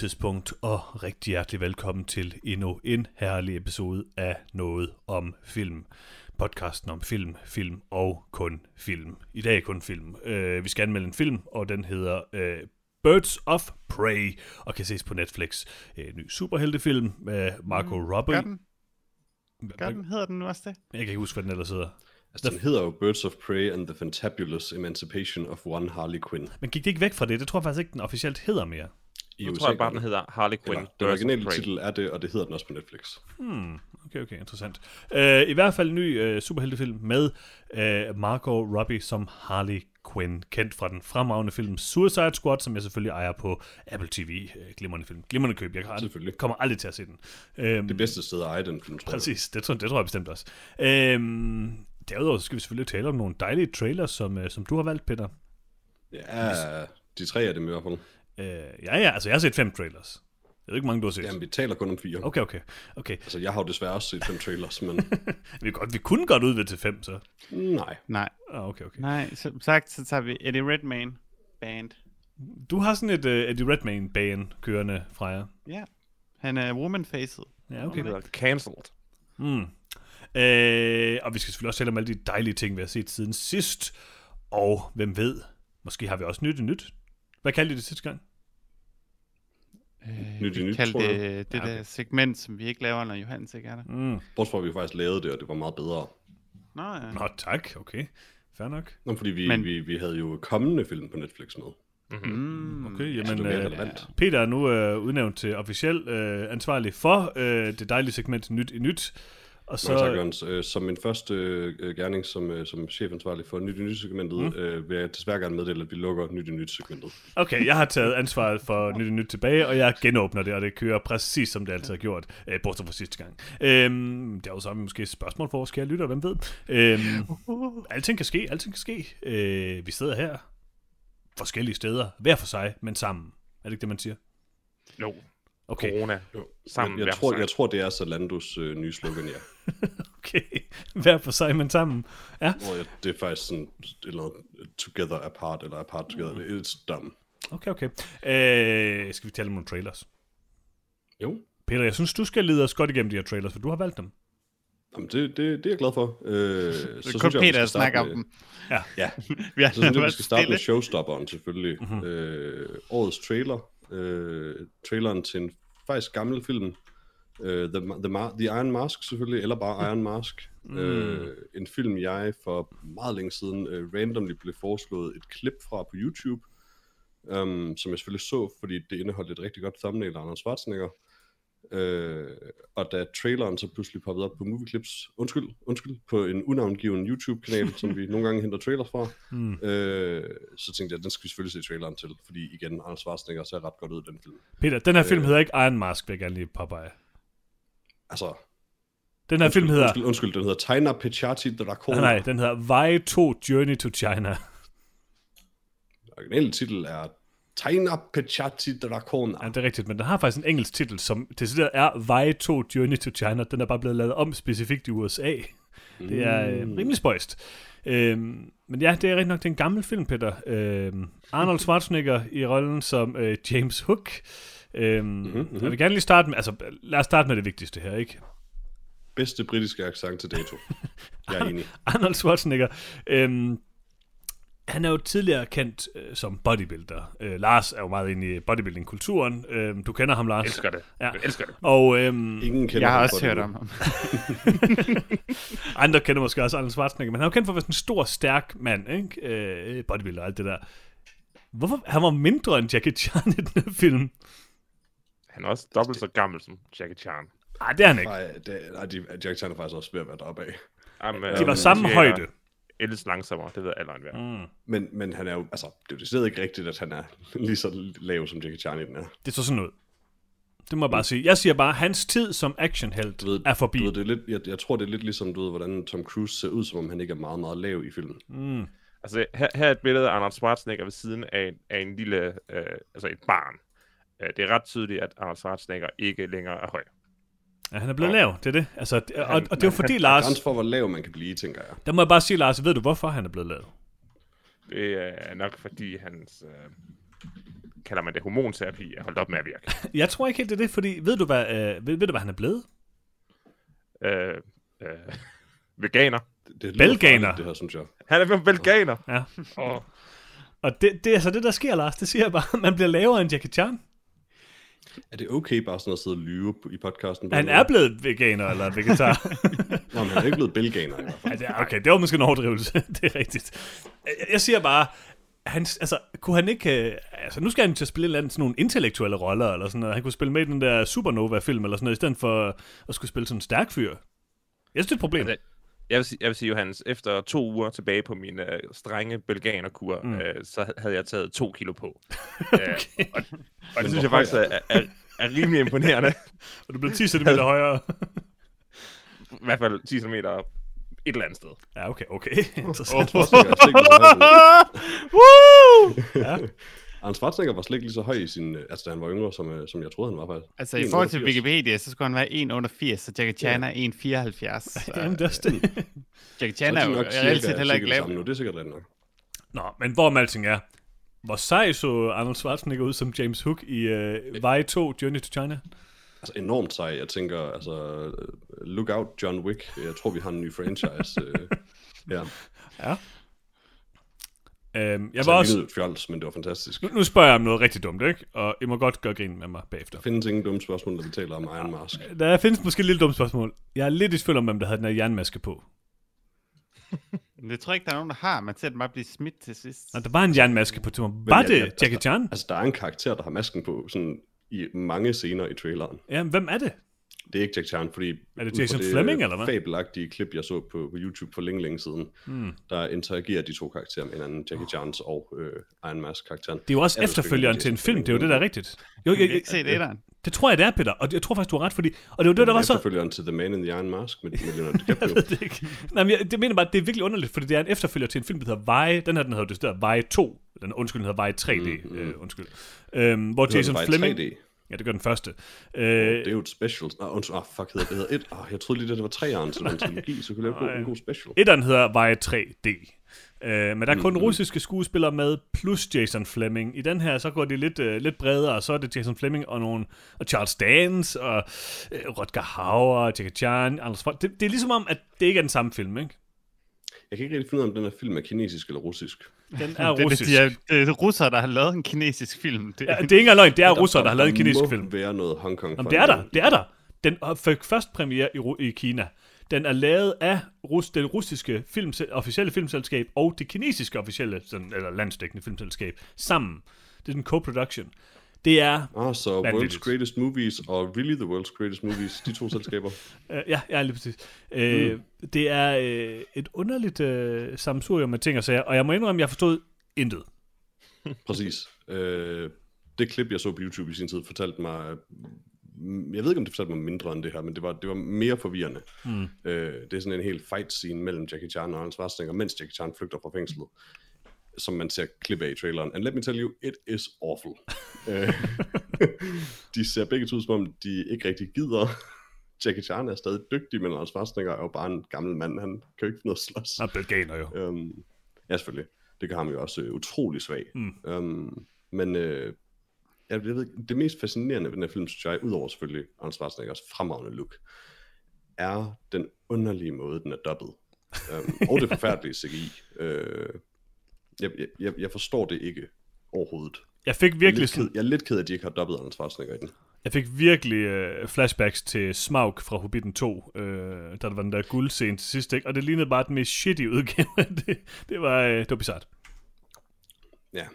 tidspunkt, og rigtig hjertelig velkommen til endnu en herlig episode af Noget om Film. Podcasten om film og kun film. I dag kun film. Vi skal anmelde en film, og den hedder Birds of Prey, og kan ses på Netflix. En ny superheltefilm med Margot Robbie. Hedder den nu også det? Jeg kan ikke huske, hvad den ellers hedder. Altså, den hedder jo Birds of Prey and the Fantabulous Emancipation of One Harley Quinn. Men gik det ikke væk fra det? Det tror jeg faktisk ikke, den officielt hedder mere. Jeg tror bare, den hedder Harley Quinn. Den originale titel er det, og det hedder den også på Netflix. Okay, interessant. I hvert fald en ny superheltefilm med Margot Robbie som Harley Quinn, kendt fra den fremragende film Suicide Squad, som jeg selvfølgelig ejer på Apple TV. Glimrende film. Glimrende køb. Jeg kommer aldrig til at se den. Det bedste sted at eje den film, tror jeg. Præcis, det tror jeg bestemt også. Derudover skal vi selvfølgelig tale om nogle dejlige trailers, som du har valgt, Peter. Ja, de 3 af dem i hvert fald. Altså jeg har set 5 trailers. Jeg ved ikke, mange du har set. Jamen, vi taler kun om 4. Okay. Altså, jeg har jo desværre også set 5 trailers, men... vi kunne godt udvide til 5, så. Nej. Okay. Nej, som sagt, så tager vi Eddie Redmayne Band. Og har sådan et Eddie Redmayne Band kørende fra jer. Ja, han er woman-faced. Ja, okay. Han hedder Cancelled. Og vi skal selvfølgelig også tale om alle de dejlige ting, vi har set siden sidst. Og hvem ved, måske har vi også nyt. Hvad kaldte I det sidste gang? Vi kaldte det der segment, som vi ikke laver, når Johannes ikke er der. Bortset fra, at vi faktisk lavede det, og det var meget bedre. Nå, tak. Okay. Fair nok. Nå, fordi vi havde jo kommende film på Netflix med. Okay, jamen, Peter er nu udnævnt til officiel ansvarlig for det dejlige segment Nyt i Nyt. Og så som min første gerning som chefansvarlig for Nyt i Nyt-segmentet, vil jeg desværre gerne meddele, at vi lukker Nyt i Nyt-segmentet. Okay, jeg har taget ansvaret for Nyt i Nyt tilbage, og jeg genåbner det, og det kører præcis som det altid har gjort, bortset fra sidste gang. Det er jo så måske et spørgsmål for vores kære lytter, hvem ved. Alting kan ske. Vi sidder her forskellige steder, hver for sig, men sammen. Er det ikke det, man siger? Jo. Okay. Corona. Sammen. Jeg tror, det er Zalandos nye slogan, ja. Okay. Hver for sig, men sammen. Ja. Det er faktisk sådan eller together apart, eller apart together. It's dumb. Okay. Skal vi tale om nogle trailers? Jo. Peter, jeg synes, du skal lede os godt igennem de her trailers, for du har valgt dem. Jamen, det er jeg glad for. Så kun Peter at snakke om dem. Ja. Så synes jeg, vi skal starte med showstopperen, selvfølgelig. Årets trailer. Traileren til en faktisk gammel film. The Iron Mask, selvfølgelig, eller bare Iron Mask. En film, jeg for meget længe siden randomly blev foreslået et klip fra på YouTube, som jeg selvfølgelig så, fordi det indeholdt et rigtig godt thumbnail af Arnold Schwarzenegger. Og da traileren så pludselig poppede op på Movie Clips, undskyld, på en unavngiven YouTube-kanal, som vi nogle gange henter trailers fra, så tænkte jeg, at den skal vi selvfølgelig se traileren til, fordi igen, Arnold Schwarzenegger ser ret godt ud i den film. Peter, den her film hedder ikke Iron Mask, vil jeg gerne lige påpege. Altså... Den her film hedder... Undskyld, den hedder Taina Pechati Dracona. Nej, den hedder Vej 2 Journey to China. Den originale titel er Taina Pechati Dracona. Ja, det er rigtigt, men den har faktisk en engelsk titel, som decideret er Vej 2 Journey to China. Den er bare blevet lavet om specifikt i USA. Det er rimelig spøjst. Men ja, det er rigtig nok, det er en gammel film, Peter. Arnold Schwarzenegger i rollen som James Hook. Jeg vil gerne lige starte med, lad os starte med det vigtigste her, ikke? Bedste britiske accent til dato. Jeg er enig. Arnold Schwarzenegger. Han er jo tidligere kendt som bodybuilder. Lars er jo meget inde i bodybuilding-kulturen. Du kender ham, Lars. Jeg elsker det. Ja. Jeg elsker det. Og, ingen kender jeg har ham også hørt om ham. Andre kender måske også Arnold Schwarzenegger, men han er jo kendt for at være sådan en stor, stærk mand, ikke? Bodybuilder og alt det der. Hvorfor? Han var mindre end Jackie Chan i den her film. Han er også dobbelt så gammel som Jackie Chan. Nej, det er han ikke. Nej, Jackie Chan er faktisk også ved at være deroppe af. De var samme højde. Ældes langsommere, det ved alderen være. Men han er jo, altså, det er jo stadig ikke rigtigt, at han er lige så lav som Jackie Chan i den her. Det er så sådan noget. Det må jeg bare sige. Jeg siger bare, at hans tid som actionhelt er forbi. Det er lidt, jeg tror, det er lidt ligesom, hvordan Tom Cruise ser ud, som om han ikke er meget, meget lav i filmen. Altså, her er et billede af Arnold Schwarzenegger ved siden af en lille, altså et barn. Det er ret tydeligt, at Arnold Schwarzenegger ikke længere er høj. Ja, han er blevet lav, det er det. Altså, og det er jo fordi, Lars... Grænse for, hvor lav man kan blive, tænker jeg. Der må jeg bare sige, Lars, ved du, hvorfor han er blevet lav? Det er nok fordi hans kalder man det hormonterapi, er holdt op med at virke. Jeg tror ikke helt, det er det, fordi ved du, hvad han er blevet? Veganer. Det Belganer. Det her, synes jeg. Han er blevet belganer. Ja. Oh. Og det er altså det, der sker, Lars. Det siger jeg bare, man bliver lavere end Jackie Chan. Er det okay bare sådan at sidde og lyve i podcasten? Han er blevet veganer eller vegetar. Nå, men han er ikke blevet belganer i hvert fald. Ja, okay, det var måske en overdrivelse. Det er rigtigt. Jeg siger bare, kunne han ikke... nu skal han til at spille sådan nogle intellektuelle roller, eller sådan noget. Han kunne spille med i den der Supernova-film, eller sådan noget, i stedet for at skulle spille sådan en stærk fyr. Jeg synes, det er et problem. Jeg vil sige, Johannes, efter 2 uger tilbage på min strenge belganerkur, så havde jeg taget 2 kilo på. Okay. Og det synes jeg faktisk er rimelig imponerende. Og du blev 10 cm højere. I hvert fald 10 cm et eller andet sted. Ja, okay. Interessant. Arnold Schwarzenegger var slet ikke lige så høj i sin... Altså, da han var yngre, som jeg troede, han var faktisk. Altså, i forhold til Wikipedia, så skulle han være 1,80, så Jackie Chan er 1,74. Jamen, det er det. Jackie Chan er jo reelt set heller ikke lav. Det er sikkert rigtig nok. Nå, men hvor alting er. Hvor sej så Arnold Schwarzenegger ud som James Hook i Vej 2, Journey to China? Altså enormt sej. Jeg tænker, altså, look out John Wick. Jeg tror, vi har en ny franchise. Ja. Jeg altså, var også... et fjols, men det var fantastisk. Nu spørger jeg om noget rigtig dumt, ikke? Og I må godt gøre grin med mig bagefter. Der findes ingen dumme spørgsmål, når vi taler om Iron Mask. Der findes måske et lille dumt spørgsmål. Jeg er lidt i tvivl om, hvem der havde den her jernmaske på. Det tror jeg ikke, der er nogen, der har. Man ser den bare blive smidt til sidst. Nå, der var en jernmaske på turen. Var det Jackie Chan? Altså, der er en karakter, der har masken på sådan i mange scener i traileren. Ja, hvem er det? Det er ikke Jackie Chan, fordi... Er det Jason Fleming, eller hvad? Fabelagtige klip, jeg så på YouTube for længe siden, der interagerer de to karakterer med hinanden, Jackie Chans og Iron Mask-karakteren. Det er jo også efterfølgeren til en film, det er jo det, der er rigtigt. Jeg kan ikke se det der. Det tror jeg, det er, Peter, og jeg tror faktisk, du har ret, fordi... Og det var det, der var så... Efterfølgeren til The Man in the Iron Mask med Leonardo DiCaprio. Jeg ved det ikke. Nej, men det mener bare, det er virkelig underligt, fordi det er en efterfølger til en film, der hedder Vej. Den her, den hedder det der Vej 2. Den hedder Vej 3D, undskyld. Hvor Jason Fleming... 3D. Ja, det gør den første. Det er jo et special. Fuck, hedder det hedder 1. Jeg troede lige, det var 3'eren til den trilogi, så kunne jeg lave en god special. 1'eren hedder Vej 3D. Men der er kun russiske skuespillere med, plus Jason Fleming. I den her, så går det lidt bredere, så er det Jason Fleming og Charles Dance, og Rutger Hauer, Jackie Chan, Anders Frost. Det er ligesom om, at det ikke er den samme film, ikke? Jeg kan ikke rigtig finde ud af, om den her film er kinesisk eller russisk. Den er russisk. Det er russere, der har lavet en kinesisk film. Det er ikke engang løgn, det er russere, der har lavet en kinesisk film. Det må være noget Hongkong. Jamen, det er der. Den fik først premiere i Kina. Den er lavet af det russiske officielle filmselskab og det kinesiske officielle, eller landsdækkende filmselskab, sammen. Det er en co-production. Det er så World's Greatest Movies og Really the World's Greatest Movies, de to selskaber. Ja, lige præcis. Det er et underligt sammensurium med ting og sager, og jeg må indrømme, at jeg forstod intet. Præcis. Det klip, jeg så på YouTube i sin tid, fortalte mig... Jeg ved ikke, om det fortalte mig mindre end det her, men det var mere forvirrende. Det er sådan en helt fight scene mellem Jackie Chan og Arnold Schwarzenegger, mens Jackie Chan flygter fra fængslet, som man ser klip af i traileren. And let me tell you, it is awful. De ser begge to, som om de ikke rigtig gider. Jackie Chan er stadig dygtig, men Arnold Schwarzenegger er jo bare en gammel mand. Han kan jo ikke finde noget at slås. Han er belganer jo. Ja, selvfølgelig. Det gør ham jo også utrolig svag. Men jeg ved, det mest fascinerende ved den her film, synes jeg, udover selvfølgelig Arnold Schwarzeneggers fremragende look, er den underlige måde, den er dubbet. Og det forfærdelige CGI. Jeg forstår det ikke overhovedet. Jeg er lidt ked af, at de ikke har dubbet Arnold Schwarzenegger i den. Jeg fik virkelig flashbacks til Smaug fra Hobbiten 2, der var den der guldscene til sidst, ikke? Og det lignede bare den mest shitty udgave. det var bizarrt. Ja.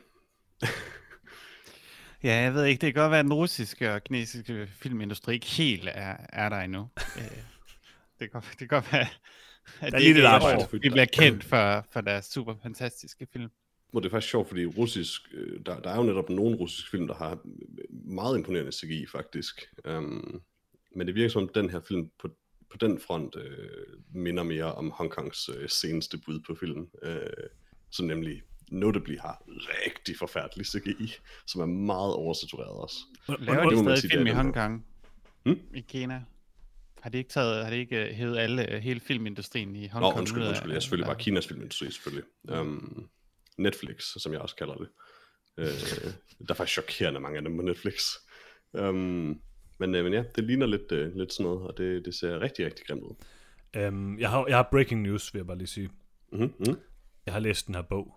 Ja, jeg ved ikke, det kan godt være, at den russiske og kinesiske filmindustri ikke helt er der endnu. Det kan godt være, at de bliver kendt for deres super fantastiske film. Og det er faktisk sjovt, fordi russisk, der er jo netop nogle russiske film, der har meget imponerende CGI faktisk. Men det virker som, at den her film på den front minder mere om Hongkongs seneste bud på film, som nemlig notably har rigtig forfærdelig CGI, som er meget oversatureret også. Laver de stadig film i Hongkong? I Kina? Har de ikke hævet hele filmindustrien i Hongkong? Undskyld. Jeg er selvfølgelig bare Kinas filmindustri, selvfølgelig. Netflix, som jeg også kalder det. Der er faktisk chokerende mange af dem på Netflix. Men ja, det ligner lidt sådan noget, og det ser rigtig, rigtig grimt ud. Jeg har breaking news, vil jeg bare lige sige. Mm-hmm. Jeg har læst den her bog.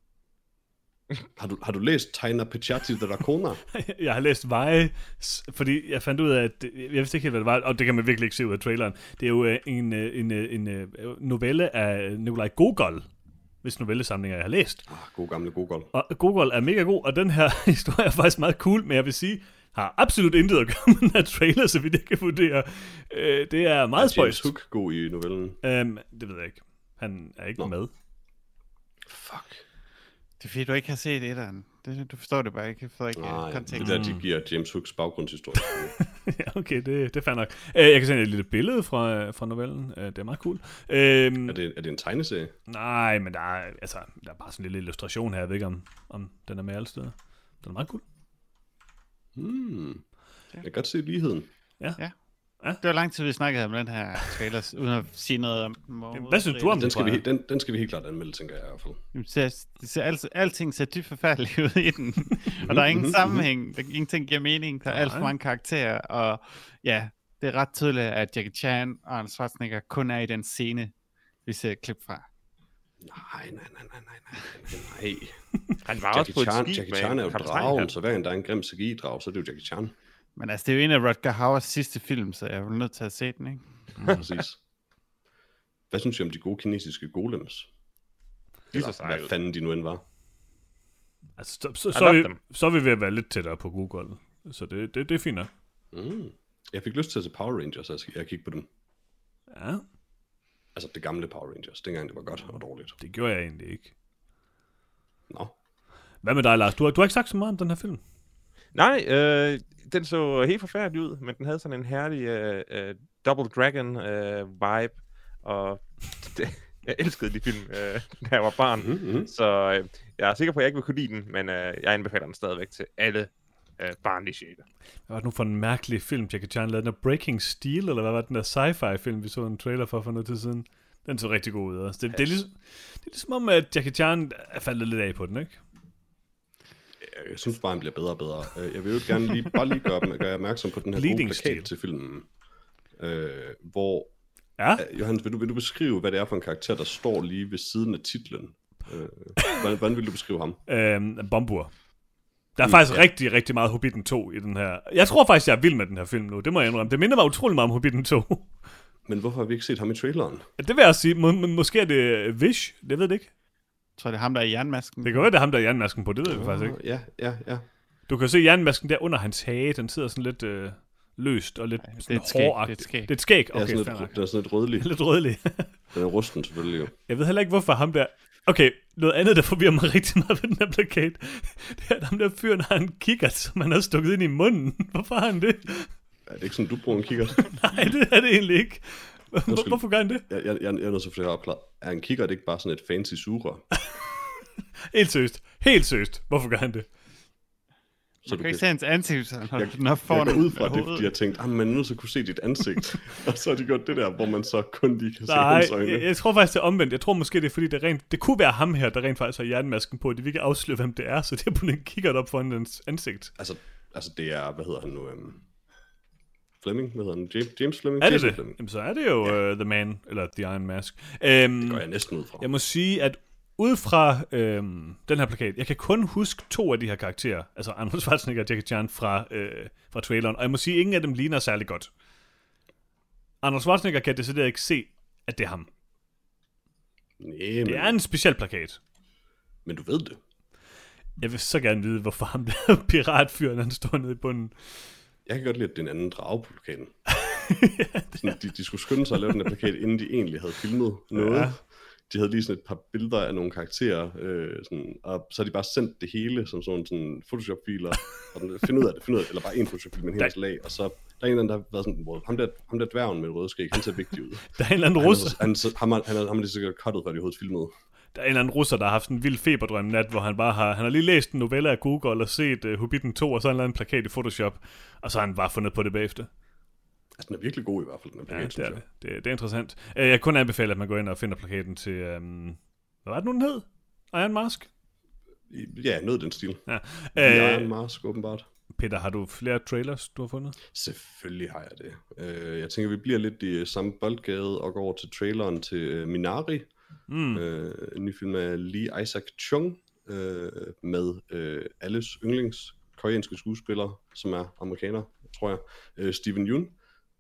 Har du læst Taina Pichati Dracona? Jeg har læst Veje, fordi jeg fandt ud af, at jeg vidste ikke helt, hvad det var, og det kan man virkelig ikke se ud af traileren. Det er jo en novelle af Nikolaj Gogol, hvis novellesamlinger jeg har læst. God gamle Gogol. Og Gogol er mega god, og den her historie er faktisk meget cool, men jeg vil sige, har absolut intet at gøre med den her trailer, så vidt jeg kan vurdere. Det er meget spøjst. Er James Hook god i novellen? Det ved jeg ikke. Han er ikke med. Fuck. Det er fordi, du ikke har set etteren. Du forstår det bare ikke. Jeg forstår ikke konteksten. Det der, de giver James Hooks baggrundshistorie. Ja, okay, det er fair nok. Jeg kan sende et lille billede fra novellen. Det er meget cool. Er det en tegneserie? Nej, men der er bare sådan en lille illustration her. Jeg ved ikke, om den er med alle steder. Den er meget cool. Jeg kan godt se ligheden. Ja. Det var lang tid, vi snakkede om den her trailer, uden at sige noget om... Hvad synes du om den skal vi helt klart anmelde, tænker jeg i hvert fald. Alting ser dybt forfærdeligt ud i den, og der er ingen sammenhæng, ingenting giver mening, der er alt for mange karakterer, og ja, det er ret tydeligt, at Jackie Chan og Arnold Schwarzenegger kun er i den scene, vi ser et klip fra. Nej. Han var også på et skib. Jackie Chan er jo dragen, så hver gang der er en grim CGI-drag, så er det jo Jackie Chan. Men altså, det er jo en af Rutger Hauers sidste film, så jeg er jo nødt til at se den, ikke? Præcis. Hvad synes du om de gode kinesiske golems? Hvad fanden de nu end var? Altså, så er vi ved at være lidt tættere på Google. Så det er fint nok. Jeg fik lyst til at se Power Rangers, så jeg kiggede på dem. Ja. Altså det gamle Power Rangers, dengang det var godt og dårligt. Det gjorde jeg egentlig ikke. Nå. Hvad med dig, Lars? Du har ikke sagt så meget om den her film. Nej, den så helt forfærdelig ud, men den havde sådan en herlig Double Dragon vibe, og jeg elskede de film, da jeg var barn, så jeg er sikker på, at jeg ikke vil kunne lide den, men jeg anbefaler den stadigvæk til alle barnlige sjæle. Hvad var det nu for en mærkelig film, Jackie Chan lavede? Den der Breaking Steel, eller hvad var den der sci-fi film, vi så en trailer for noget tid siden? Den så rigtig god ud også. Det er ligesom om, at Jackie Chan er faldet lidt af på den, ikke? Jeg synes bare, han bliver bedre og bedre. Jeg vil jo gerne bare lige gøre opmærksom på den her gode plakat til filmen. Hvor... Ja? Johannes, vil du beskrive, hvad det er for en karakter, der står lige ved siden af titlen? Hvordan vil du beskrive ham? Bombur. Der er faktisk rigtig, rigtig meget Hobbiten 2 i den her. Jeg tror faktisk, jeg er vild med den her film nu. Det må jeg indrømme. Det minder mig utrolig meget om Hobbiten 2. Men hvorfor har vi ikke set ham i traileren? Det vil jeg sige. Måske er det Vish. Det ved det ikke. Jeg tror, det er ham, der er i jernmasken. Det kan være, det er ham, der er i jernmasken på. Det ved jeg faktisk ikke. Ja. Du kan se jernmasken der under hans hage. Den sidder sådan lidt løst og lidt hårdagtigt. Det er et skæg. Okay, den er sådan lidt rødlig. Lidt rødlig. Den er rusten selvfølgelig jo. Jeg ved heller ikke, hvorfor ham der... Okay, noget andet, der forvirrer mig rigtig meget ved den her plakat, det er, at ham der fyren har en kikkert, som han har stukket ind i munden. Hvorfor har han det? Er det ikke sådan, du bruger en kikkert? Nej, det er det egentlig ikke. Hvorfor gør han det? Jeg er nødt til at få opklaret. Er en kikkert ikke bare sådan et fancy sugerør? Helt seriøst. Hvorfor gør han det? Så du kan ikke se hans ansigt, så jeg går ud fra det, fordi jeg tænkte, man er nødt til at kunne se dit ansigt. Og så har de gjort det der, hvor man så kun lige kan se hans øjne. Jeg tror faktisk, det er omvendt. Jeg tror måske, det er fordi, det kunne være ham her, der rent faktisk har jernmasken på. De vil ikke afsløre, hvem det er, så det er på den kigger op foran hans ansigt. Altså det er, hvad hedder han nu? Fleming? Hvad hedder han? James Fleming? Er det det? Jamen, så er det jo The Man, eller The Iron Mask. Det går jeg næsten ud fra. Jeg må sige, at ud fra den her plakat, jeg kan kun huske 2 af de her karakterer, altså Arnold Schwarzenegger og Jackie Chan fra traileren, og jeg må sige, at ingen af dem ligner særlig godt. Arnold Schwarzenegger kan decideret ikke se, at det er ham. Det er en speciel plakat. Men du ved det. Jeg vil så gerne vide, hvorfor ham der piratfyren, han står nede i bunden. Jeg kan godt lide, at det er en anden drage på plakaten. De skulle skynde sig at lave den her plakat, inden de egentlig havde filmet noget. Ja. De havde lige sådan et par billeder af nogle karakterer, og så har de bare sendt det hele som sådan Photoshop-filer, og finde ud af det, eller bare en Photoshop-fil med en hel lag, og så der er en eller anden, der har været sådan, ham der dværgen med røde skæg, han ser vigtig ud. Der er en eller anden russer. Han har lige sikkert cuttet, før de overhovedet filmede. Der er en eller anden russer, der har haft sådan en vild feberdrøm nat, hvor han har lige læst en novelle af Google og set Hobbiten 2, og så en eller anden plakat i Photoshop, og så har han bare fundet på det bagefter. Altså, den er virkelig god i hvert fald, den plakat, ja, det er interessant. Jeg kan kun anbefale, at man går ind og finder plakaten til, hvad var det nu, den hed? Iron Mask? Ja, noget den stil. Ja. Iron Mask, åbenbart. Peter, har du flere trailers, du har fundet? Selvfølgelig har jeg det. Jeg tænker, vi bliver lidt i samme boldgade og går over til traileren til Minari. En ny film af Lee Isaac Chung med alles yndlings koreanske skuespiller, som er amerikaner, tror jeg. Steven Yeun.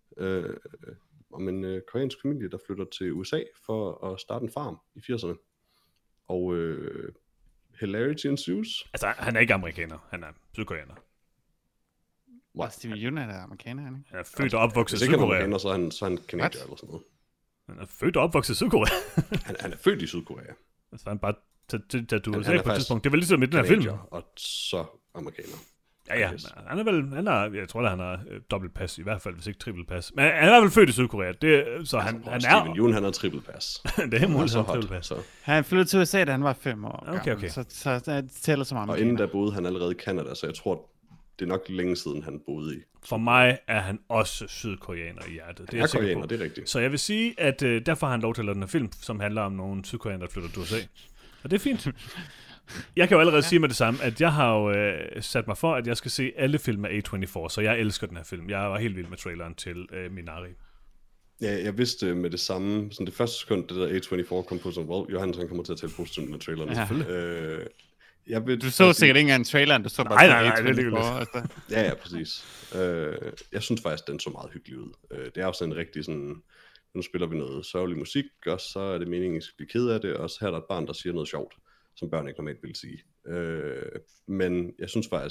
Om en koreansk familie, der flytter til USA for at starte en farm i 80'erne. Og hilarity ensues. Altså, han er ikke amerikaner, han er sydkoreaner. Steven Yeun er der amerikaner, han ikke? Han er født og opvokset i Sydkorea. Sydkorea. Hvis ikke han er amerikaner, så er han kanadier eller sådan noget. Han er født og opvokset i Sydkorea. han er født i Sydkorea. Altså, han er bare taget til USA på et tidspunkt. Det er vel ligesom i den her film. Og så amerikaner. Ja. Han er vel, jeg tror, at han har dobbeltpas, i hvert fald, hvis ikke trippelpas. Men han er vel født i Sydkorea, så han er... Steven Yeun, han har trippelpas. Det er muligt, han har trippelpas. Han flyttede til USA, da han var 5 år gammel, okay. så det tæller som amerikaner. Og inden da boede han allerede i Canada, så jeg tror, det er nok længe siden, han boede i. For mig er han også sydkoreaner i hjertet. Det er koreaner, det er rigtigt. Så jeg vil sige, at derfor har han lov til at lave den her film, som handler om nogle sydkoreaner, der flytter til USA. Og det er fint. Jeg kan jo allerede sige med det samme, at jeg har jo sat mig for, at jeg skal se alle film af A24, så jeg elsker den her film. Jeg var helt vild med traileren til Minari. Ja, jeg vidste med det samme, sådan det første sekund, det der A24 kom på, som Johannes han kommer til at tale positivt med traileren. Ja. Du så sikkert ikke engang traileren, du så bare nej, det er Ja, præcis. Jeg synes faktisk, den så meget hyggelig ud. Det er jo sådan en rigtig sådan, nu spiller vi noget sørgelig musik, og så er det meningen, at I skal blive ked af det, og så her er der et barn, der siger noget sjovt, som børn ikke normalt vil sige. Men jeg synes faktisk,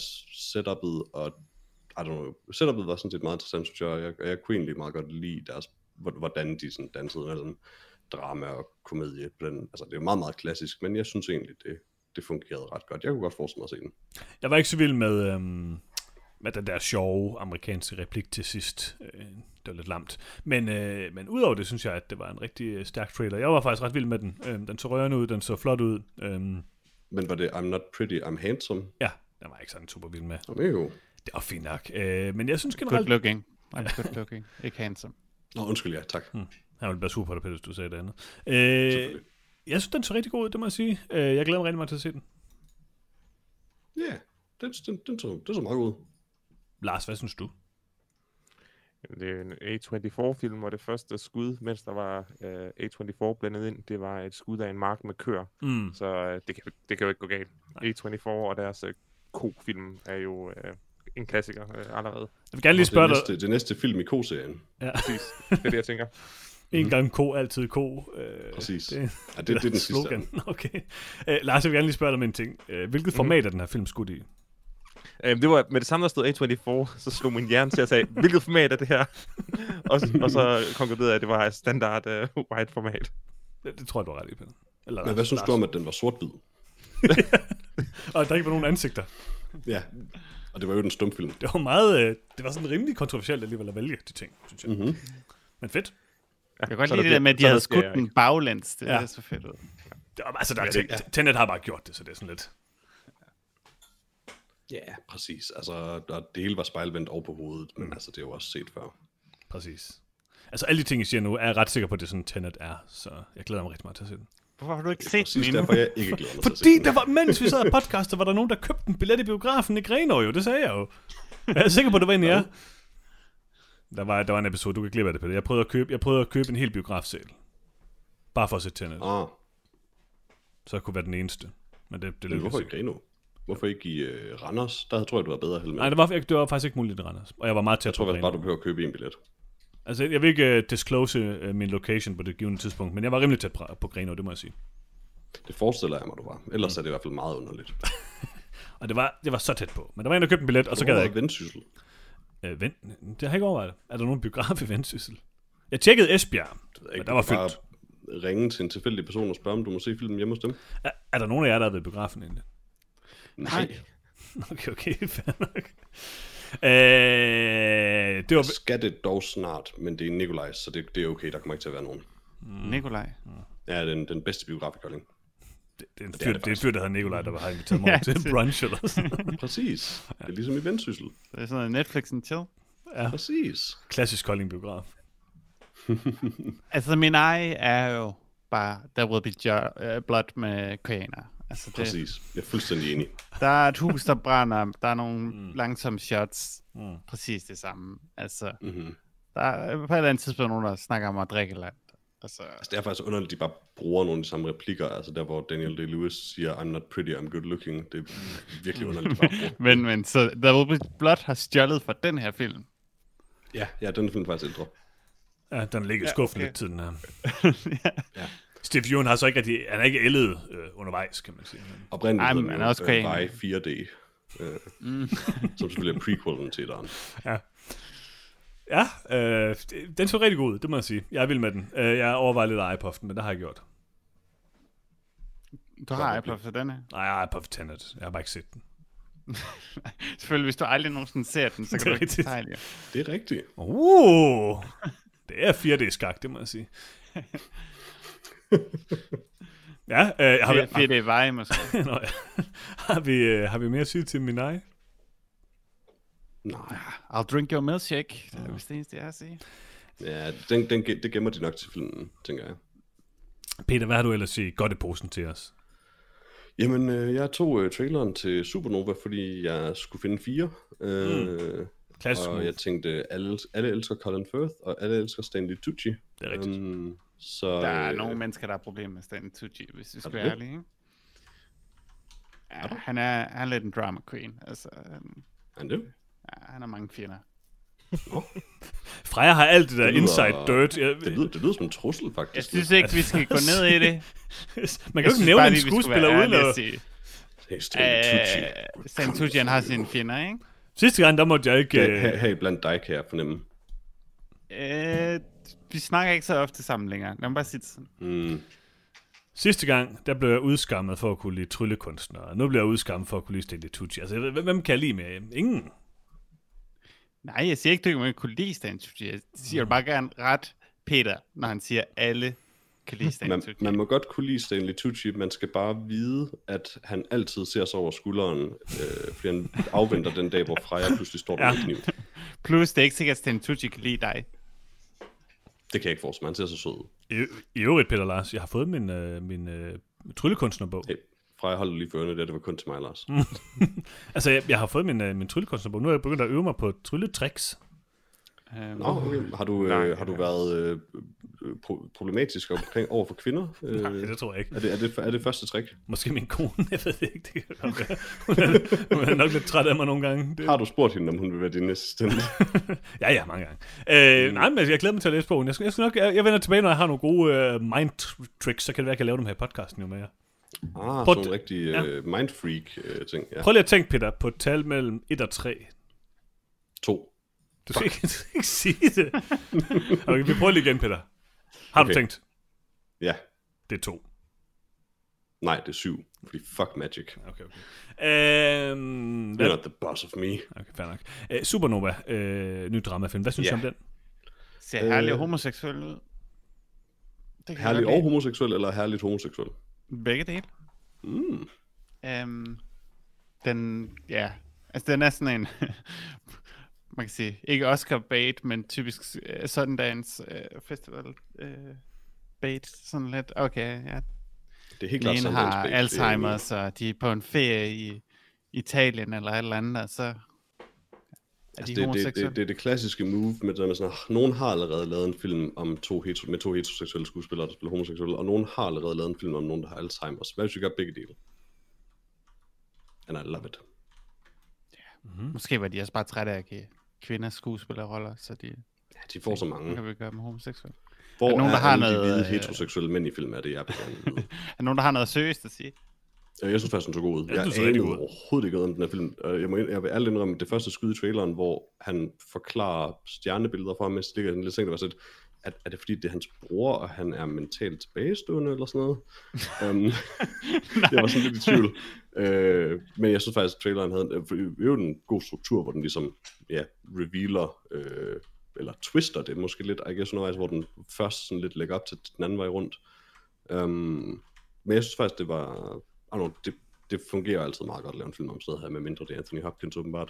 setup'et var sådan set meget interessant, synes jeg. Jeg kunne egentlig meget godt lide deres, hvordan de sådan dansede mellem drama og komedie. Altså, det er jo meget, meget klassisk, men jeg synes egentlig, det fungerede ret godt. Jeg kunne godt forestille mig at se den. Jeg var ikke så vild med den der sjove amerikanske replik til sidst. Det var lidt lamt. Men udover det, synes jeg, at det var en rigtig stærk trailer. Jeg var faktisk ret vild med den. Den så rørende ud, den så flot ud. Men var det I'm not pretty, I'm handsome? Ja, den var ikke sådan super vild med. Det var fint nok. Men jeg synes generelt... Good looking. I'm good looking. Ikke handsome. Undskyld, ja, tak. Han ville være super på det, hvis du sagde det andet. Jeg synes, den så rigtig god ud, det må jeg sige. Jeg glæder mig rigtig meget til at se den. Ja, den så meget god ud. Lars, hvad synes du? Det er en A24-film, og det første skud, mens der var A24 blandet ind, det var et skud af en mark med køer. Så det kan jo ikke gå galt. A24 og deres ko-film er jo en klassiker allerede. Jeg vil gerne lige spørge dig... Det næste film i ko-serien. Ja. Præcis, det er det, jeg tænker. En gang ko, altid ko. Præcis. Det er den slogan. sidste. Okay. Lars, jeg vil gerne lige spørge dig om en ting. Hvilket format er den her film skudt i? Det var med det samme, der stod A24, så slog min hjerne til at sige, hvilket format er det her? og så konkluderede jeg, at det var et standard white format. Det tror jeg, du var ret i, Peter. Men hvad synes du om, at den var sort-hvid? Og der ikke var nogen ansigter. Ja, og det var jo den stumfilm. Det var meget, det var sådan rimelig kontroversielt alligevel at vælge de ting, synes jeg. Mm-hmm. Men fedt. Jeg kan godt lide det der med, at de havde skudt den baglæns. Det er så fedt ud. Tenet har bare gjort det, så det er sådan lidt... Ja, præcis. Altså, det hele var spejlvendt over på hovedet, men altså, det er jo også set før. Præcis. Altså, alle de ting, I siger nu, er jeg ret sikker på, at det sådan Tenet er, så jeg glæder mig rigtig meget til at se den. Hvorfor har du ikke set den endnu? Derfor jeg ikke glæder mig til at se den. Fordi mens vi sad og podcastede, var der nogen, der købte en billet i biografen i Grenaa, jo. Det sagde jeg jo. Jeg er sikker på, at det var en af jer. Der var en episode, du kan glemme af det, Peter. Jeg prøvede at købe en hel biografsal. Bare for at se Tenet. Så jeg kunne være den eneste. Men det men hvorfor i Grenaa? Hvorfor ikke i Randers? Der tror jeg, du var bedre held med. Nej, det var faktisk ikke muligt i Randers. Og jeg var meget tæt på Grenaa. Jeg tror bare, du behøver at købe en billet. Altså, jeg vil ikke disclose min location på det givende tidspunkt, men jeg var rimelig tæt på Grenaa, det må jeg sige. Det forestiller jeg mig, du var. Ellers er det i hvert fald meget underligt. Og det var så tæt på. Men der var en, der købte en billet, og så gad jeg ikke. Vendsyssel? Det har jeg ikke overvejet. Er der nogen biograf i Vendsyssel? Jeg tjekkede Esbjerg, men der var fyldt. Ringe til en tilfældig person og spørge, om du må se filmen hjemme hos dem. Er der nogen af jer, der er ved biografen egentlig? Nej. Okay, fair nok. Det var... Skal det dog snart, men det er Nikolaj, så det er okay, der kommer ikke til at være nogen. Nikolaj? Ja, den bedste biograf i Kolding. Det er en fyr, der hedder Nikolaj, der har inviteret mig til brunch eller sådan. Præcis. Det er ligesom i Vendsyssel. Det er sådan en Netflix and chill. Ja. Præcis. Klassisk Kolding biograf. Altså min ej er jo bare, der will be blood med koreaner. Altså, Præcis. Jeg er fuldstændig enig. Der er et hus, der brænder. Der er nogle langsomme shots. Præcis det samme. Altså, der er på et eller andet tidspunkt nogen, der snakker om at drikke eller andet. Altså, det er faktisk underligt, at de bare bruger nogle af de samme replikker. Altså der, hvor Daniel Day-Lewis siger, I'm not pretty, I'm good looking. Det er virkelig underligt, de bare bruger. men så The Will Be Blood har stjålet fra den her film. Ja, den film er faktisk ældre. Ja, den ligger i skuffen lidt tiden her. Ja. Steve Yeun har så ikke rigtig, han er ikke ældet undervejs, kan man sige. Oprindeligt han er også var i 4D, som selvfølgelig er prequelen til den. Ja. Ja, den så rigtig god ud, det må jeg sige. Jeg er vild med den. Jeg overvejer lidt af iPuffen, men det har jeg gjort. Du har iPuff for den her? Nej, jeg har iPuff Tenet. Jeg har bare ikke set den. Selvfølgelig, hvis du aldrig nogensinde ser den, så kan du ikke tegne. Det er rigtigt. Det er 4D-skak, det må jeg sige. Ja, har vi 4D-veje måske. Nå, ja. Har vi mere at sige til Minai? Nej. I'll drink your milkshake. Det er vist det eneste, jeg har at sige. Ja, det gemmer de nok til filmen, tænker jeg. Peter, hvad har du ellers sige godt i posen til os? Jamen, jeg tog traileren til Supernova, fordi jeg skulle finde 4. Og jeg tænkte, alle elsker Colin Firth, og alle elsker Stanley Tucci. Det er rigtigt. Så, der er nogle mennesker, der har problemer med Stanley Tucci, hvis vi skal være ærlige, ikke? Ja, han er lidt en drama queen. Altså, han det? Ja, han har mange fjender. Freja har alt det der inside dirt. Det lyder som en trussel, faktisk. Jeg synes ikke, vi skal gå ned i det. Man kan jo ikke nævne en skuespiller uden at... Stanley Tucci, han har sine fjender, ikke? Sidste gang, der måtte jeg ikke... Her blandt dig, kan jeg fornemme. Vi snakker ikke så ofte sammen længere. Lad mig bare sige det sådan. Sidste gang, der blev jeg udskammet for at kunne lide tryllekunstnere. Nu bliver jeg udskammet for at kunne lide Stanley Tucci. Altså, hvem kan jeg lide med? Ingen. Nej, jeg siger ikke, du ikke kunne lide Stanley Tucci. Jeg siger bare gerne ret Peter, når han siger, alle kan lide Stanley Tucci. Man må godt kunne lide Stanley Tucci. Man skal bare vide, at han altid ser sig over skulderen, fordi han afventer den dag, hvor Freja pludselig står der med kniv. Plus, det er ikke sikkert, at Stanley Tucci kan lide dig. Det kan jeg ikke forstå, han ser så sød ud. I øvrigt, Peter Lars, jeg har fået min tryllekunstnerbog. Hey, Freja holdt lige for ørerne, det var kun til mig, Lars. Altså, jeg har fået min tryllekunstnerbog. Nu er jeg begyndt at øve mig på trylletricks. Okay. Har du været problematisk omkring over for kvinder? Nej, det tror jeg ikke. Er det første trick? Måske min kone, jeg ved det ikke. Det kan godt være. Hun er nok lidt træt af mig nogle gange. Har du spurgt hende, om hun vil være din assistent? ja, mange gange. Nej, men jeg glæder mig til at læse bogen. Jeg vender tilbage, når jeg har nogle gode mind tricks, så kan det være, at jeg kan lave dem her i podcasten jo med jer. Sådan en rigtig mindfreak ting. Ja. Prøv lige at tænke, Peter, på et tal mellem 1 og 3. 2. Du skal ikke sige det. Okay, vi prøver lige igen, Peter. Har du tænkt? Ja. Det er 2. Nej, det er 7. Fordi fuck magic. Okay. You're not the boss of me. Okay, fair nok. Supernova, ny dramafilm. Hvad synes du om den? Ser herlig og homoseksuel ud. Herlig og homoseksuel, eller herligt homoseksuel? Begge dele. Den er sådan en... man kan sige, ikke Oscar bait, men typisk Sundance Festival bait, sådan lidt, okay, ja. Det er helt klart Sundance har Alzheimer's, og de er på en ferie i Italien eller et eller andet, og så er de homoseksuelle. Det er det klassiske move med det med sådan, nogen har allerede lavet en film om med to heteroseksuelle skuespillere, der spiller homoseksuelle, og nogen har allerede lavet en film om nogen, der har Alzheimer's. Hvad hvis vi gør begge dele? And I love it. Måske var de også bare trætte af at give kvinders skuespillerroller, så de får så mange. Kan vi gøre dem homoseksuelle? Hvor er nogen, der har noget, de hvide heteroseksuelle mænd i film, er det jeg vil er nogen, der har noget seriøst at sige? Jeg synes faktisk, den så god ud. Jeg anede overhovedet ikke om den her film. Jeg vil ærligt indrømme, det første skud i traileren, hvor han forklarer stjernebilleder fra ham, mens det ligger en lille ting, der var sådan, er det fordi, det er hans bror, og han er mentalt tilbagestående, eller sådan noget? Jeg var sådan lidt i tvivl. Men jeg synes faktisk, at traileren havde en god struktur, hvor den ligesom, revealer, eller twister det måske lidt, I guess, undervejs, hvor den først sådan lidt lægger op til den anden vej rundt. Men jeg synes faktisk, det var... det fungerer altid meget godt at lave en film om stedet her, med mindre det er Anthony Hopkins åbenbart.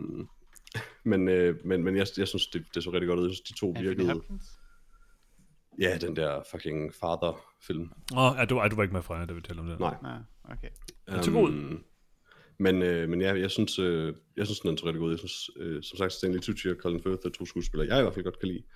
Men jeg synes, det så rigtig godt ud. Jeg synes, de to virkede... Ja, den der fucking Father-film. Du var ikke med fra, da vi talte om det. Nej. Okay. Den er så god. Men ja, jeg synes, den er så rigtig god. Jeg synes, som sagt, Stanley Tucci og Colin Firth er 2 skuespillere, jeg i hvert fald godt kan lide.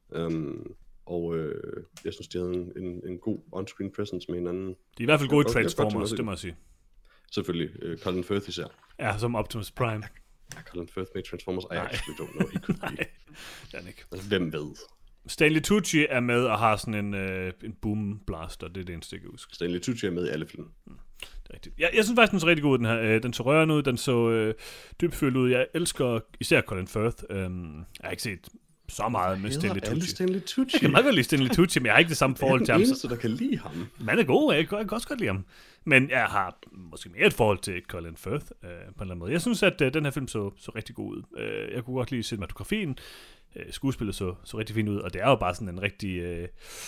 Jeg synes, de havde en god on-screen presence med hinanden. De er i hvert fald gode Transformers, det må jeg sige. Selvfølgelig, Colin Firth især. Ja, som Optimus Prime. Colin Firth med Transformers, I actually don't know, he could be. Nej, det er han ikke. Altså, hvem ved? Stanley Tucci er med og har sådan en boom blaster, det er det eneste, jeg kan huske. Stanley Tucci er med i alle film. Det er rigtigt. Jeg synes faktisk, den så rigtig god, den her. Den så rørende ud, den så dybfølt ud. Jeg elsker især Colin Firth. Jeg har ikke set så meget med Stanley Tucci. Jeg kan meget godt lide Stanley Tucci, men jeg har ikke det samme forhold til ham. Det er eneste, der kan lide ham. Man er god, jeg kan også godt lide ham. Men jeg har måske mere et forhold til Colin Firth på en eller anden måde. Jeg synes, at den her film så rigtig god ud. Jeg kunne godt lide cinematografien. Skuespillet så rigtig fint ud, og det er jo bare sådan en rigtig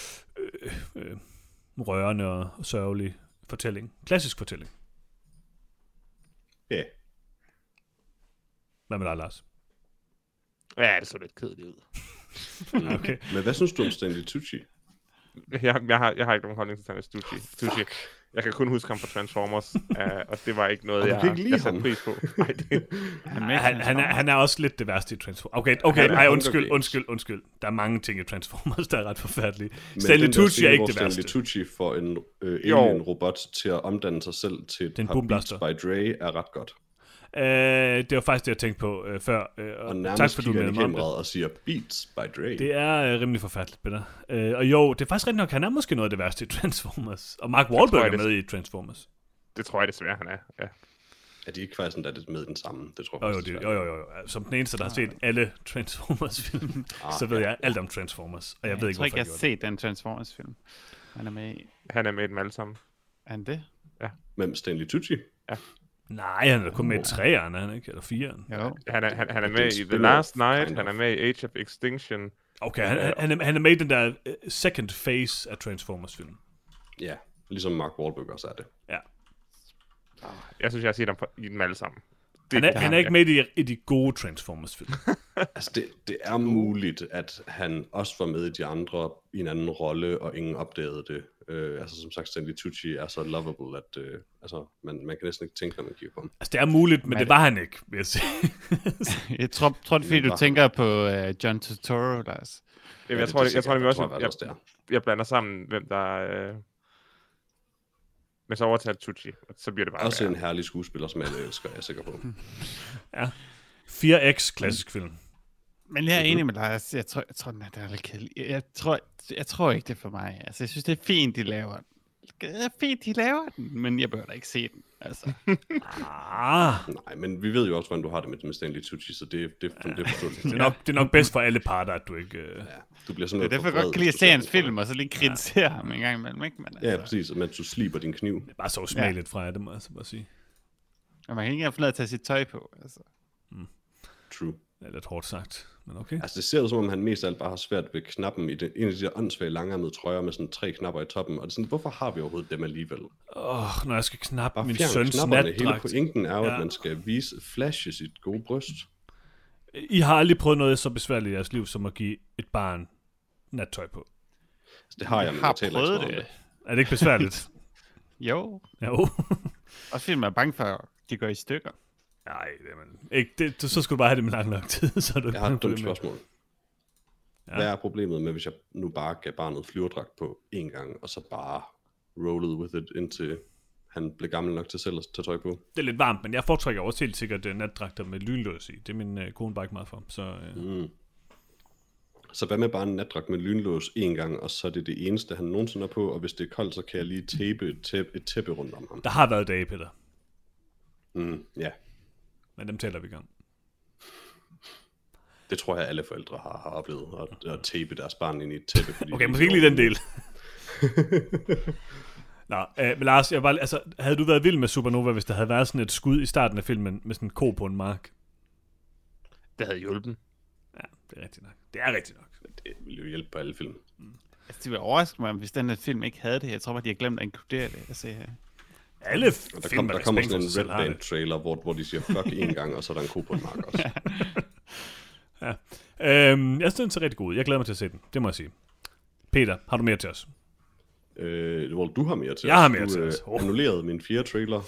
rørende og sørgelig fortælling. Klassisk fortælling. Ja. Yeah. Hvad med dig, Lars? Ja, det så lidt kedeligt ud. Okay. Men hvad synes du om Stanley Tucci? Jeg har ikke nogen holdning til Stanley Tucci. Jeg kan kun huske ham fra Transformers, og det var ikke noget, jeg satte pris på. Han er også lidt det værste i Transformers. Okay, undskyld. Der er mange ting i Transformers, der er ret forfærdelige. Stanley Tucci er ikke det værste. Stanley Tucci får en alien-robot til at omdanne sig selv til et par Beats by Dre er ret godt. Det var faktisk det, jeg tænkte på før. Og nærmest tak, kigger i kameraet og siger Beats by Dre. Det er rimelig forfærdeligt, Peter. Og jo, det er faktisk rigtig nok, han er måske noget af det værste i Transformers. Og Mark Wahlberg er med i Transformers. Det tror jeg desværre, han er, ja. Er de ikke faktisk sådan, der er med den samme? Det tror jeg jo. Som den eneste, der har set alle Transformers-film, så ved jeg alt om Transformers. Og jeg ved ikke, hvorfor jeg har set den Transformers-film. Han er med i. Han er med i dem alle sammen. Er han det? Ja. Hvem? Stanley Tucci? Ja. Nej, han er kun med i 3'eren, han ikke? Eller 4'eren. Jo. Han er med i The Last Night, han er med i Age of Extinction. Okay, han er med i den der second phase af Transformers-film. Ja, ligesom Mark Wahlberg også er det. Ja. Jeg synes, jeg har set ham i dem alle sammen. Han er ikke med i de gode Transformers-film. Altså, det er muligt, at han også var med i de andre i en anden rolle, og ingen opdagede det. Altså, som sagt, Stanley Tucci er så lovable, at man kan næsten ikke tænke, når man kigger på ham. Altså, det er muligt, men det var han ikke, vil jeg sige. Jeg tror det er, fordi du tænker på John Turturro, Lars. Jeg blander sammen, hvem der men så overtager Tucci, så bliver det bare også en herlig skuespiller, som alle elsker, jeg er sikker på. Ja. 4X klassisk film. Men jeg er enig med dig. Jeg tror den er lidt kedelig. Jeg tror ikke, det er for mig. Altså, jeg synes, det er fint, de laver den. Det er fint, de laver den, men jeg bør da ikke se den. Altså. Nej, men vi ved jo også, hvordan du har det med Stanley Tucci, så det forstår det er nok bedst for alle parter, at du ikke... Ja, du bliver sådan det er derfor godt kan lide at se hans film, og så lige kritisere ham en gang imellem, ikke? Men, altså. Ja, præcis, mens du sliber din kniv. Det er bare så usmageligt fra det, må jeg så bare sige. Og man kan ikke engang få lov at tage sit tøj på, altså. True. Det er lidt hårdt sagt, men okay. Altså, det ser ud som om, han mest af alt bare har svært ved knappen i en af de der åndssvage langarmede trøjer med sådan 3 knapper i toppen. Og det er sådan, hvorfor har vi overhovedet dem alligevel? Når jeg skal knappe bare min søns natdragt. Hele pointen er jo, at man skal flashe sit gode bryst. I har aldrig prøvet noget så besværligt i jeres liv, som at give et barn nattøj på. Altså, det har jeg, men jeg taler ikke så det. Er det ikke besværligt? Jo. Og film er bange for, at de går i stykker. Nej, ikke. Så skulle du bare have det med lang nok tid. Så du jeg har et dumt spørgsmål. Ja. Hvad er problemet med, hvis jeg nu bare gav barnet flyverdragt på en gang, og så bare rollede with it, indtil han blev gammel nok til selv at tage tøj på? Det er lidt varmt, men jeg foretrækker også helt sikkert natdragter med lynlås i. Det er min kone bare ikke meget for. Så hvad med bare en natdragt med lynlås en gang, og så er det det eneste, han nogensinde er på, og hvis det er koldt, så kan jeg lige tape et tæppe rundt om ham. Der har været dage, Peter. Ja. Men dem tæller vi i gang. Det tror jeg, alle forældre har oplevet, at tape deres barn ind i et tæppe. Okay, måske ikke lige den del. Nå, men Lars, havde du været vild med Supernova, hvis der havde været sådan et skud i starten af filmen med sådan en ko på en mark? Det havde hjulpet. Ja, det er rigtigt nok. Det er rigtigt nok. Det ville jo hjælpe på alle film. Altså, det ville overraske mig, hvis den her film ikke havde det. Jeg tror bare, de har glemt at inkludere det. Altså, alle film, der kommer sådan en Red Band trailer, hvor de siger fuck en gang, og så er der en ko på en mark også. Ja. Jeg synes, den ser rigtig god ud. Jeg glæder mig til at se den. Det må jeg sige. Peter, har du mere til os? Du har mere til Jeg har mere til os. Du annullerede min 4. trailer,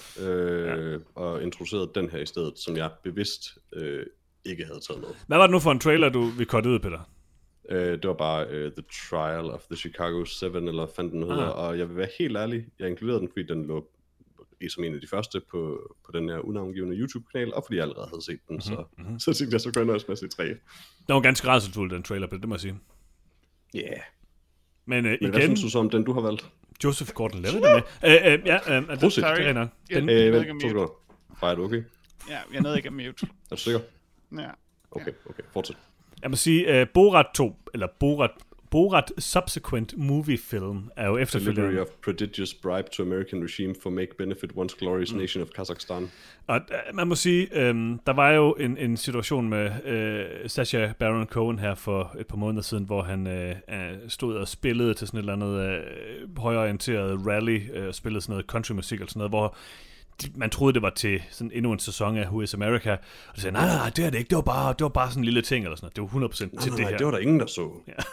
og introducerede den her i stedet, som jeg bevidst ikke havde taget med. Hvad var det nu for en trailer, vi kortede ud, Peter? Det var bare The Trial of the Chicago 7, eller fandt den hedder, og jeg vil være helt ærlig, jeg inkluderede den, fordi den lå som en af de første på den her unavngivende YouTube-kanal, og fordi jeg allerede havde set den, så tænkte jeg, så kunne jeg nøjes med at se 3. Det var ganske rædselsfuld, den trailer, det må jeg sige. Ja. Yeah. Men igen... hvad synes du så om den, du har valgt? Joseph Gordon-Levitt er med. Prosit. Det er nok. Bare er du okay? Ja, jeg nåede ikke at mute. Er du sikker? Ja. Okay, fortsæt. Jeg må sige, Borat 2, eller Borat Subsequent Movie Film, er jo efterfølgende... Delivery of prodigious bribe to American regime for make benefit once glorious nation of Kazakhstan. Og man må sige, der var jo en situation med Sacha Baron Cohen her for et par måneder siden, hvor han stod og spillede til sådan et eller andet højreorienteret rally, spillede sådan noget countrymusik eller sådan noget, hvor man troede, det var til sådan endnu en sæson af Who is America, og de sagde, nej, det er det ikke, det var bare sådan en lille ting, eller sådan noget. Det var 100% til det her. Det var der ingen, der så.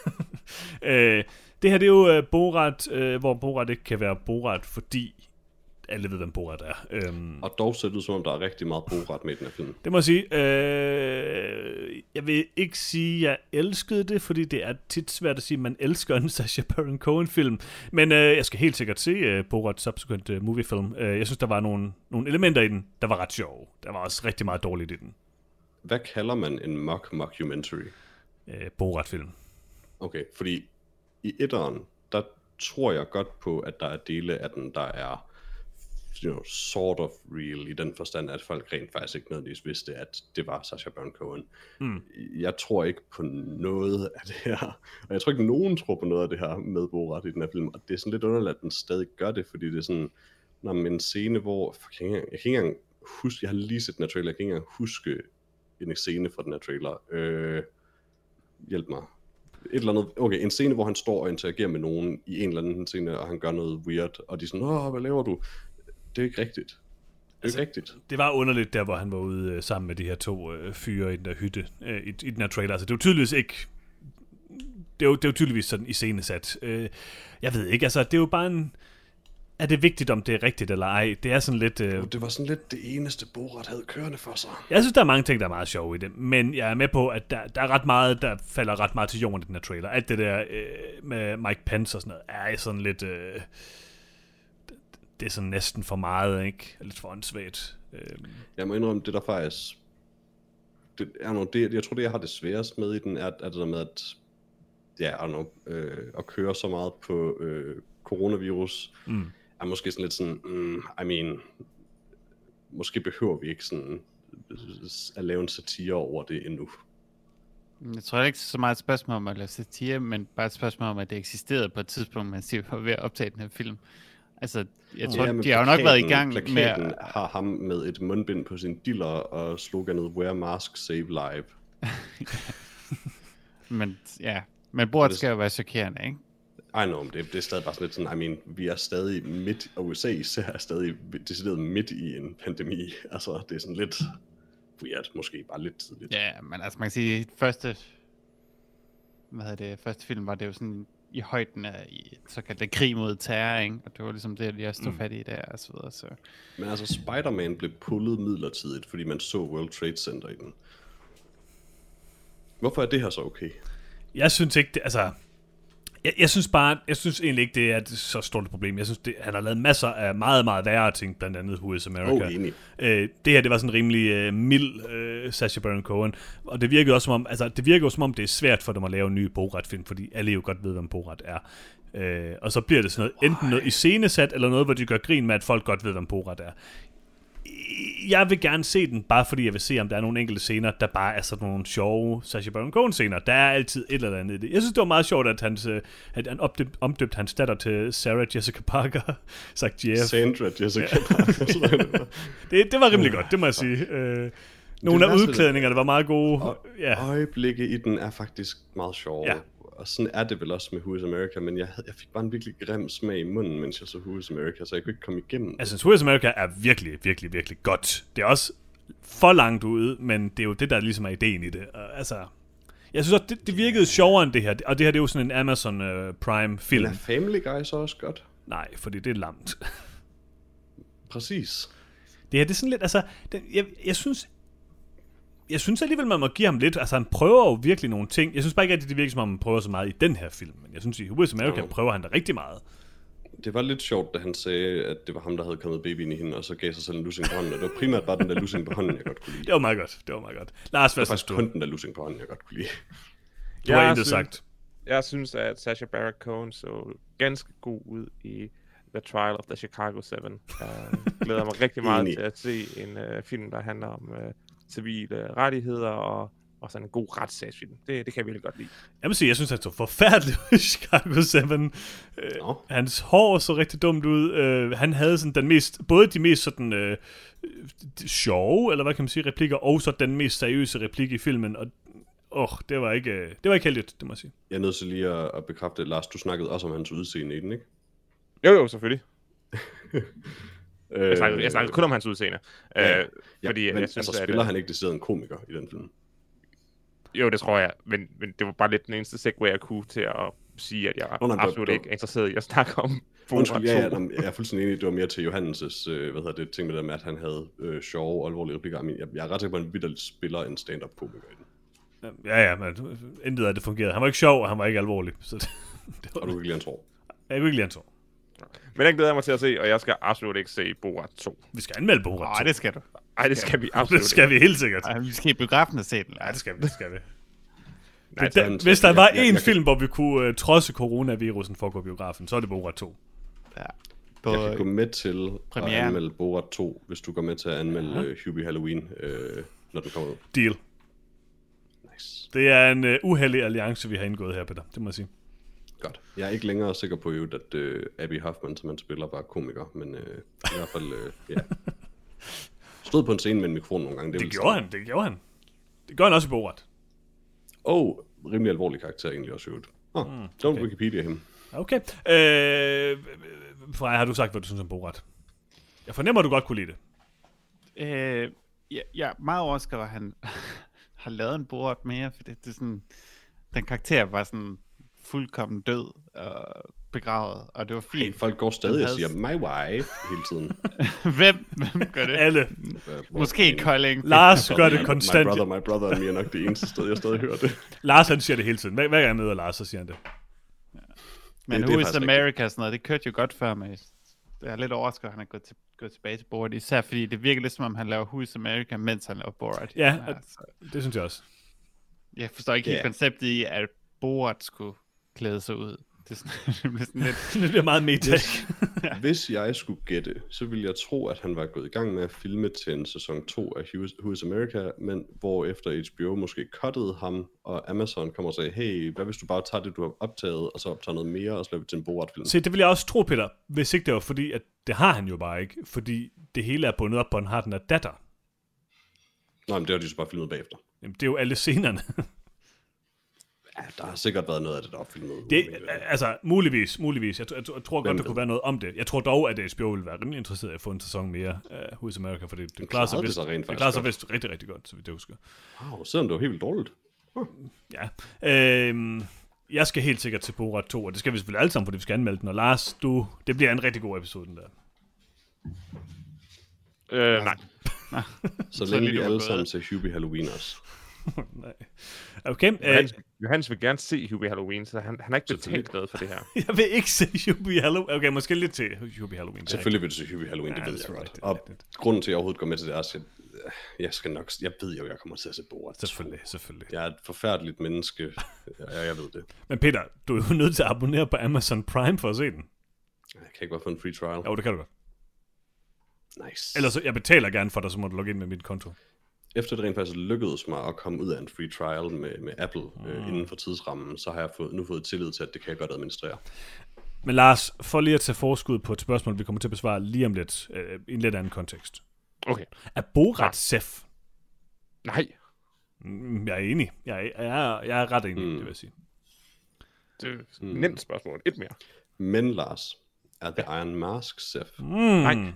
Ja. Det her, det er jo Borat, hvor Borat ikke kan være Borat, fordi alle ved, hvem Borat er. Og dog ser det ud, som om der er rigtig meget Borat med i den her film. Det må jeg sige. Jeg vil ikke sige, at jeg elskede det, fordi det er tit svært at sige, at man elsker en Sacha Baron Cohen-film. Men jeg skal helt sikkert se Borat Subsequent Movie Film. Jeg synes, der var nogle elementer i den, der var ret sjove. Der var også rigtig meget dårligt i den. Hvad kalder man en mockumentary? Borat-film. Okay, fordi i etteren, der tror jeg godt på, at der er dele af den, der er sort of real, i den forstand, at folk rent faktisk ikke nødvendigvis vidste, at det var Sacha Baron Cohen. Jeg tror ikke på noget af det her, og jeg tror ikke, nogen tror på noget af det her med Borat i den her film, og det er sådan lidt underligt, at den stadig gør det, fordi det er sådan, når man en scene, hvor, jeg kan ikke engang huske, jeg har lige set den her trailer, jeg kan ikke engang huske en scene fra den her trailer. Hjælp mig. Et eller andet, okay, en scene, hvor han står og interagerer med nogen i en eller anden scene, og han gør noget weird, og de er sådan, hvad laver du? Det er ikke rigtigt. Det er ikke rigtigt. Det var underligt der, hvor han var ude sammen med de her 2 fyre i den der hytte, i den her trailer. Altså, det er jo tydeligvis ikke... Det er jo tydeligvis sådan iscenesat. Jeg ved ikke, altså, det er jo bare en... Er det vigtigt, om det er rigtigt eller ej? Det er sådan lidt... Det var sådan lidt det eneste, Borat havde kørende for sig. Jeg synes, der er mange ting, der er meget sjove i det, men jeg er med på, at der er ret meget, der falder ret meget til jorden i den her trailer. Alt det der med Mike Pence og sådan noget, er sådan lidt... det er sådan næsten for meget, ikke? Lidt for åndssvagt. Jeg må indrømme, det der faktisk... jeg tror, det jeg har det sværest med i den, er det der med, at... at køre så meget på coronavirus... er måske sådan lidt sådan... måske behøver vi ikke sådan at lave en satire over det endnu. Jeg tror ikke så meget et spørgsmål om at lave satire, men bare et spørgsmål om, at det eksisterede på et tidspunkt, man var ved at optage den her film. Altså, jeg tror, de har jo nok været i gang med... Plakaten har ham med et mundbind på sin diller og sloganet Wear mask, save life. men Borat skal jo være chokerende, ikke? I know, det er stadig bare sådan lidt sådan, vi er stadig midt, og USA især er stadig decideret midt i en pandemi. Altså, det er sådan lidt weird, måske bare lidt tidligt. Ja, men altså, man kan sige, første film var det jo sådan i højden af såkaldt krig mod terror, ikke? Og det var ligesom det, jeg stod fat i der, og så videre, så... Men altså, Spider-Man blev pullet midlertidigt, fordi man så World Trade Center i den. Hvorfor er det her så okay? Jeg synes ikke, Jeg synes egentlig ikke, det er et så stort problem. Jeg synes, han har lavet masser af meget, meget værre ting, blandt andet Who is America. Enig. Det her, det var sådan rimelig mild Sacha Baron Cohen. Og det virker også som om, det er svært for dem at lave en ny Borat-film, fordi alle jo godt ved, hvem Borat er. Og så bliver det sådan noget, enten noget iscenesat, eller noget, hvor de gør grin med, at folk godt ved, hvem Borat er. Jeg vil gerne se den, bare fordi jeg vil se, om der er nogle enkelte scener, der bare er sådan nogle sjove Sacha Baron Cohen scener. Der er altid et eller andet i det. Jeg synes, det var meget sjovt, at han omdøbte hans datter til Sarah Jessica Parker, sagt Jeff. Sandra Jessica Parker. det var rimelig godt, det må jeg sige. Nogle af udklædningerne var meget gode. Øjeblikke i den er faktisk meget sjove. Ja. Og sådan er det vel også med Who is America, men jeg fik bare en virkelig grim smag i munden, mens jeg så Who is America, så jeg kunne ikke komme igennem. Altså, Who is America er virkelig, virkelig, virkelig godt. Det er også for langt ude, men det er jo det, der ligesom er ideen i det. Altså, Jeg synes også, det virkede sjovere end det her. Og det her, det er jo sådan en Amazon Prime-film. Men er Family Guy så også godt? Nej, fordi det er langt. Præcis. Det her, det er sådan lidt, altså... Jeg synes alligevel, man må give ham lidt. Altså, han prøver jo virkelig nogle ting. Jeg synes bare ikke, at det virker som om, han prøver så meget i den her film. Men jeg synes, i Who is America prøver han da rigtig meget. Det var lidt sjovt, da han sagde, at det var ham, der havde kommet babyen i hende, og så gav sig selv en lussing på hånden. Og det var primært bare den der lussing på hånden, jeg godt kunne lide. Det var meget godt. Lars, hvad synes du? Det var faktisk kun den der lussing på hånden, jeg godt kunne lide. Du har intet sagt. Jeg synes, at Sacha Baron Cohen så ganske god ud i The Trial of the Chicago 7. Jeg glæder mig rigtig meget til at se en film, der handler om civile rettigheder og sådan en god retssagsfilm. Det kan jeg virkelig godt lide. Jeg må sige, jeg synes, han så forfærdeligt ud i Chicago 7. Hans hår så rigtig dumt ud. Han havde sådan både de mest sådan sjove, eller hvad kan man sige, replikker, og så den mest seriøse replik i filmen. Og det var ikke heldigt, det må jeg sige. Jeg er nødt til lige at bekræfte, Lars, du snakkede også om hans udseende i den, ikke? Jo, selvfølgelig. Jeg snakkede kun om hans udseende. Fordi men jeg synes, spiller han ikke decideret en komiker i den film? Jo, det tror jeg, men det var bare lidt den eneste segue, jeg kunne til at sige, at jeg absolut ikke er interesseret i at snakke om Borat 2. Jeg er fuldstændig enig, det var mere til Johannes' ting med det med, at han havde sjove og alvorlige replikker. Jeg er ret sikker på, at han vitterligt spiller en stand-up-komiker i den. Ja, men intet af det fungerede. Han var ikke sjov, og han var ikke alvorlig. Så det var... Og du kan ikke lide hans hår? Jeg kunne ikke lide hans hår. Men den glæder jeg mig til at se, og jeg skal absolut ikke se Borat 2. Vi skal anmelde Borat 2. Nej, det skal du. Nej, det skal vi absolut Det skal vi helt sikkert. Ej, vi skal i biografen og se den. Ja, det skal vi. Nej, hvis der var én film, hvor vi kunne trodse coronavirusen for at gå biografen, så er det Borat 2. Ja. Jeg kan gå med til at anmelde Borat 2, hvis du går med til at anmelde Hubie Halloween, når den kommer ud. Deal. Nice. Det er en uheldig alliance, vi har indgået her, Peter. Det må jeg sige. Godt. Jeg er ikke længere sikker på, at Abby Hoffman, som han spiller, var komiker, men i hvert fald, ja. Stod på en scene med en mikrofon nogle gange. Det gjorde han. Det gør han også i Borat. Rimelig alvorlig karakter egentlig også, jo. Don't Wikipedia him. Okay. Freja, har du sagt, hvad du synes om Borat? Jeg fornemmer, at du godt kunne lide det. Jeg er meget overrasket, at han har lavet en Borat mere, for det er sådan, den karakter var sådan fuldkommen død og begravet, og det var fint. Hey, folk går stadig og siger, my wife, hele tiden. Hvem gør det? Alle. Måske Kolding. Lars gør det konstant. My brother and me er nok det eneste sted, jeg stadig hører det. Lars, han siger det hele tiden. Hver gang jeg møder Lars, så siger han det. Ja. Men Who is America og sådan noget, det kørte jo godt før mig. Jeg er lidt overrasket, at han er gået tilbage til Borat, især fordi det virker lidt som om, han laver Who is America, mens han laver Borat. Ja, det synes jeg også. Jeg forstår ikke helt konceptet i, at Borat skulle klæde sig ud. Det bliver meget meta. Hvis jeg skulle gætte, så ville jeg tro, at han var gået i gang med at filme til en sæson 2 af Who is America, men hvor efter HBO måske cuttede ham, og Amazon kommer og sagde, hey, hvad hvis du bare tager det, du har optaget, og så optager noget mere, og så laver vi til en Borat-film? Se, det vil jeg også tro, Peter, hvis ikke det var fordi, at det har han jo bare ikke, fordi det hele er bundet op på, han har den her datter. Nej, men det har de så bare filmet bagefter. Jamen, det er jo alle scenerne. Ja, der har sikkert været noget af det, der er filmet. Altså, muligvis. Jeg tror godt, der kunne være noget om det. Jeg tror dog, at HBO vil være rimelig interesseret i at få en sæson mere af Who is America, for det klarer sig vist rigtig, rigtig godt, så vidt jeg husker. Wow, selvom det var helt vildt dårligt. Ja. Jeg skal helt sikkert til Borat 2, og det skal vi selvfølgelig alle sammen, fordi vi skal anmelde den. Og Lars, det bliver en rigtig god episode, den der. Nej. Så længe vi alle sammen til Hubie Halloween også. Nej. Okay. Johannes vil gerne se Hubie Halloween, så han er ikke betalt glad for det her. Jeg vil ikke se Hubie Halloween. Okay, måske lidt til Hubie Halloween. Selvfølgelig vil du se Hubie Halloween, det ved jeg godt. Og grunden til, at jeg overhovedet går med til det, er, at jeg ved jo, jeg kommer til at se Borat. Selvfølgelig. Jeg er et forfærdeligt menneske. Jeg ved det. Men Peter, du er jo nødt til at abonnere på Amazon Prime for at se den. Jeg kan ikke bare få en free trial. Jo, det kan du godt. Nice. Ellers jeg betaler gerne for dig, så må du logge ind med mit konto. Efter det rent faktisk lykkedes mig at komme ud af en free trial med Apple inden for tidsrammen, så har jeg nu fået tillid til, at det kan jeg godt administrere. Men Lars, for lige at tage forskud på et spørgsmål, vi kommer til at besvare lige om lidt, i en lidt anden kontekst. Okay. Er Borat safe? Nej. Jeg er enig. Jeg er ret enig, det vil jeg sige. Det er et nemt spørgsmål. Et mere. Men Lars, er The Iron Mask safe? Nej.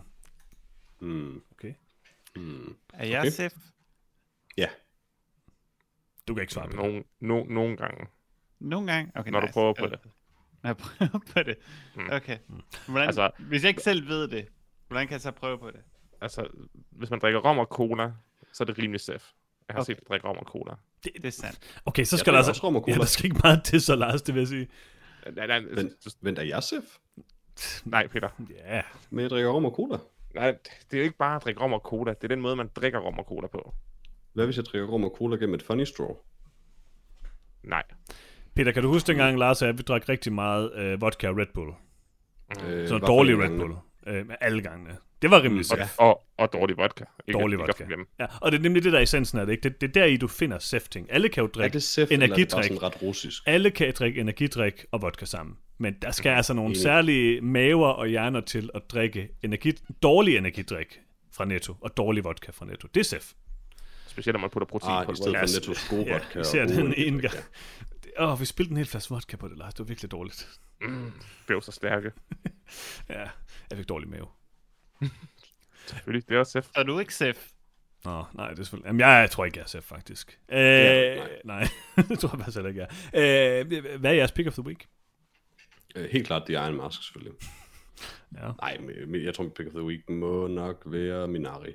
Okay. Er jeg safe? Ja. Du kan ikke svare på det. Nogle gange. Nogle gange? Okay, når du prøver på det. Når jeg prøver på det? Okay. Hvordan, altså, hvis jeg ikke selv ved det, hvordan kan jeg så prøve på det? Altså, hvis man drikker rom og cola, så er det rimelig safe. Jeg har set dig drikke rom og cola. Det er sandt. Okay, så skal der altså... rom og cola. Ja, der skal ikke meget til så, Lars, det vil jeg sige. Vent, er jeg safe? Nej, Peter. Ja. Men jeg drikker rom og cola? Nej, det er jo ikke bare at drikke rom og cola. Det er den måde, man drikker rom og cola på. Hvad hvis jeg drikker rom og cola gennem et funny straw? Nej. Peter, kan du huske dengang, Lars, at vi drak rigtig meget vodka og Red Bull? Sådan dårlig Red Bull. Alle gangene. Det var rimelig safe. Og dårlig vodka. Dårlig vodka. Ja, og det er nemlig det, der er essensen af det, ikke? Det er der i, du finder safting. Alle kan jo drikke energidrik. Ret russisk? Alle kan drikke energidrik og vodka sammen. Men der skal altså nogle særlige maver og hjerner til at drikke dårlig energidrik fra Netto og dårlig vodka fra Netto. Det er safe. Specielt når man putter protein på. I stedet for Nettos gode vodka. Ja, ser den ene gang. Vi spildte en hel flaske vodka på det, Lars. Det var virkelig dårligt. Blev så stærke. Ja, jeg fik dårlig mave. Selvfølgelig, det er også safe. Er du ikke safe? Nej, det er selvfølgelig... Jamen, jeg tror ikke, jeg er safe, faktisk. Nej, det tror jeg faktisk heller ikke, jeg er. Hvad er jeres pick of the week? Helt klart, det er Iron Mask, selvfølgelig. Ja. Nej, men jeg tror, mit pick of the week må nok være Minari.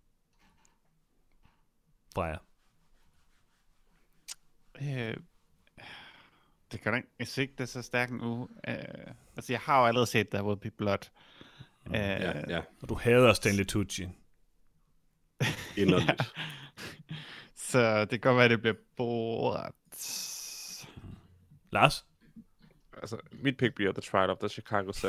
Freja. Det kan ikke. Jeg synes ikke, det er så stærkt nu. Altså, jeg har jo allerede set There Will Be Blood. Ja. Og du hader Stanley Tucci. Inderligt. Så det kan godt være, det bliver Borat. Lars? Altså, mit pick bliver The Trial of the Chicago 7.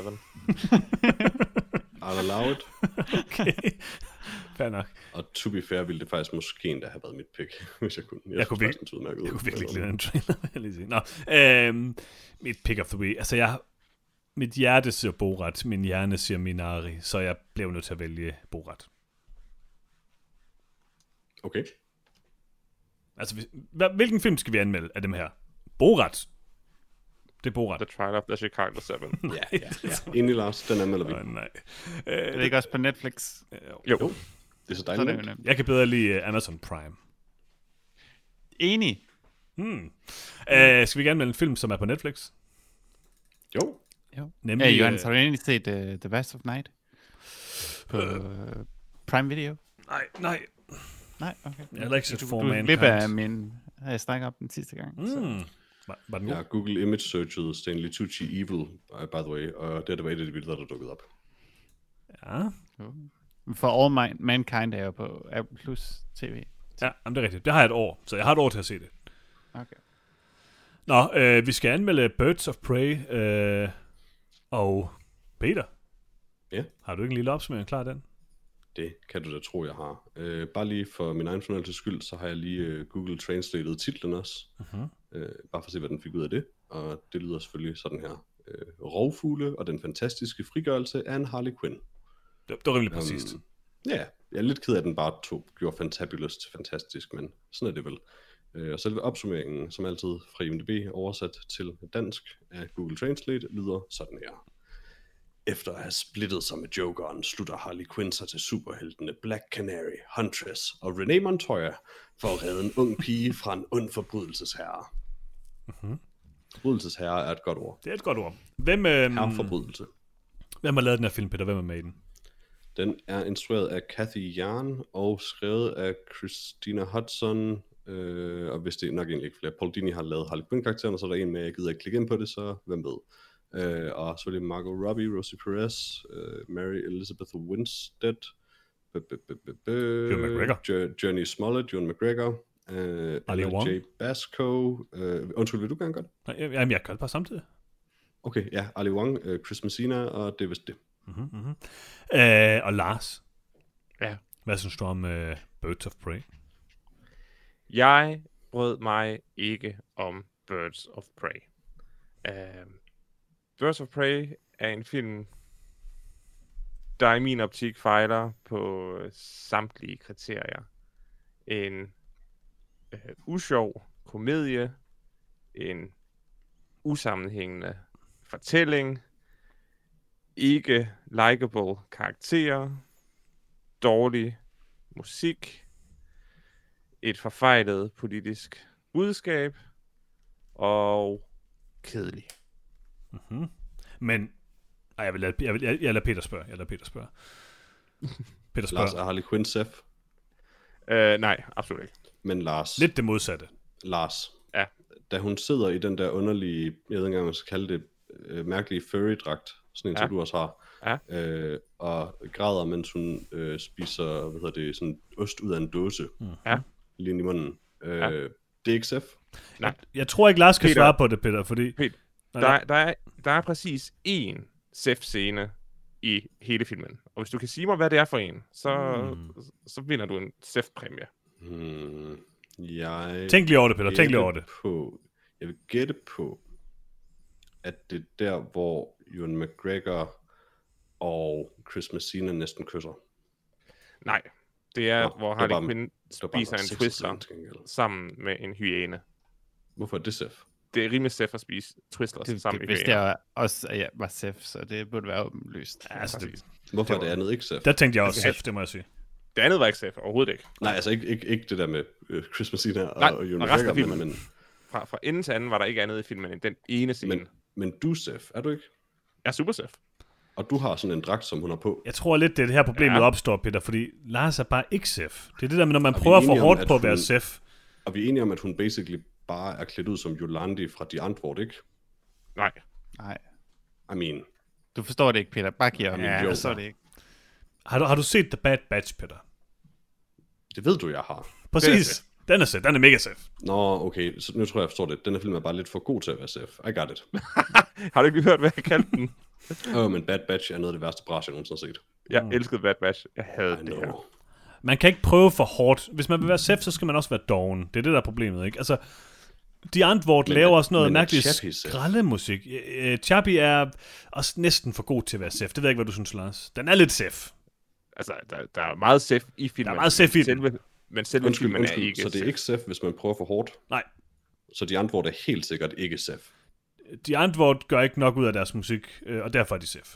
I'll allow it. Okay. Fair nok. Og to be fair, ville det faktisk måske endda have været mit pick, hvis jeg kunne. Jeg kunne virkelig lide den trailer, vil jeg lige sige. Nå, mit pick of the week. Altså, mit hjerte siger Borat, min hjerne siger Minari, så jeg blev nødt til at vælge Borat. Okay. Altså, hvilken film skal vi anmelde af dem her? Borat. Det er Borat. The Trial of the Chicago 7. Ja. Enig, Lars. Den anmelder vi. Nej. Det ligger også på Netflix. Jo. Det er så dejligt. Jeg kan bedre lide Amazon Prime. Enig. Skal vi gerne anmelde en film, som er på Netflix? Jo. Nemlig... Johannes, har du egentlig set The Last of Night? På Prime Video? Nej, okay. Jeg har ikke set For Mankind. Du glip af min... Jeg snakker om den sidste gang. Var den god? Ja, Google image searchede Stanley Tucci Evil, by the way, og det var et af de billeder, der dukkede op. Ja. For All Mankind er jo på Apple Plus TV. Ja, det er rigtigt. Det har jeg et år, så jeg har et år til at se det. Okay. Nå, vi skal anmelde Birds of Prey, og Peter. Ja? Har du ikke en lille opsummering klar den? Det kan du da tro, jeg har. Bare lige for min egen fornøjelses skyld, så har jeg lige Google Translated titlen også. Bare for at se, hvad den fik ud af det. Og det lyder selvfølgelig sådan her. Rovfugle og den fantastiske frigørelse af en Harley Quinn. Det var rimelig præcist. Ja, jeg er lidt ked af, at den bare gjorde Fantabulous til fantastisk, men sådan er det vel. Og selve opsummeringen, som altid fra IMDb oversat til dansk af Google Translate, lyder sådan her. Efter at have splittet sig med Jokeren, slutter Harley Quinn sig til superheltene Black Canary, Huntress og Renee Montoya for at redde en ung pige fra en ond forbrydelsesherre. Forbrydelsesherre er et godt ord. Det er et godt ord. Herreforbrydelse. Hvem har lavet den her film, Peter? Hvem er med i den? Den er instrueret af Kathy Yarn og skrevet af Christina Hudson. Og hvis det er nok egentlig ikke flere. Paul Dini har lavet Harley Quinn-karakteren, og så er der en med, jeg gider ikke klikke ind på det, så hvem ved. Og selvfølgelig Margot Robbie, Rosie Perez, Mary Elizabeth Winstead, Ewan McGregor, Journey Smollett, Ewan McGregor, Ali Wong, J. Basco. Undskyld, vil du gerne gøre det? Jamen, jeg gør det bare samtidig. Okay, ja, Ali Wong, Chris Messina, og det er vist det. Og Lars. Ja. Hvad synes du om Birds of Prey? Jeg brød mig ikke om Birds of Prey. Birds of Prey er en film, der i min optik fejler på samtlige kriterier. En usjov komedie, en usammenhængende fortælling, ikke likable karakterer, dårlig musik, et forfejlet politisk budskab og kedelig. Mm-hmm. Men jeg lader Peter spørge. Peter spørger. Lars, er Harley Quinn Seth? Nej, absolut ikke. Men Lars. Lidt det modsatte. Lars. Ja. Da hun sidder i den der underlige, jeg ved ikke engang, hvad man skal kalde det, mærkelige furry-dragt, sådan en, som du også har, og græder, mens hun spiser, sådan ost ud af en dåse, lige i munden. Det er ikke Seth? Nej. Jeg tror ikke, Lars skal svare på det, Peter, fordi... Der er præcis én Seth-scene i hele filmen. Og hvis du kan sige mig, hvad det er for en, så vinder du en Seth-præmie. Tænk lige over det, Peter. Tænk lige over det. Jeg vil gætte på, at det er der, hvor Ewan McGregor og Chris Messina næsten kysser. Nej, det er, hvor Harley Quinn spiser en Twister sammen med en hyæne. Hvorfor er det Seth? Det er rimelig Seth at spise Twister sammen med hyæner. Hvis det også var Seth, så det burde være åbenlyst. Ja, hvorfor er det andet ikke Seth? Der tænkte jeg også Seth, det må jeg sige. Det andet var ikke Seth, overhovedet ikke. Nej, altså ikke det der med Chris Messina og Ewan resten af filmen. Men fra ende til anden var der ikke andet i filmen end den ene scene. Men du, Seth, er du ikke? Jeg er super Seth. Og du har sådan en dragt, som hun har på. Jeg tror lidt, det her problemet opstår, Peter, fordi Lars er bare ikke Seth. Det er det der med, når man prøver for hårdt på at være Seth. Og vi er enige om, at hun basically bare er klædt ud som Yolandi fra The Antwoord, ikke? Nej. I mean... Du forstår det ikke, Peter. Bare giv ham. Jeg forstår det ikke. Har du set The Bad Batch, Peter? Det ved du, jeg har. Præcis. Den er Seth. Den er mega Seth. Nå, okay. Så nu tror jeg forstår det. Den her film er bare lidt for god til at være Seth. I got it. Har du ikke hørt, hvad jeg kaldte den? Men Bad Batch er noget af det værste bras, jeg nogensinde har set. Jeg elskede Bad Batch. Jeg havde det her. Man kan ikke prøve for hårdt. Hvis man vil være Seth, så skal man også være doven. Det er det, der er problemet, ikke? Altså, The Antwoord laver også noget mærkeligt skraldemusik. Chappie er også næsten for god til at være Seth. Det ved jeg ikke, hvad du synes, Lars. Den er lidt Seth. Altså, der er meget Seth i filmen. Der er meget Seth i den. Men selve filmen er ikke så det er ikke Seth, hvis man prøver for hårdt? Nej. Så de Antwoord er helt sikkert ikke Seth? De Antwoord gør ikke nok ud af deres musik, og derfor er de Seth.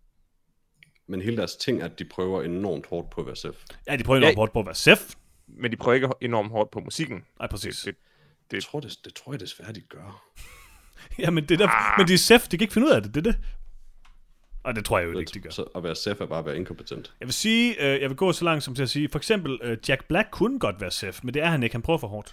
Men hele deres ting er, at de prøver enormt hårdt på at være Seth. Ja, de prøver enormt hårdt på at være Seth. Men de prøver ikke enormt hårdt på musikken. Nej, præcis. Det tror jeg desværre, de gør. Jamen, det der, men de er Seth, de kan ikke finde ud af det, det er det. Og det tror jeg jo ikke, de gør. Så at være Seth er bare at være inkompetent. Jeg vil sige, jeg vil gå så langt som til at sige, for eksempel, Jack Black kunne godt være Seth, men det er han ikke, han prøver for hårdt.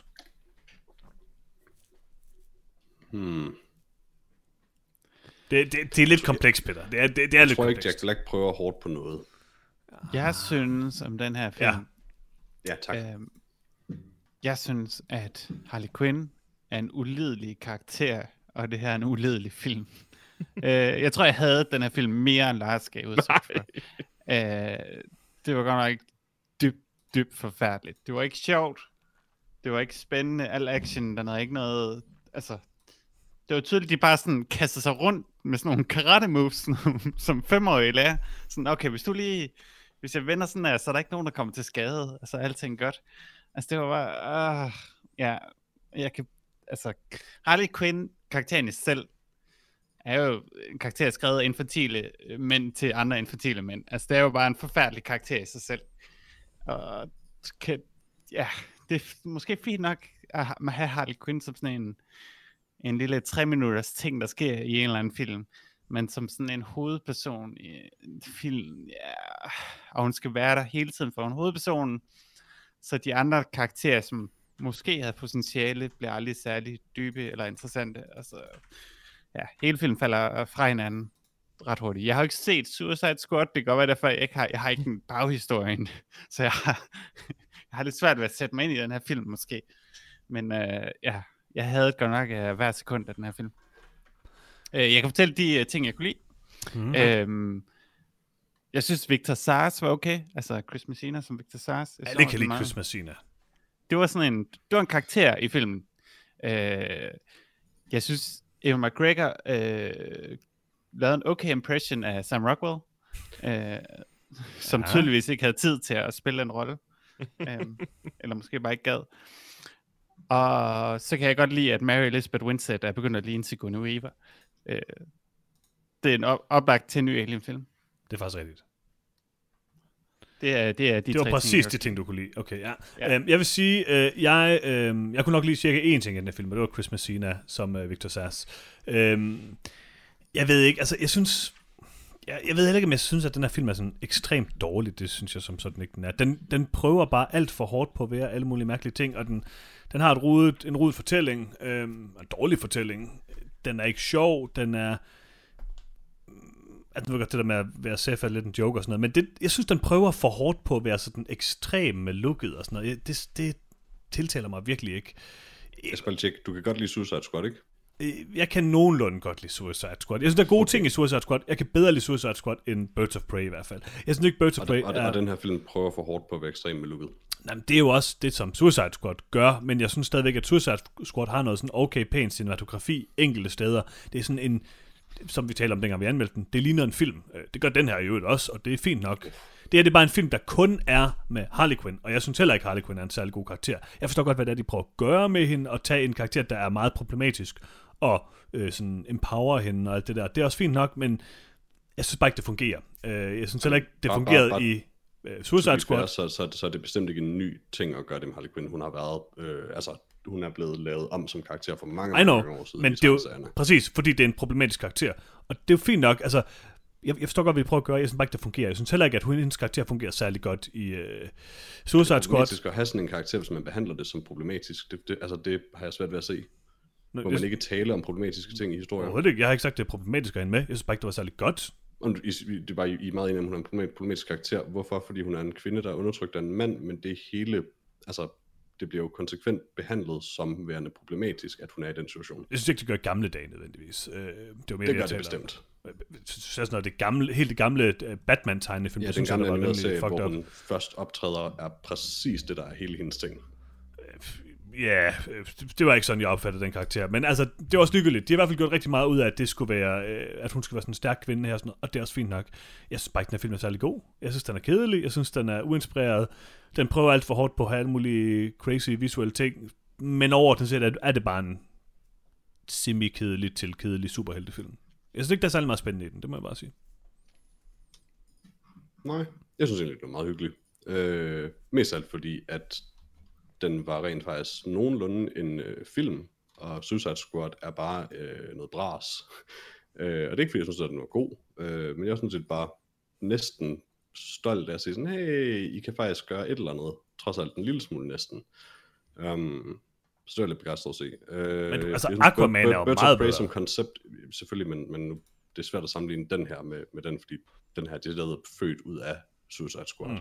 Det er lidt komplekst, Peter. Det er lidt komplekst. Jeg tror ikke, Jack Black prøver hårdt på noget. Jeg synes om den her film. Ja, tak. Jeg synes, at Harley Quinn er en ulidelig karakter, og det her er en ulidelig film. Jeg tror, jeg havde den her film mere end Lars gav udsigt for. Det var godt nok dybt forfærdeligt. Det var ikke sjovt. Det var ikke spændende. Al action, der er ikke noget... Altså, det var tydeligt, de bare sådan kastede sig rundt med sådan nogle karate moves, som 5-årige lærer. Sådan, okay, hvis jeg vender sådan her, så er der ikke nogen, der kommer til skade. Altså, alting godt. Altså, det var bare... jeg kan... Altså, Harley Quinn, karakteren i selv, er jo en karakter skrevet af infantile mænd til andre infantile mænd. Altså, det er jo bare en forfærdelig karakter i sig selv. Og det er måske fint nok at have Harley Quinn som sådan en lille 3-minutters ting, der sker i en eller anden film. Men som sådan en hovedperson i en film, og hun skal være der hele tiden for en hovedperson, så de andre karakterer, som måske havde potentiale, bliver aldrig særlig dybe eller interessante. Altså, hele filmen falder fra hinanden ret hurtigt. Jeg har jo ikke set Suicide Squad, det kan godt være derfor, jeg har ikke en baghistorien, så jeg har lidt svært ved at sætte mig ind i den her film måske. Men jeg havde godt nok hver sekund af den her film. Jeg kan fortælle de ting, jeg kunne lide. Jeg synes, Victor Zsasz var okay. Altså Chris Messina som Victor Zsasz. Jeg kan lide Chris Messina. Det var sådan en karakter i filmen. Jeg synes, Ewan McGregor lavede en okay impression af Sam Rockwell, som tydeligvis ikke havde tid til at spille en rolle. Eller måske bare ikke gad. Og så kan jeg godt lide, at Mary Elizabeth Winstead er begyndt at ligne Sigourney Weaver. Det er en oplagt til en ny Alien-film. Det er faktisk rigtigt. Det var præcis de ting, du kunne lide. Okay, ja. Jeg vil sige, jeg kunne nok lide cirka én ting i den her film, og det var Chris Messina som Victor Sass. Jeg ved ikke, altså jeg synes... Jeg ved heller ikke, om jeg synes, at den her film er sådan ekstremt dårlig. Det synes jeg som sådan ikke, den er. Den prøver bare alt for hårdt på at være alle mulige mærkelige ting, og den har en rodet fortælling, en dårlig fortælling. Den er ikke sjov, den er... At nu det der med at være safe er lidt en joke og sådan noget, men jeg synes, den prøver for hårdt på at være sådan ekstrem med looket og sådan noget. Det tiltaler mig virkelig ikke. Jeg skal bare tjekke, du kan godt lide Suicide Squad, ikke? Jeg kan nogenlunde godt lide Suicide Squad. Jeg synes, der er gode ting i Suicide Squad. Jeg kan bedre lide Suicide Squad end Birds of Prey i hvert fald. Jeg synes ikke, Birds of Prey og den her film prøver for hårdt på at være ekstrem med looket. Jamen, det er jo også det, som Suicide Squad gør, men jeg synes stadigvæk, at Suicide Squad har noget sådan okay pæn cinematografi enkelte steder. Det er sådan en, som vi taler om dengang vi anmeldte den, det ligner en film. Det gør den her i øvrigt også, og det er fint nok. Det er bare en film, der kun er med Harley Quinn, og jeg synes heller ikke, Harley Quinn er en særlig god karakter. Jeg forstår godt, hvad det er, de prøver at gøre med hende, og tage en karakter, der er meget problematisk, og sådan empower hende og alt det der. Det er også fint nok, men jeg synes bare ikke, det fungerer. Jeg synes heller ikke, det fungerede i Suicide Squad. Så er det bestemt ikke en ny ting at gøre det med Harley Quinn. Hun har været, hun er blevet lavet om som karakter for mange år siden. Men det er jo præcis, fordi det er en problematisk karakter. Og det er jo fint nok, altså, jeg forstår godt, hvad vi prøver at gøre. Jeg synes bare ikke, det fungerer. Jeg synes heller ikke, at hendes karakter fungerer særlig godt i Suicide Squad. Det skal have sådan en karakter, hvis man behandler det som problematisk. Det har jeg svært ved at se. Hvor man ikke taler om problematiske ting i historien. Jeg har ikke sagt, det er problematisk at hende med. Jeg synes bare ikke, det var særlig godt. Det var I meget enige om, hun er en problematisk karakter. Hvorfor? Fordi hun er en kvinde, der er undertrykt af en mand, men det hele, altså, det bliver jo konsekvent behandlet som værende problematisk, at hun er i den situation. Jeg synes ikke, det gør gamle dage nødvendigvis. Det gør det bestemt. Sådan det gamle Batman-tegnefilm. Ja, den gamle animerede serie, hvor hun først optræder, er præcis det, der er hele hendes ting. Ja, det var ikke sådan, jeg opfattede den karakter. Men altså, det var også lykkeligt. De har i hvert fald gjort rigtig meget ud af, at det skulle være, at hun skulle være sådan en stærk kvinde her og sådan noget, og det er også fint nok. Jeg synes bare ikke, den her film er særlig god. Jeg synes, den er kedelig. Jeg synes, den er uinspireret. Den prøver alt for hårdt på at have alle mulige crazy visuelle ting. Men overordnet set er det bare en semi-kedelig til kedelig superheltefilm. Jeg synes ikke, der er særlig meget spændende i den. Det må jeg bare sige. Nej, jeg synes egentlig, det var meget hyggeligt. Mest alt fordi, at den var rent faktisk nogenlunde en film, og Suicide Squad er bare noget bras. Og det er ikke fordi, jeg synes, at den var god, men jeg synes det bare næsten stolt af at sige sådan, hey, I kan faktisk gøre et eller andet, trods alt en lille smule næsten. Så det er lidt begejstret at se. Men altså, Aquaman er jo meget bedre. Som koncept, selvfølgelig, men nu, det er svært at sammenligne den her med den, fordi den her, det er født ud af Suicide Squad.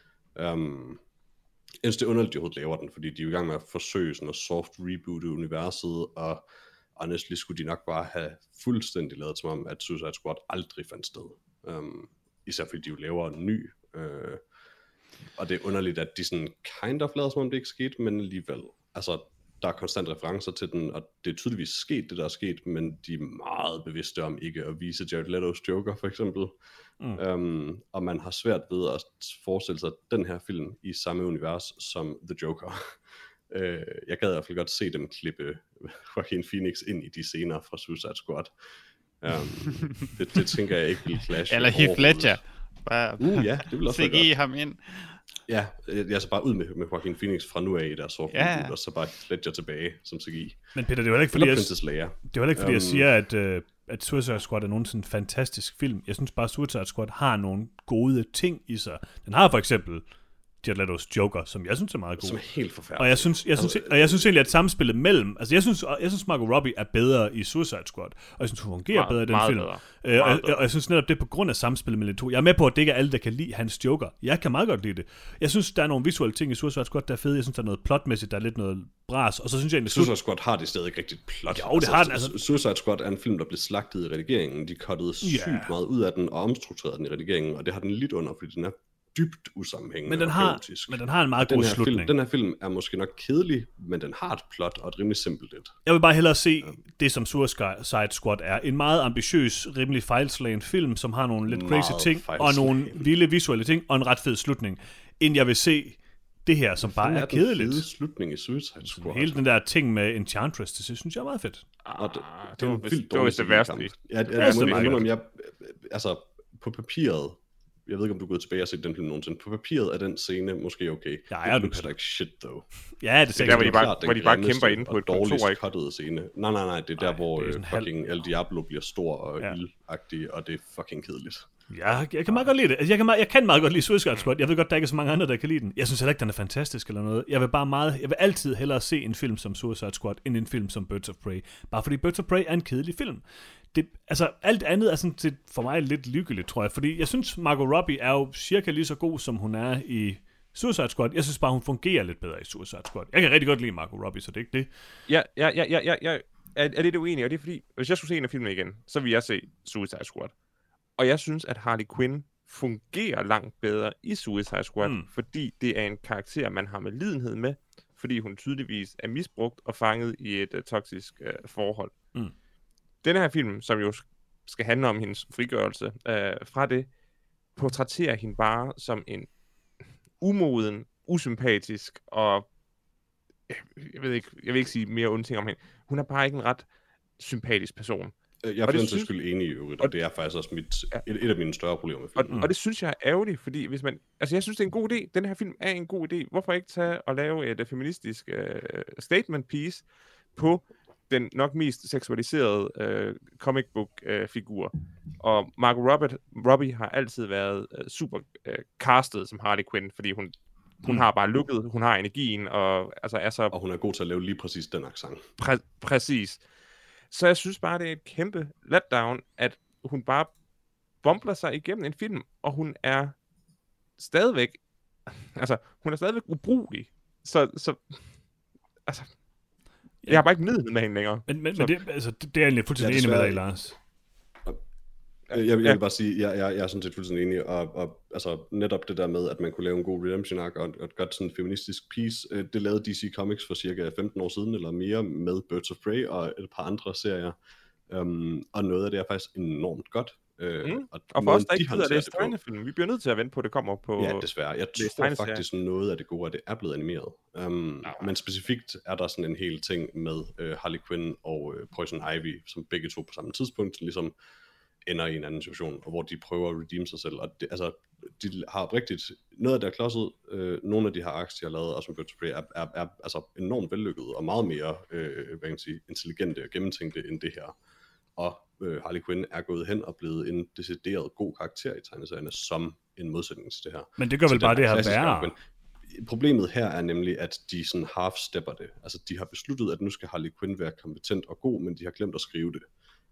Jeg synes, det er underligt, de overhovedet laver den, fordi de er jo i gang med at forsøge sådan at soft reboote universet, og honestly skulle de nok bare have fuldstændig lavet som om, at Suicide Squad aldrig fandt sted. Især fordi de jo laver en ny. Og det er underligt, at de sådan kind of lader som om det ikke skete, men alligevel. Altså, der er konstant referencer til den, og det er tydeligvis sket, det der er sket, men de er meget bevidste om ikke at vise Jared Leto's Joker, for eksempel. Og man har svært ved at forestille sig den her film i samme univers som The Joker. Jeg gad i hvert fald godt se dem klippe Joaquin Phoenix ind i de scener fra Suicide Squad. Det tænker jeg ikke vil clash. Eller Heath Ledger. Ja, det vil også være godt. Ham ind. Ja, jeg så bare ud med Joaquin Phoenix fra nu af i deres sort, og så bare Ledger tilbage som CGI. Men Peter, det var ikke fordi, jeg siger, at Suicide Squad er nogen sådan fantastisk film. Jeg synes bare, at Suicide Squad har nogle gode ting i sig. Den har for eksempel Jared Leto's Joker, som jeg synes er meget god. Som er helt forfærdelig. Og jeg synes egentlig, at samspillet mellem... Altså, jeg synes Margot Robbie er bedre i Suicide Squad, og jeg synes, hun fungerer bedre i den film. Og jeg synes netop, det er på grund af samspillet mellem de to. Jeg er med på, at det ikke er alle, der kan lide hans Joker. Jeg kan meget godt lide det. Jeg synes, der er nogle visuelle ting i Suicide Squad, der er fede. Jeg synes, der er noget plotmæssigt, der er lidt noget bras. Og så synes jeg egentlig... Suicide Squad har det stadig ikke rigtigt plot. Jo, det har den. Altså... Suicide Squad er en film, der blev slagtet i redigeringen. De cuttede sygt meget ud af den og omstrukturerede den i redigeringen, og det har den lidt under, fordi den er dybt usammenhængende men den har en meget god slutning. Den her film er måske nok kedelig, men den har et plot og et rimelig simpelt et. Jeg vil bare hellere se det, som Suicide Squad er. En meget ambitiøs, rimelig fejlslagen film, som har nogle lidt crazy ting, og nogle vilde visuelle ting, og en ret fed slutning, end jeg vil se det her, som bare er kedeligt. Den slutning i Suicide Squad. Hele den der ting med Enchantress, det synes jeg er meget fedt. Det var det værste. Altså, på papiret jeg ved ikke, om du er gået tilbage og set den film nogensinde. På papiret er den scene måske okay. Ja, it looks like shit, though. Ja, det er der, hvor de bare kæmper inde på et kontor, ikke? Cuttede scene. Nej, det er der, hvor fucking El Diablo bliver stor og ildagtig, og det er fucking kedeligt. Ja, jeg kan meget godt lide det. Altså, jeg kan meget godt lide Suicide Squad. Jeg ved godt, der ikke er så mange andre, der kan lide den. Jeg synes heller ikke, den er fantastisk eller noget. Jeg vil altid hellere se en film som Suicide Squad, end en film som Birds of Prey. Bare fordi Birds of Prey er en kedelig film. Altså, alt andet er sådan set for mig lidt lykkeligt, tror jeg. Fordi jeg synes, Margot Robbie er jo cirka lige så god, som hun er i Suicide Squad. Jeg synes bare, hun fungerer lidt bedre i Suicide Squad. Jeg kan rigtig godt lide Margot Robbie, så det er ikke det. Ja, er det uenig? Og det er fordi, hvis jeg skulle se en af filmene igen, så vil jeg se Suicide Squad. Og jeg synes, at Harley Quinn fungerer langt bedre i Suicide Squad, fordi det er en karakter, man har med lidenhed med, fordi hun tydeligvis er misbrugt og fanget i et toksisk forhold. Den her film, som jo skal handle om hendes frigørelse fra det, portrætterer hende bare som en umoden, usympatisk og jeg vil ikke sige mere onde ting om hende. Hun er bare ikke en ret sympatisk person. Jeg er for den skyld enig i øvrigt, og det er faktisk også et af mine større problemer med filmen. Og det synes jeg er ærgerligt, fordi hvis man... Altså, jeg synes, det er en god idé. Den her film er en god idé. Hvorfor ikke tage og lave et feministisk statement piece på den nok mest seksualiserede comic book-figur? Og Margot Robbie har altid været super castet som Harley Quinn, fordi hun har bare lukket, hun har energien, og altså er så... Og hun er god til at lave lige præcis den accent. Præcis. Så jeg synes bare, det er et kæmpe letdown, at hun bare bombler sig igennem en film, og hun er stadigvæk ubrugelig. Så altså, jeg har bare ikke midlet med hende længere. Men det er jeg egentlig fuldstændig enig med dig, Lars. Jeg vil bare sige, jeg er sådan set fuldstændig enig, og altså netop det der med, at man kunne lave en god redemption arc og et godt sådan feministisk piece, det lavede DC Comics for cirka 15 år siden eller mere med Birds of Prey og et par andre serier, og noget af det er faktisk enormt godt. Og for os, der ikke gider det tegnefilm, vi bliver nødt til at vente på, at det kommer på... Ja, desværre. Jeg tror faktisk noget af det gode, at det er blevet animeret. Men specifikt er der sådan en hel ting med Harley Quinn og Poison Ivy, som begge to på samme tidspunkt ligesom ender i en anden situation, og hvor de prøver at redeem sig selv, og det, altså, de har rigtigt, noget af det er klodset, nogle af de her arcs, de har lavet, også med Birds of Prey, er altså enormt vellykket, og meget mere, hvad kan man sige, intelligente og gennemtænkte end det her, og Harley Quinn er gået hen og blevet en decideret god karakter i tegneserierne, som en modsætning til det her. Men det gør vel bare det her værre. Problemet her er nemlig, at de sådan half-stepper det, altså de har besluttet, at nu skal Harley Quinn være kompetent og god, men de har glemt at skrive det.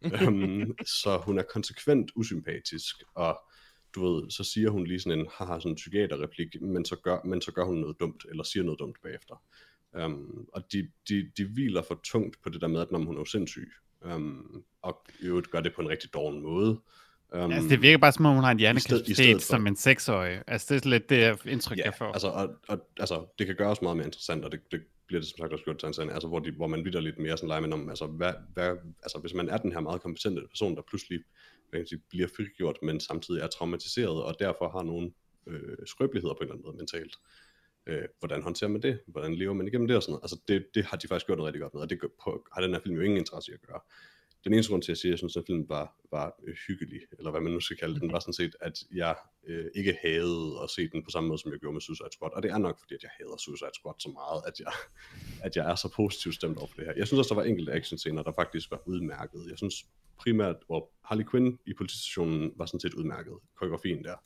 Så hun er konsekvent usympatisk, og du ved, så siger hun lige sådan en psykiaterreplik, men så gør hun noget dumt, eller siger noget dumt bagefter. Og de hviler for tungt på det der med, at når hun er sindssyg, og i øvrigt gør det på en rigtig dårlig måde. Altså det virker bare som om hun har en hjernekapacitet som en 6-årig. Altså det er lidt det indtryk, jeg får. Altså det kan gøres meget mere interessant, og det bliver det som sagt også gjort til en altså hvor man vidder lidt mere sådan lege med om, altså hvis man er den her meget kompetente person, der pludselig bliver frigjort, men samtidig er traumatiseret, og derfor har nogle skrøbeligheder på en eller anden måde mentalt. Hvordan håndterer man det? Hvordan lever man igennem det og sådan noget? Altså det har de faktisk gjort noget rigtig godt med, og det har den her film jo ingen interesse i at gøre. Den eneste grund til at sige, at jeg synes, at filmen var hyggelig, eller hvad man nu skal kalde den, var sådan set, at jeg ikke hadede at se den på samme måde, som jeg gjorde med Suicide Squad. Og det er nok, fordi at jeg hader Suicide Squad så meget, at jeg er så positivt stemt over for det her. Jeg synes også, der var enkelte actionscener, der faktisk var udmærket. Jeg synes primært, hvor Harley Quinn i politistationen var sådan set udmærket. Koreografien der.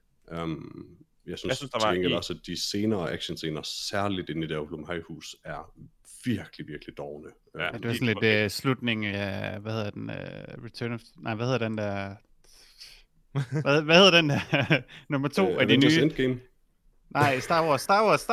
Jeg synes til gengæld også, at de senere actionscener, særligt inde i det Oklahoma-hus, er virkelig, virkelig dovne. Ja, det var sådan lidt slutning af, hvad hedder den, Return of... Nej, hvad hedder den der... hvad hedder den der? Nummer 2 af de nye... Endgame. Nej, Star Wars.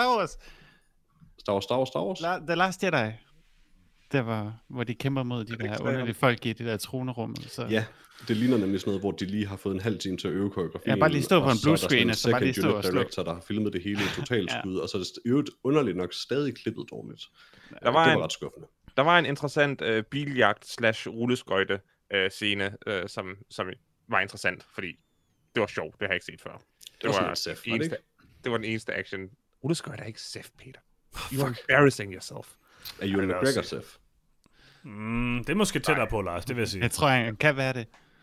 The Last Jedi. Der var, hvor de kæmper mod de der underlige folk i det der tronerummet. Så... Ja, det ligner nemlig sådan noget, hvor de lige har fået en halv time til at øve koreografien. Ja, bare lige stå på en blue screen, og så bare lige stå og slukke. der har filmet det hele i totalt skud, og så er det øvrigt underligt nok stadig klippet dårligt. Det var ret skuffende. Der var en interessant biljagt/rulleskøjte scene, som var interessant, fordi det var sjovt, det har jeg ikke set før. Det var den eneste action. Rulleskøjte er ikke safe, Peter. You are embarrassing yourself. Er Ewan McGregor safe? Det er måske tættere på, Lars, det vil jeg sige. Jeg tror, han kan være det.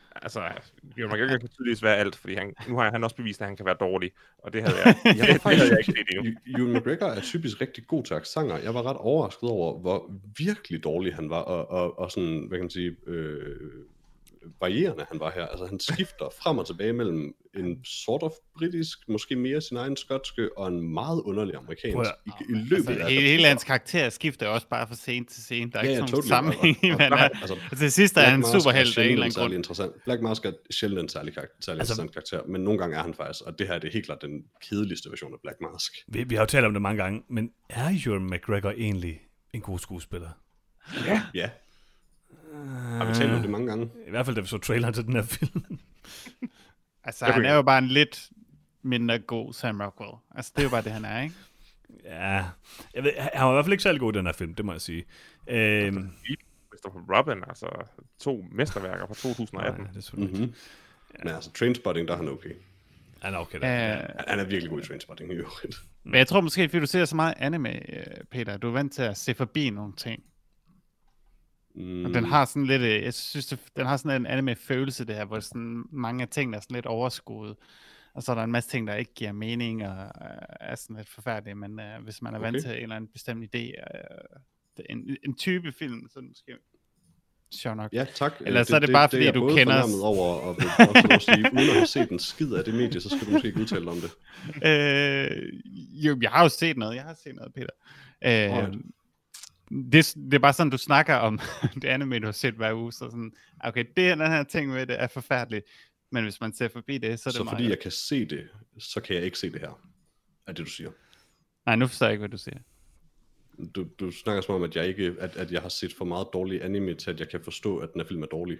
Altså, Ewan McGregor kan tydeligvis være alt, fordi nu har han også bevist, at han kan være dårlig, og det havde jeg ikke set endnu. Ewan McGregor er typisk rigtig god til accenter. Jeg var ret overrasket over, hvor virkelig dårlig han var, og sådan, hvad kan man sige, varierende han var her. Altså han skifter frem og tilbage mellem en sort of britisk, måske mere sin egen skotske, og en meget underlig amerikansk i løbet altså, af hele hans karakter skifter også bare fra scene til scene. Der er ikke sådan sammenhæng i, hvad altså, til sidst er han superhelt af en eller anden grund. Interessant. Black Mask er sjældent en særlig interessant karakter, men nogle gange er han faktisk, og det her er det helt klart den kedeligste version af Black Mask. Vi har jo talt om det mange gange, men er Ewan McGregor egentlig en god skuespiller? Ja. Har vi talt om det mange gange? I hvert fald, da vi så traileren til den her film. Altså, han er jo bare en lidt mindre god Sam Rockwell. Altså, det er jo bare det, han er, ikke? Ja. Jeg ved, han var i hvert fald ikke særlig god i den her film, det må jeg sige. Christopher Robin, altså 2 mesterværker fra 2018. Nej, det er selvfølgelig ja. Men altså, Trainspotting, der er han okay. Han er okay, han er virkelig god i Trainspotting, i øvrigt. Men jeg tror måske, fordi du ser så meget anime, Peter, du er vant til at se forbi nogle ting. Og den har sådan lidt, jeg synes, den har sådan en anime-følelse, det her, hvor sådan mange af tingene er sådan lidt overskuet. Og så er der en masse ting, der ikke giver mening, og er sådan lidt forfærdelige, men hvis man er vant til en eller anden bestemt idé, en type film, så er det måske sjovt nok. Ja, tak. Eller så er det bare, fordi du kender os. Over, og vil sige, uden at have set en skid af det medie, så skal du måske ikke udtale om det. Jo, jeg har jo set noget, Peter. Det er bare sådan, du snakker om det anime, du har set hver uge, så sådan, okay, den her ting med det er forfærdeligt, men hvis man ser forbi det, så er det så meget... fordi jeg kan se det, så kan jeg ikke se det her, er det du siger? Nej, nu forstår jeg ikke, hvad du siger. Du snakker som om, at jeg har set for meget dårlig anime til, at jeg kan forstå, at den her film er dårlig.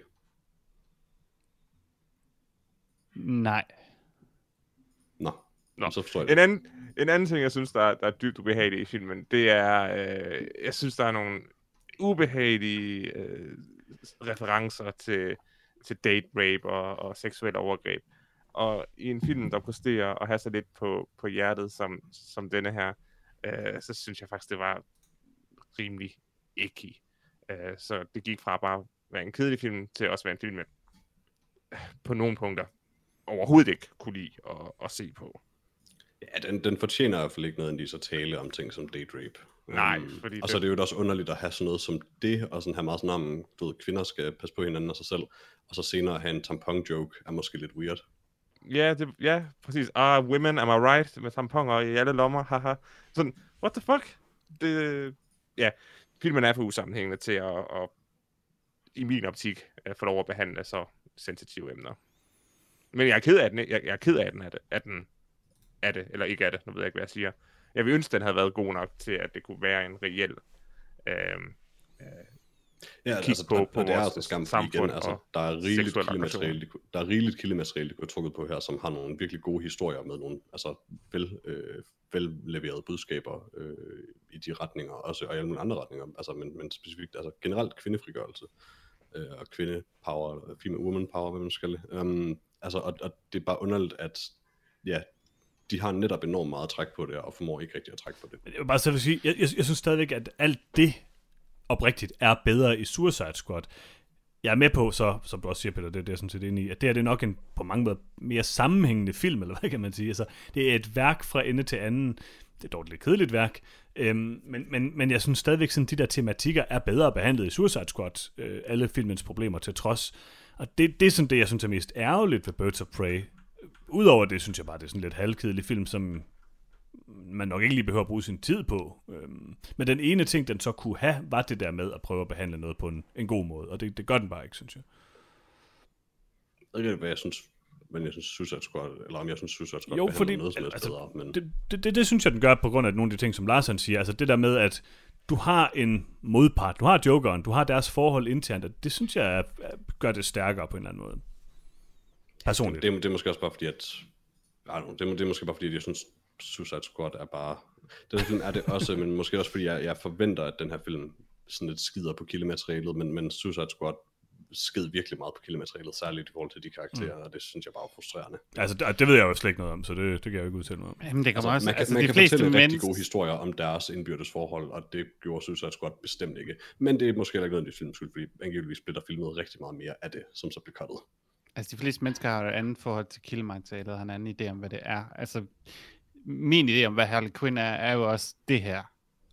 Nej. Nå. Så forstår jeg det. En anden ting, jeg synes, der er dybt ubehageligt i filmen, det er, jeg synes, der er nogle ubehagelige referencer til date rape og seksuel overgreb. Og i en film, der præsterer at have så lidt på hjertet som denne her, så synes jeg faktisk, det var rimelig icky. Så det gik fra bare at være en kedelig film til også være en film, med på nogle punkter overhovedet ikke kunne lide at se på. Ja, den fortjener i hvert fald ikke noget, at tale om ting som date rape. Nej, og så er det jo også underligt at have sådan noget som det, og sådan have meget sådan om, kvinder skal passe på hinanden og sig selv, og så senere have en tampon-joke er måske lidt weird. Ja, præcis. Women, am I right? Med tamponer i alle lommer, haha. Sådan, what the fuck? Filmen er for usammenhængende til at i min optik, få lov at behandle så sensitive emner. Men jeg er ked af den, jeg er ked af den, af det, eller ikke af det, nu ved jeg ikke, hvad jeg siger. Jeg vil ønske, den havde været god nok til, at det kunne være en reel på det er altså skam, igen, altså, der er rigeligt kildemateriale, de kunne trukket på her, som har nogle virkelig gode historier med nogle altså, velleverede budskaber i de retninger, også og i alle mulige andre retninger, altså, men specifikt altså, generelt kvindefrigørelse og kvindepower, female woman power, hvad man skal altså, og det er bare underligt, at de har netop enormt meget træk på det, og formår ikke rigtig at trække på det. Jeg vil bare selv sige, jeg synes stadigvæk, at alt det oprigtigt er bedre i Suicide Squad. Jeg er med på, så, som du også siger, Peter, det er sådan set inde i, at det her det er nok en på mange måder mere sammenhængende film, eller hvad kan man sige. Altså, det er et værk fra ende til anden. Det er dog et lidt kedeligt værk, men jeg synes stadigvæk, at de der tematikker er bedre behandlet i Suicide Squad, alle filmens problemer til trods. Og det er sådan det, jeg synes er mest ærgerligt ved Birds of Prey. Udover det, synes jeg bare, det er sådan lidt halvkedelig film, som man nok ikke lige behøver at bruge sin tid på. Men den ene ting, den så kunne have, var det der med at prøve at behandle noget på en god måde. Og det gør den bare ikke, synes jeg. Jeg ved ikke, hvad jeg synes, men jeg synes Suicide Squad, eller om jeg synes Suicide Squad behandler noget som helst bedre. Men... Det synes jeg, den gør på grund af nogle af de ting, som Lars han siger. Altså det der med, at du har en modpart, du har Jokeren, du har deres forhold internt, og det synes jeg gør det stærkere på en eller anden måde. Personligt. Det er måske også bare fordi, at det er måske bare fordi, at jeg synes, Suicide Squad er bare... Den film er det også, men måske også fordi, jeg forventer, at den her film sådan lidt skider på kildematerialet, men Suicide Squad skid virkelig meget på kildematerialet, særligt i forhold til de karakterer, og det synes jeg bare er frustrerende. Altså, det ved jeg jo slet ikke noget om, så det kan jeg jo ikke udtale noget om. Jamen, det kommer altså, også... Man kan fortælle rigtig gode historier om deres indbyrdes forhold, og det gjorde Suicide Squad bestemt ikke. Men det er måske heller ikke noget af de films skyld, fordi angiveligvis blev der filmet rigtig meget mere af det, som så blev cuttet. Altså, de fleste mennesker har et andet forhold til kildematerialet, og har en anden idé om, hvad det er. Altså, min idé om, hvad Harley Quinn er jo også det her.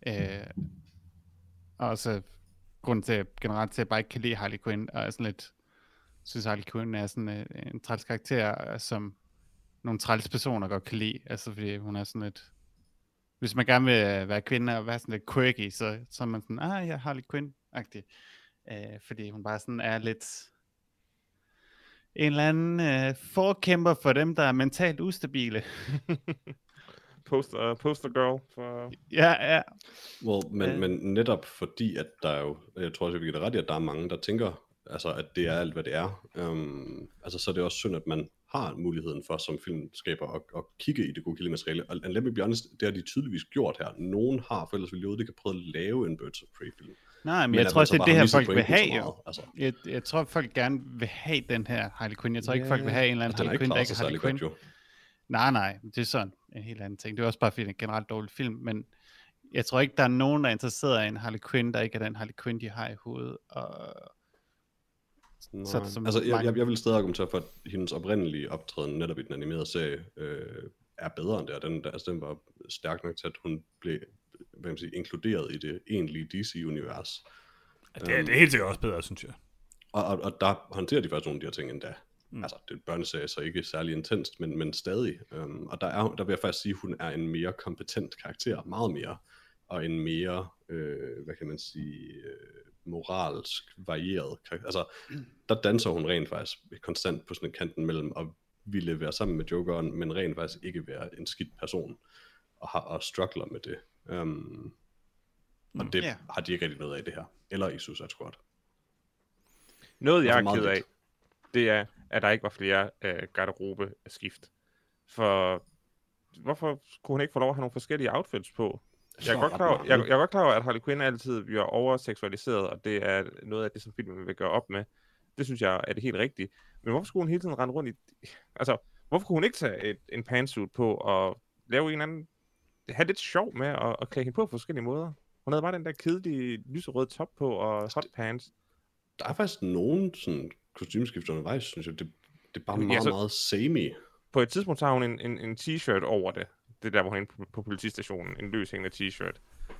Og så grunden til, generelt til, at jeg bare ikke kan lide Harley Quinn, og er sådan lidt, synes Harley Quinn er sådan en træls karakter, som nogle træls personer godt kan lide. Altså, fordi hun er sådan lidt, hvis man gerne vil være kvinde og være sådan lidt quirky, så er man sådan, ja, Harley Quinn-agtig. Fordi hun bare sådan er lidt en eller anden forkæmper for dem, der er mentalt ustabile. Poster girl. For... Ja. Well, men netop fordi, at der er jo, jeg tror også, jeg vil give det ret i, at der er mange, der tænker, altså, at det er alt, hvad det er. Altså, så er det også synd, at man har muligheden for, som filmskaber, at kigge i det gode kildemateriale. Og let me be honest, det har de tydeligvis gjort her. Nogen har, for ellers ville de ikke have prøvet at lave en Birds of Prey-film. Nej, men jeg tror også, det er det her, folk vil have. Jo. Altså. Jeg tror, folk gerne vil have den her Harley Quinn. Jeg tror ikke, folk vil have en eller anden Harley Quinn, der ikke er Harley Quinn. Godt, nej, det er sådan en helt anden ting. Det er også bare fordi det er en generelt dårlig film, men jeg tror ikke, der er nogen, der er interesseret i en Harley Quinn, der ikke er den Harley Quinn, de har i hovedet. Jeg vil stadig argumentere for, at hendes oprindelige optræden netop i den animerede serie er bedre end det. Den var stærk nok til, at hun blev inkluderet i det egentlige DC-univers. Det er helt sikkert også bedre, synes jeg. Og der håndterer de faktisk nogle af de her ting endda. Altså, det er en børneserie, så ikke særlig intenst, men stadig. Og der vil jeg faktisk sige, at hun er en mere kompetent karakter, meget mere, og en mere, hvad kan man sige, moralsk varieret karakter. Altså, der danser hun rent faktisk konstant på sådan en kanten mellem at ville være sammen med Jokeren, men rent faktisk ikke være en skidt person, og struggler med det. Og det har de ikke rigtig noget af det her. Eller i Suicide Squad. Noget jeg er ked af, det er, at der ikke var flere garderobeskift. For hvorfor kunne hun ikke få lov at have nogle forskellige outfits på? Jeg er godt klar over, at Harley Quinn altid bliver overseksualiseret, og det er noget af det, som filmen vil gøre op med. Det synes jeg er det helt rigtige. Men hvorfor skulle hun hele tiden rende rundt i... Altså, hvorfor kunne hun ikke tage en pantsuit på og lave en eller anden... have lidt sjov med at klæde hende på forskellige måder? Hun havde bare den der kedelige lyserøde top på og hotpants. Der er faktisk nogen sådan kostymeskifter undervejs, synes jeg. Det er bare meget samey. På et tidspunkt tager hun en t-shirt over det. Det der, hvor hun er på politistationen. En løshængende t-shirt.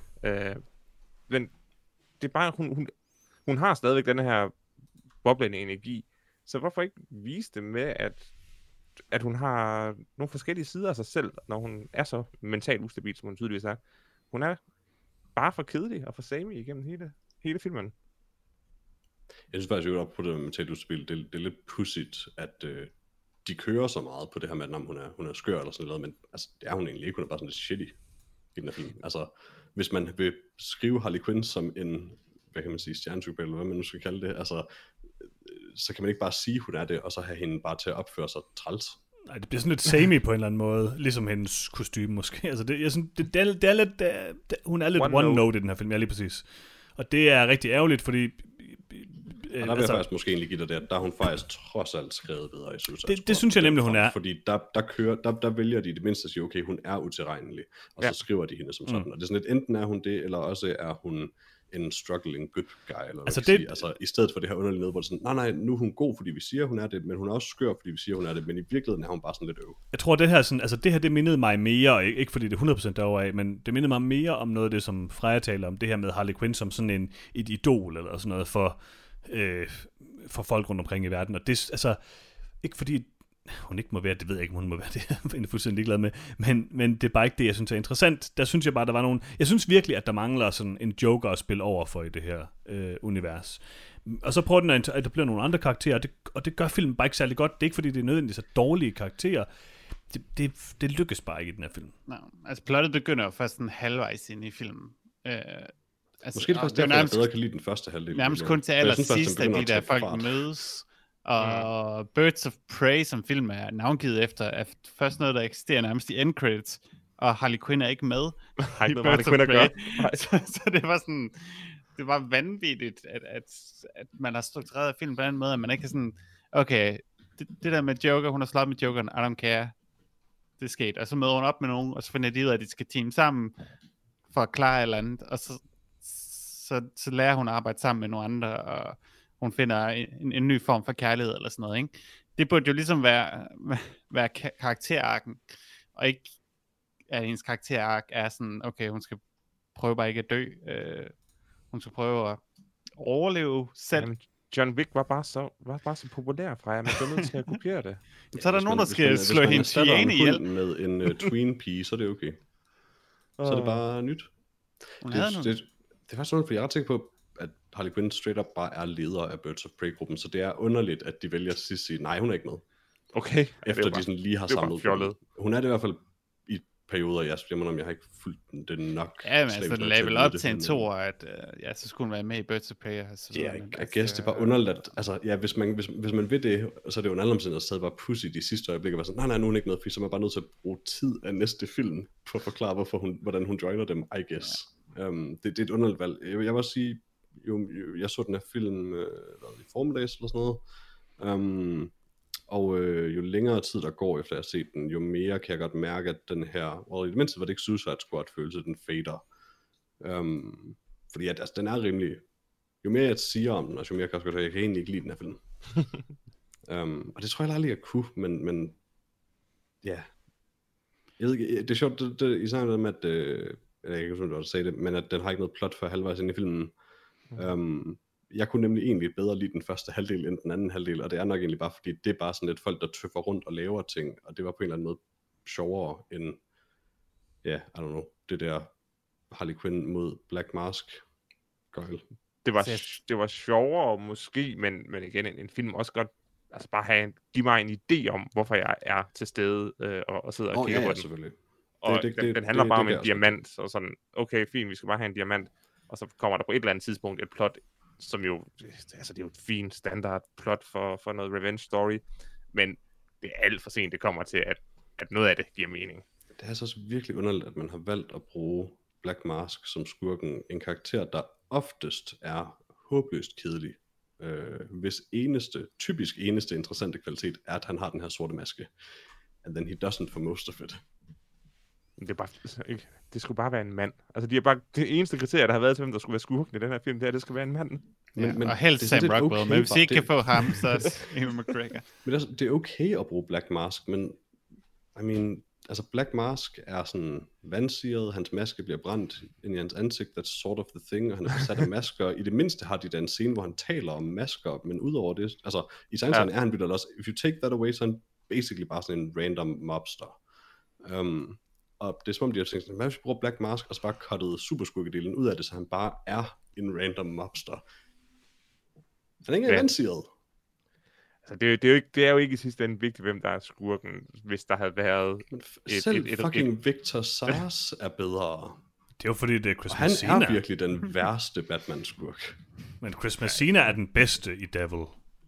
Men det er bare, hun har stadigvæk den her boblende energi. Så hvorfor ikke vise det med, at hun har nogle forskellige sider af sig selv, når hun er så mentalt ustabil, som hun tydeligvis er. Hun er bare for kedelig og for samey igennem hele filmen. Jeg synes faktisk jo op på det med mentalt ustabil, det er lidt pudsigt, at de kører så meget på det her med, at hun er skør eller sådan noget, men altså, det er hun egentlig ikke, hun er bare sådan lidt shitty i den her film. Altså, hvis man vil skrive Harley Quinn som en, hvad kan man sige, stjernetype, eller hvad man nu skal kalde det, altså, så kan man ikke bare sige, hun er det, og så have hende bare til at opføre sig træls. Nej, det bliver sådan lidt samey på en eller anden måde, ligesom hendes kostyme måske. Altså, det er lidt, hun er lidt one-note i den her film, ja, lige præcis. Og det er rigtig ærgerligt, fordi... Og der vil jeg faktisk måske egentlig give dig det, der er hun faktisk trods alt skrevet bedre i Suicide Squad. Det synes jeg nemlig, hun er. Fordi der vælger de det mindste at sige, okay, hun er utilregnelig, og så skriver de hende som sådan. Og det er sådan lidt, enten er hun det, eller også er hun en struggling good guy, eller altså, det... altså i stedet for det her underlige noget, hvor det sådan, nej, nu er hun god, fordi vi siger, hun er det, men hun er også skør, fordi vi siger, hun er det, men i virkeligheden er hun bare sådan lidt øv. Jeg tror, det her, sådan, altså det her, det mindede mig mere, ikke fordi det er 100% derovre af, men det mindede mig mere om noget af det, som Freja taler om, det her med Harley Quinn som sådan et idol, eller sådan noget for folk rundt omkring i verden, og det, altså, ikke fordi hun ikke må være, det ved jeg ikke, om hun må være det, jeg er fuldstændig ligeglad med, men det er bare ikke det, jeg synes er interessant. Der synes jeg bare, der var nogen, jeg synes virkelig, at der mangler sådan en Joker at spille over for i det her univers. Og så prøver den at etablere nogle andre karakterer, og det gør filmen bare ikke særlig godt. Det er ikke, fordi det er nødvendigt så dårlige karakterer. Det lykkes bare ikke i den her film. Nej, altså plottet begynder jo først en halvvejs ind i filmen. Altså, måske det faktisk derfor, jeg bedre kan lide den første halvdel. Nærmest kun til allersidst, at de der folk mødes. Og Birds of Prey, som film er navngivet efter, er først noget, der eksisterer nærmest i end credits, og Harley Quinn er ikke med i Birds of Prey. Så det var sådan, det var vanvittigt, at man har struktureret filmen på den måde, at man ikke kan sådan, okay, det der med Joker, hun har slået med Jokeren, I don't care, det er sket, og så møder hun op med nogen, og så finder de ud af, at de skal team sammen for at klare et eller andet, og så lærer hun at arbejde sammen med nogle andre, og hun finder en ny form for kærlighed eller sådan noget, ikke? Det burde jo ligesom være karakterarken, og ikke at hendes karakterark er sådan, okay, hun skal prøve bare ikke at dø. Hun skal prøve at overleve selv. Jamen, John Wick var bare så populær fra jer, man bliver nødt til at kopiere det. Så er der nogen, der skal slå hendes hjerne ihjel. Med en tween pige, så er det okay. Så er det bare nyt. Det er faktisk sådan, for jeg har tænkt på, at Harley Quinn straight up bare er leder af Birds of Prey-gruppen, så det er underligt, at de vælger at sige, nej, hun er ikke med. Okay. Efter de sådan lige har samlet. Hun er det i hvert fald i perioder, jeg har ikke fulgt det nok. Ja, men altså, det lagde vel op til en 2 år, at så skulle hun være med i Birds of Prey. Ja, jeg guess, det er bare underligt, at, altså, ja, hvis man vil det, så er det jo en anden omstændighed, at stadig bare pussy de sidste øjeblikke, og var sådan, nej, nu er hun ikke noget, fordi så er man bare nødt til at bruge tid af næste film, for at forklare, hvordan hun joiner dem, I guess. Ja. Det er et underligt valg. Jeg vil også sige, jeg så den her film i formiddags eller sådan noget, og jo længere tid der går efter jeg har set den, jo mere kan jeg godt mærke, at den her, og i det mindste var det ikke Suicide Squad følelse, den fader. Fordi at, altså, den er rimelig, jo mere jeg siger om den, og jo mere kan jeg kan egentlig ikke lide den her film. Og det tror jeg aldrig jeg kunne, men ja. Jeg ved ikke, det er sjovt, det især noget med, at jeg kan ikke huske, du sagde det, men at den har ikke noget plot for halvvejs ind i filmen. Jeg kunne nemlig egentlig bedre lide den første halvdel end den anden halvdel, og det er nok egentlig bare fordi, det er bare sådan lidt folk, der tøffer rundt og laver ting, og det var på en eller anden måde sjovere end, ja, I don't know, det der Harley Quinn mod Black Mask gøjl. Det var sjovere måske, men igen, en film også godt, altså bare give mig en idé om, hvorfor jeg er til stede og sidder og kigger på den. Selvfølgelig. Og den handler bare om en diamant, og sådan, okay, fint, vi skal bare have en diamant, og så kommer der på et eller andet tidspunkt et plot, som jo, altså det er jo et fint standard plot for noget revenge story, men det er alt for sent, det kommer til, at noget af det giver mening. Det er så virkelig underligt, at man har valgt at bruge Black Mask som skurken, en karakter, der oftest er håbløst kedelig, hvis typisk eneste interessante kvalitet er, at han har den her sorte maske, and then he doesn't for most of it. Det er bare, det skulle bare være en mand. Altså det eneste kriterie, der har været til, hvem der skulle være skurken i den her film, det er, at det skal være en mand. Men og helst Sam Rockwell, men hvis vi ikke kan få ham, så er Ewan McGregor. Men det er okay at bruge Black Mask, men I mean, altså Black Mask er sådan vandsiret, hans maske bliver brændt ind i hans ansigt, that's sort of the thing, og han er besat af masker. I det mindste har de den scene, hvor han taler om masker, men udover det, altså i tegneserien er han vildt også, if you take that away, så er han basically bare sådan en random mobster. Og det er som om de har tænkt sådan, hvad hvis vi bruger Black Mask, og så bare cuttet superskurkedelen ud af det, så han bare er en random mobster. Han er ikke vandsiret. Altså, det er jo ikke i sidste ende vigtigt, hvem der er skurken, hvis der havde været fucking Victor Zsasz er bedre. Det er jo fordi, det er Chris Messina. Han er virkelig den værste Batman-skurk. Men Chris Messina er den bedste i Devil.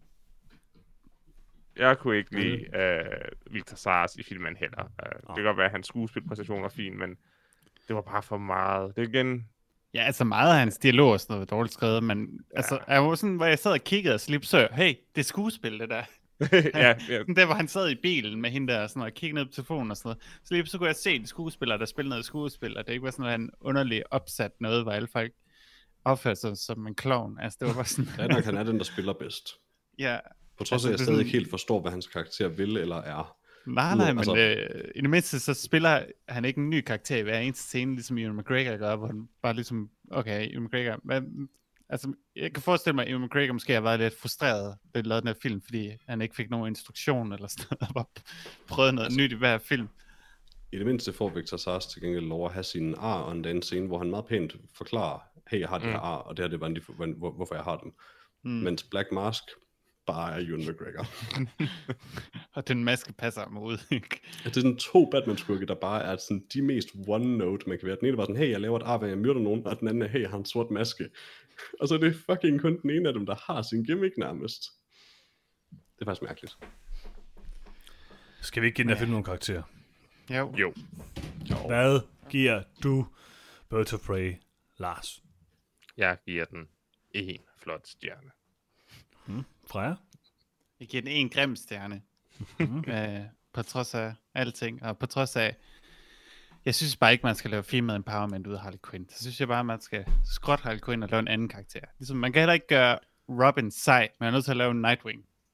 Jeg kunne ikke lide Victor Zsasz i filmen heller. Det kan godt være, at hans skuespilpræstation var fin, men det var bare for meget. Det igen... Ja, altså meget af hans dialog og sådan noget dårligt skrevet, men altså, jeg var sådan, hvor jeg sad og kiggede og slip så, hey, det er skuespil, det der. ja. Der, hvor han sad i bilen med hende der, sådan, og kiggede ned på telefonen og sådan noget. Så kunne jeg se de skuespillere, der spillede noget skuespil, og det ikke var sådan noget, han underligt opsat noget, hvor alle folk opførte sig som en klovn. Altså, det var bare sådan... Det er nok, han er den, der spiller bedst. Ja. På trods af, at jeg stadig ikke helt forstår, hvad hans karakter vil eller er. Nej, men i det mindste så spiller han ikke en ny karakter i hver eneste scene, ligesom Ewan McGregor gør, hvor han bare ligesom, okay, Ewan McGregor, altså jeg kan forestille mig, at Ewan McGregor måske har været lidt frustreret, da han lavede den her film, fordi han ikke fik nogen instruktion eller sådan noget, og bare prøvede noget nyt i hver film. I det mindste får Victor Zsasz til gengæld lov at have sine ar, og en scene, hvor han meget pænt forklarer, hey, jeg har de her ar, og det her det er hvorfor jeg har dem. Mens Black Mask bare er Ewan McGregor. Og den maske passer ham ud. Det er sådan 2 Batman-skurke, der bare er sådan de mest one-note, man kan være. Den ene var sådan, hey, jeg laver et ar, jeg myrder nogen, og den anden er, hey, jeg har en sort maske. Og så er det fucking kun den ene af dem, der har sin gimmick nærmest. Det er faktisk mærkeligt. Skal vi ikke give den her film nogle karakterer? Jo. Hvad giver du Birds of Prey, Lars? Jeg giver den en flot stjerne. Freja? Jeg giver den en grim stjerne. På trods af alting, og på trods af, jeg synes bare ikke, man skal lave female empowerment ud af Harley Quinn. Så synes jeg bare, man skal skrotte Harley Quinn og lave en anden karakter. Ligesom, man kan heller ikke gøre Robin sej, man er nødt til at lave en Nightwing.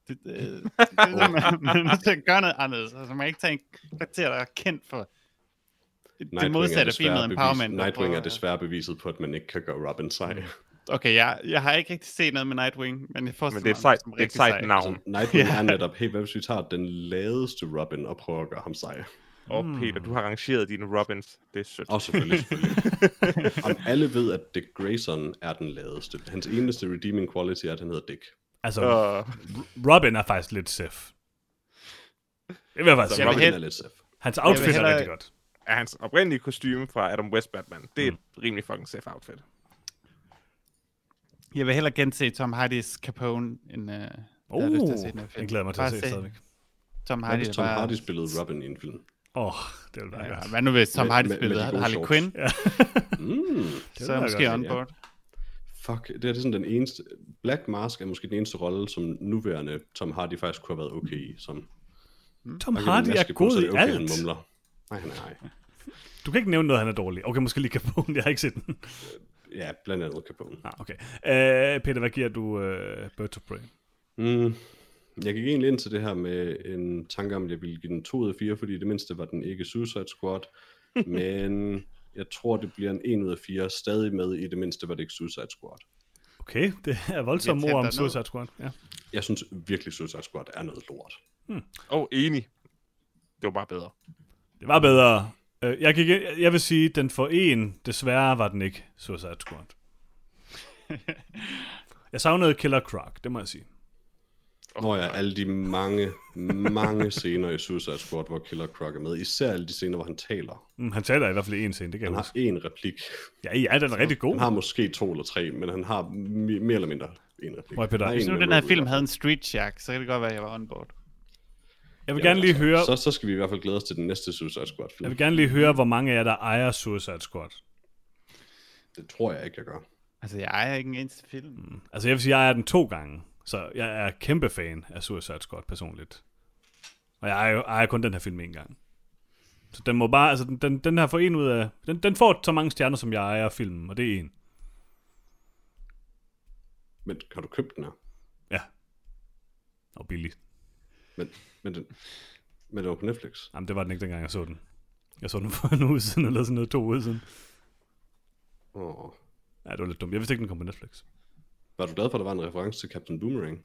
Man er nødt til at gøre noget andet. Altså, man kan ikke tage en karakter, der er kendt for det modsatte af filmet Empowerment. Nightwing er desværre beviset på, at man ikke kan gøre Robin sej. Okay, jeg har ikke rigtig set noget med Nightwing, men jeg forstår det er et sejt navn. Altså, Nightwing er netop, hey, hvad hvis vi tager den ladeste Robin og prøver at gøre ham sej? Peter, du har rangeret dine Robins. Det er sødt. Og selvfølgelig. Om alle ved, at Dick Grayson er den ladeste. Hans eneste redeeming quality er, at han hedder Dick. Altså, Robin er faktisk lidt safe. Det vil jeg faktisk sige. Robin er lidt safe. Hans outfit er rigtig godt. Ja, hans oprindelige kostume fra Adam West Batman, det er et rimelig fucking safe outfit. Jeg vil hellere gense Tom Hardys Capone, end jeg har lyst til at se den her film. Jeg glæder mig til at se stadigvæk. Tom Hardy, Tom Hardy spillede Robin i en film. Det ville være godt. Hvad nu hvis Tom Hardy spillede Harley Quinn? Ja. Så er måske on board. Fuck, det er sådan den eneste... Black Mask er måske den eneste rolle, som nuværende Tom Hardy faktisk kunne have været okay i. Som Tom Hardy er god i alt. Han mumler. Nej. Du kan ikke nævne noget, han er dårlig. Okay, måske lige Capone, jeg har ikke set den. Ja, blandt andet Capone. Okay. Peter, hvad giver du Birds of Prey? Jeg gik egentlig ind til det her med en tanke om, at jeg ville give den 2 ud af 4, fordi det mindste var den ikke Suicide Squad. Men jeg tror, det bliver en 1 ud af 4, stadig med i det mindste var det ikke Suicide Squad. Okay, det er voldsomt ord om Suicide Squad. Ja. Jeg synes virkelig, Suicide Squad er noget lort. Enig. Det var bare bedre. Det var bedre. Jeg vil sige, den for en, desværre var den ikke Suicide Squad. Jeg savnede Killer Croc, det må jeg sige. Alle de mange scener i Suicide Squad, hvor Killer Croc er med. Især alle de scener, hvor han taler. Han taler i hvert fald i en scene, det kan han jeg huske. Han har en replik. Ja, den er rigtig god. Han har måske 2 eller 3, men han har mere eller mindre en replik. Hvis nu den her film havde en Street Shark, så kan det godt være, at jeg var on board. Jeg vil gerne lige høre... Så skal vi i hvert fald glæde os til den næste Suicide Squad-film. Jeg vil gerne lige høre, hvor mange af jer, der ejer Suicide Squad. Det tror jeg ikke, jeg gør. Altså, jeg ejer ikke en eneste film. Altså, jeg vil sige, jeg ejer den 2 gange. Så jeg er kæmpe fan af Suicide Squad personligt. Og jeg ejer kun den her film 1 gang. Så den må bare... Altså, den her får 1 ud af... Den får så mange stjerner, som jeg ejer filmen, og det er 1. Men har du købt den her? Ja. Og billigt. Men det var på Netflix? Jamen, det var den ikke dengang, jeg så den. Jeg så den for en uge siden, eller sådan noget, 2 uger siden. Ja, det var lidt dumt. Jeg vidste ikke, den kom på Netflix. Var du glad for, at der var en reference til Captain Boomerang?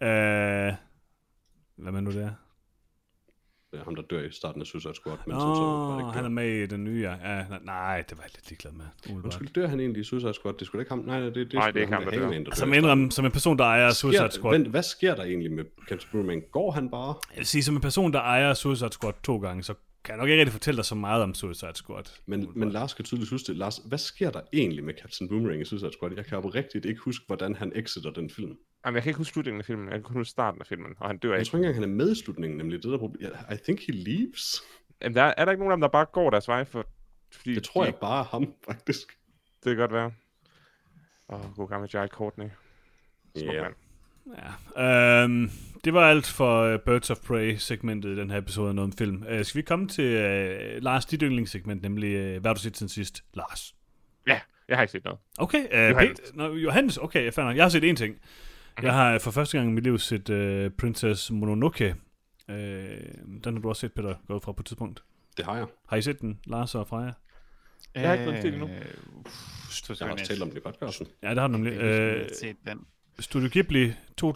Hvad mener du der? Det er ham, der dør i starten af Suicide Squad. Han er med i den nye, ja. Nej, det var jeg lidt ligeglad med. Undskyld, dør han egentlig i Suicide Squad? Det skulle ikke ham. Nej, det er ikke ham, der dør. Som en person, der ejer Suicide Squad. Hvad sker der egentlig med Captain Boomerang? Går han bare? Jeg vil sige, som en person, der ejer Suicide Squad 2 gange, så kan jeg nok ikke rigtig fortælle dig så meget om Suicide Squad. Men Lars kan tydeligt huske det. Lars, hvad sker der egentlig med Captain Boomerang i Suicide Squad? Jeg kan oprigtigt ikke huske, hvordan han exiter den film. Jamen, jeg kan ikke huske slutningen af filmen. Jeg kan kun huske starten af filmen, og han dør ikke. Jeg tror ikke engang, han er med i slutningen, nemlig det der problem. I think he leaves. Jamen, er der ikke nogen af dem, der bare går deres vej? Fordi det tror jeg bare er ham, faktisk. Det kan godt være. God gammel Jai Courtney. Ja. Ja. Det var alt for Birds of Prey-segmentet i den her episode af Noget om Film. Skal vi komme til Lars, dit yndlingssegment, nemlig hvad har du set siden sidst, Lars? Ja, jeg har ikke set noget. Okay, Johannes, okay, jeg har set én ting. Jeg har for første gang i mit liv set Princess Mononoke. Den har du også set, Peter, gået fra på et tidspunkt. Det har jeg. Har I set den, Lars og Freja? Jeg har ikke noget til endnu. Jeg har også talt om det i podcasten. Ja, det har du nemlig. Studio Ghibli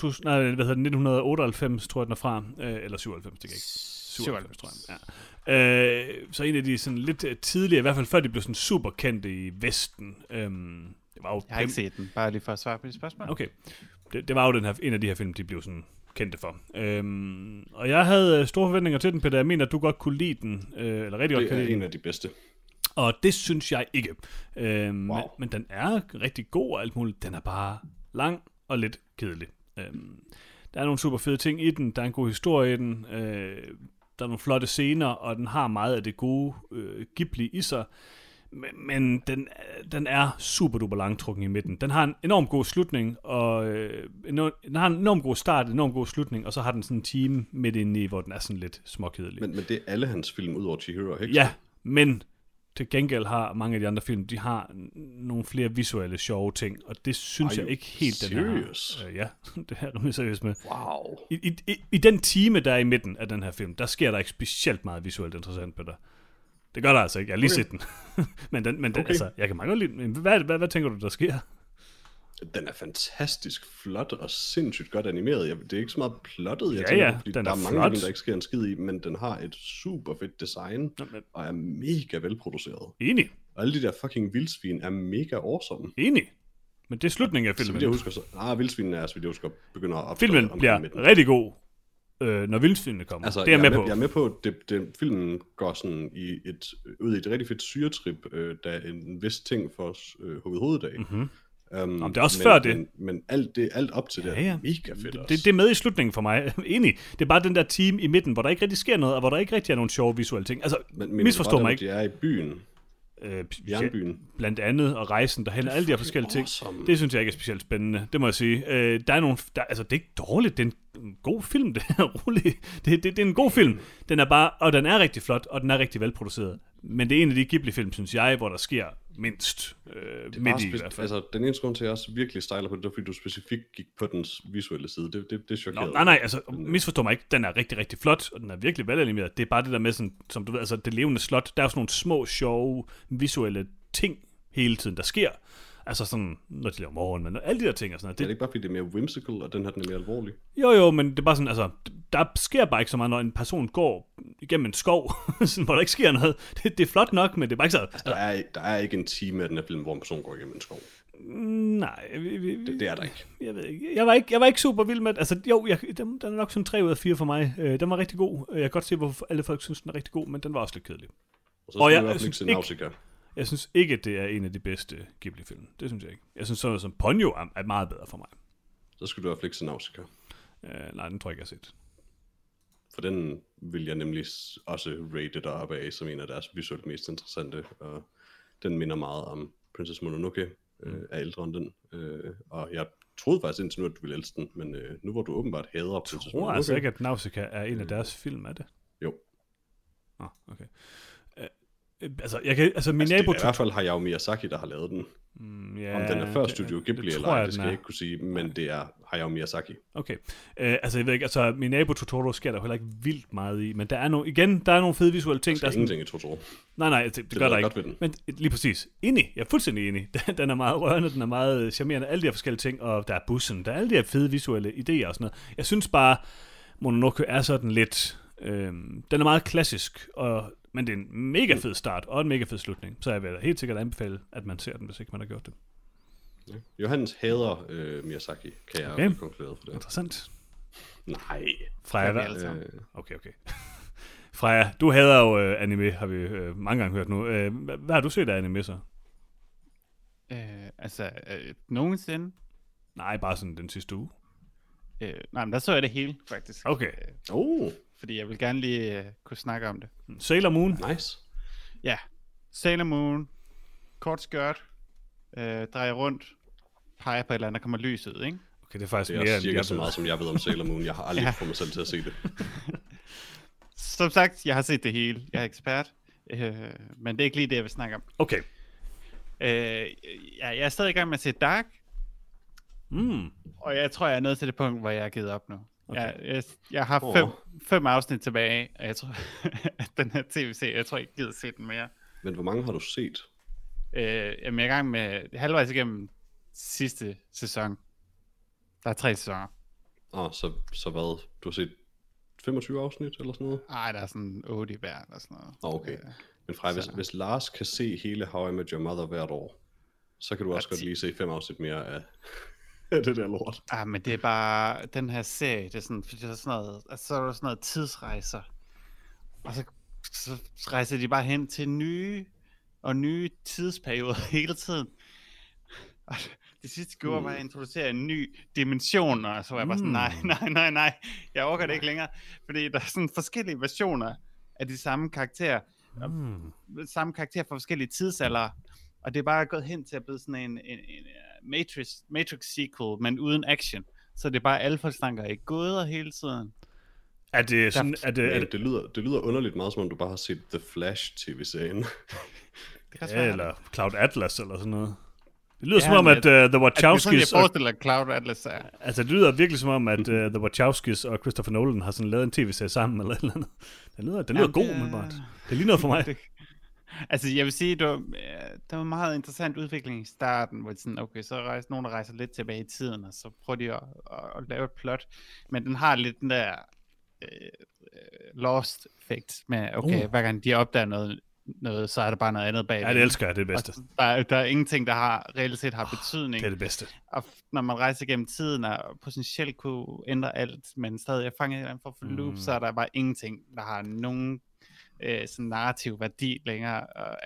1998, tror jeg den er fra. Eller 97, det kan ikke. 97, tror jeg. Ja. Så en af de sådan lidt tidligere, i hvert fald før de blev sådan super kendte i Vesten. Det var jo jeg har ikke set den, bare lige for at svare på de spørgsmål. Okay. Det var jo en af de her film, de blev sådan kendte for. Og jeg havde store forventninger til den, Peter. Jeg mener, at du godt kunne lide den. Eller rigtig godt kunne lide den. Det er en af de bedste. Og det synes jeg ikke. Men den er rigtig god og alt muligt. Den er bare lang og lidt kedelig. Der er nogle super fede ting i den. Der er en god historie i den. Der er nogle flotte scener, og den har meget af det gode Ghibli i sig. Men den er super duper langtrukken i midten. Den har en enorm god slutning, og den har en enorm god start, en enorm god slutning, og så har den sådan en time midt inde i, hvor den er sådan lidt småkedelig. Men det er alle hans film, udover Chihiro, ikke? Ja, men Til gengæld har mange af de andre film, de har nogle flere visuelle sjove ting, og det synes jeg ikke helt, den her. Ja, det er rimelig seriøst med. Wow. I den time, der er i midten af den her film, der sker der ikke specielt meget visuelt interessant, Peter. Det gør der altså ikke. Jeg har lige set den. men altså, jeg kan meget godt lide. Hvad tænker du, der sker? Den er fantastisk flot og sindssygt godt animeret. Det er ikke så meget plottet, jeg tænker, fordi der er mange ting, der ikke sker en skid i, men den har et super fedt design, og er mega velproduceret. Enig. Og alle de der fucking vildsvin er mega awesome. Enig. Men det er slutningen af filmen. Så vidt jeg husker, vildsvinene er, så vidt jeg husker, begynder at opstå. Filmen bliver rigtig god, når vildsvinene kommer. Altså, det er med på. Jeg er med på, at filmen går sådan ud i et rigtig fedt syretrip, da en vis ting får hugget hovedet af. Mm-hmm. Det er også før det. Men alt op til det er mega fedt også. Det er med i slutningen for mig. Enig. Det er bare den der team i midten, hvor der ikke rigtig sker noget, og hvor der ikke rigtig er nogen sjove visuelle ting. Altså, misforstår mig ikke. De er i byen. Jernbyen. Blandt andet, og rejsen derhen, og alle de her forskellige ting. Det synes jeg ikke er specielt spændende. Det må jeg sige. Der er nogle, altså, det er ikke dårligt. Det er en god film. Det er roligt. Det er en god film. Den er bare, og den er rigtig flot, og den er rigtig velproduceret. Men det er en af de Ghibli-film, synes jeg, hvor der sker mindst midt i hvert fald. Altså, den eneste grund til, at jeg også virkelig stejler på det, er, fordi du specifikt gik på dens visuelle side. Det chokerede. Nej, altså, misforstår mig ikke. Den er rigtig, rigtig flot, og den er virkelig velanimeret. Det er bare det der med, sådan, som du ved, altså det levende slot. Der er jo sådan nogle små, sjove, visuelle ting hele tiden, der sker. Altså sådan, når de laver morgen, men alle de der ting og sådan noget. Det er ikke bare, fordi det er mere whimsical, og den her den er mere alvorlig? Jo, men det er bare sådan, altså, der sker bare ikke så meget, når en person går igennem en skov, sådan, hvor der ikke sker noget. Det er flot nok, men det er bare ikke så... Altså, der er ikke en time af den her film, hvor en person går igennem en skov. Nej. Det er der ikke. Jeg ved ikke. Jeg var ikke super vild med det. Altså, jo, den er nok sådan 3 ud af 4 for mig. Den var rigtig god. Jeg kan godt se, hvorfor alle folk synes, den er rigtig god, men den var også lidt kedelig. Og så skal jeg synes ikke... Jeg synes ikke, det er en af de bedste Ghibli-film. Det synes jeg ikke. Jeg synes sådan noget som Ponyo er meget bedre for mig. Så skulle du have Flix Nausicaa. Nej, den tror jeg ikke, jeg har set. For den vil jeg nemlig også rate deroppe af som en af deres visuelt mest interessante. Og den minder meget om Princess Mononoke, er ældre end den. Og jeg troede faktisk indtil nu, at du ville elske den, men nu hvor du åbenbart hader Princess Mononoke... Jeg tror altså ikke, at Nausicaa er en af deres film, er det? Jo. Okay. Min nabo... I hvert fald har Hayao Miyazaki, der har lavet den. Om den er før Studio Ghibli eller ej, det skal jeg ikke kunne sige, men det er Hayao Miyazaki. Okay. Jeg ved ikke, min nabo Totoro sker der heller ikke vildt meget i, men der er nogle fede visuelle ting. Der er ingenting i Totoro. Nej, det gør der ikke. Men lige præcis. Jeg er fuldstændig enig. Den er meget rørende, den er meget charmerende, alle de her forskellige ting, og der er bussen, der er alle de her fede visuelle idéer og sådan noget. Jeg synes bare, Mononoke er sådan lidt... den er meget klassisk, men det er en mega fed start og en mega fed slutning, så jeg vil helt sikkert anbefale, at man ser den, hvis ikke man har gjort det. Ja. Johannes hader Miyazaki, kan jeg konkludere for det. Interessant. Nej. Freja, okay. Freja, du hader jo anime, har vi mange gange hørt nu. Hvad har du set af anime så? Nogensinde? Nej, bare sådan den sidste uge. Nej, men der så jeg det hele, faktisk. Okay. Fordi jeg vil gerne lige kunne snakke om det. Sailor Moon. Nice. Ja, Sailor Moon. Kort skørt. Drejer rundt. Peger på et eller andet, der kommer lys ud, ikke? Okay, det er faktisk mere end cirka så meget, som jeg ved om Sailor Moon. Jeg har aldrig fået mig selv til at se det. Som sagt, jeg har set det hele. Jeg er ekspert. Men det er ikke lige det, jeg vil snakke om. Okay. Jeg er stadig i gang med at se Dark. Og jeg tror, jeg er nået til det punkt, hvor jeg er givet op nu. Okay. Jeg har 5 afsnit tilbage, og jeg tror, at den her tv-serie, jeg tror ikke, jeg gider se den mere. Men hvor mange har du set? Jamen, jeg er i gang med halvvejs igennem sidste sæson. Der er 3 sæsoner. Så hvad? Du har set 25 afsnit eller sådan noget? Nej, der er sådan 8 i hver eller sådan noget. Okay. Men Freja, hvis Lars kan se hele How I Met Your Mother hvert år, så kan du også godt lige se 5 afsnit mere af det der lort. Men det er bare, den her serie, det er sådan, fordi der er sådan noget, altså, så er der sådan noget tidsrejser, og så rejser de bare hen til nye tidsperioder hele tiden. Og det sidste gjorde var at introducere en ny dimension, og så var jeg bare sådan, nej, jeg orker det ikke længere, fordi der er sådan forskellige versioner af de samme karakterer, samme karakterer fra forskellige tidsalder. Og det er bare gået hen til at blive sådan en Matrix sequel, men uden action. Så det er bare alle folk snakker i gåder hele tiden. Er det sådan... Det lyder underligt meget, som om du bare har set The Flash tv-serien. Eller Cloud Atlas eller sådan noget. Det lyder som om, at The Wachowskis... Jeg forestiller Cloud Atlas er... Altså, det lyder virkelig som om, at The Wachowskis og Christopher Nolan har sådan lavet en tv-serie sammen eller et eller andet. Den lyder god, men bare... Det er lige noget for mig. Altså, jeg vil sige, der var en meget interessant udvikling i starten, hvor sådan, okay, så er nogen, der rejser lidt tilbage i tiden, og så prøver de at lave et plot. Men den har lidt den der lost effect med, okay, hver gang de opdager noget, så er der bare noget andet bag. Ja, det elsker jeg, det er det bedste. Der er ingenting, der reelt set har betydning. Det er det bedste. Og når man rejser gennem tiden og potentielt kunne ændre alt, men stadig er fanget i en eller anden form for loop, så er der bare ingenting, der har nogen sådan narrativ værdi længere.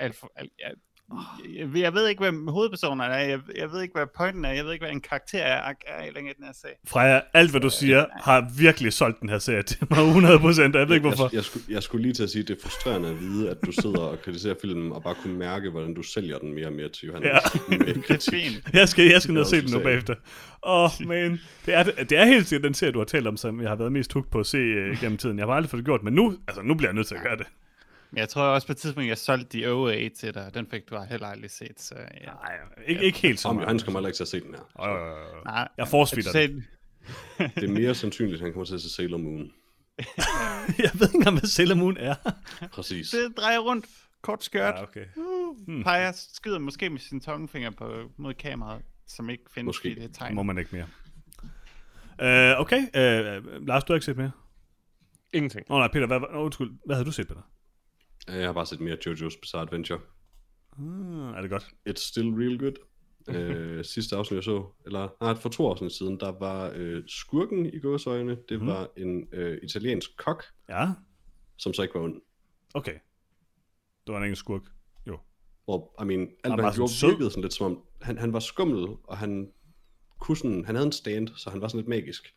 Jeg ved ikke, hvad hovedpersonerne er. Jeg ved ikke, hvad pointen er. Jeg ved ikke, hvad en karakter er længere i den her serie. Freja, alt hvad du siger, har virkelig solgt den her serie til mig 100%. Jeg ved ikke, hvorfor. Jeg skulle lige til at sige, at det er frustrerende at vide, at du sidder og kritiserer filmen, og bare kunne mærke, hvordan du sælger den mere og mere til Johannes. Ja. Det er fint. Jeg skal ned og se den nu bagefter. Men det er helt sikkert den serie, du har talt om, som jeg har været mest hooked på at se gennem tiden. Jeg har aldrig fået det gjort, men nu bliver jeg nødt til at gøre det. Jeg tror også på et tidspunkt, jeg solgte de OA til dig. Den fik du heller aldrig set. Så ja. Nej, ikke helt så meget. Han skal heller ikke til at se den her. Nej, jeg forsvitter det. Det er mere sandsynligt, at han kommer til at se Sailor Moon. Jeg ved ikke engang, hvad Sailor Moon er. Præcis. Det drejer rundt. Kort skørt. Ja, okay. Peger skyder måske med sin tommelfinger mod kameraet, som ikke findes måske. i det tegn. Må man ikke mere. Okay, Lars, du har ikke set mere? Ingenting. Nej, Peter, hvad havde du set, Peter? Jeg har bare set mere JoJo's Bizarre Adventure. Er det godt? It's still real good. Sidste afsnit jeg så, for 2 afsnit siden, der var skurken i gåseøjne. Det var en italiensk kok, som så ikke var ond. Okay. Det var en engelsk skurk. Jo. Og alt hvad han gjorde virkede sådan lidt som om, han var skummel, og han havde en stand, så han var sådan lidt magisk.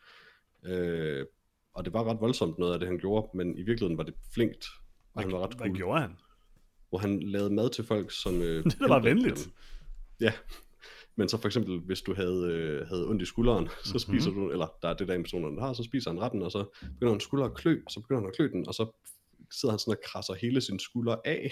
Og det var ret voldsomt noget af det, han gjorde, men i virkeligheden var det flinkt. Og han var ret cool. Hvad gjorde han? Hvor han lavede mad til folk, som... det var venligt. Ja, men så for eksempel, hvis du havde ondt i skulderen, så spiser du, eller der er det der en person, der har, så spiser han retten, og så begynder han skulder at klø, og så begynder han at klø den, og så sidder han sådan og krasser hele sin skulder af,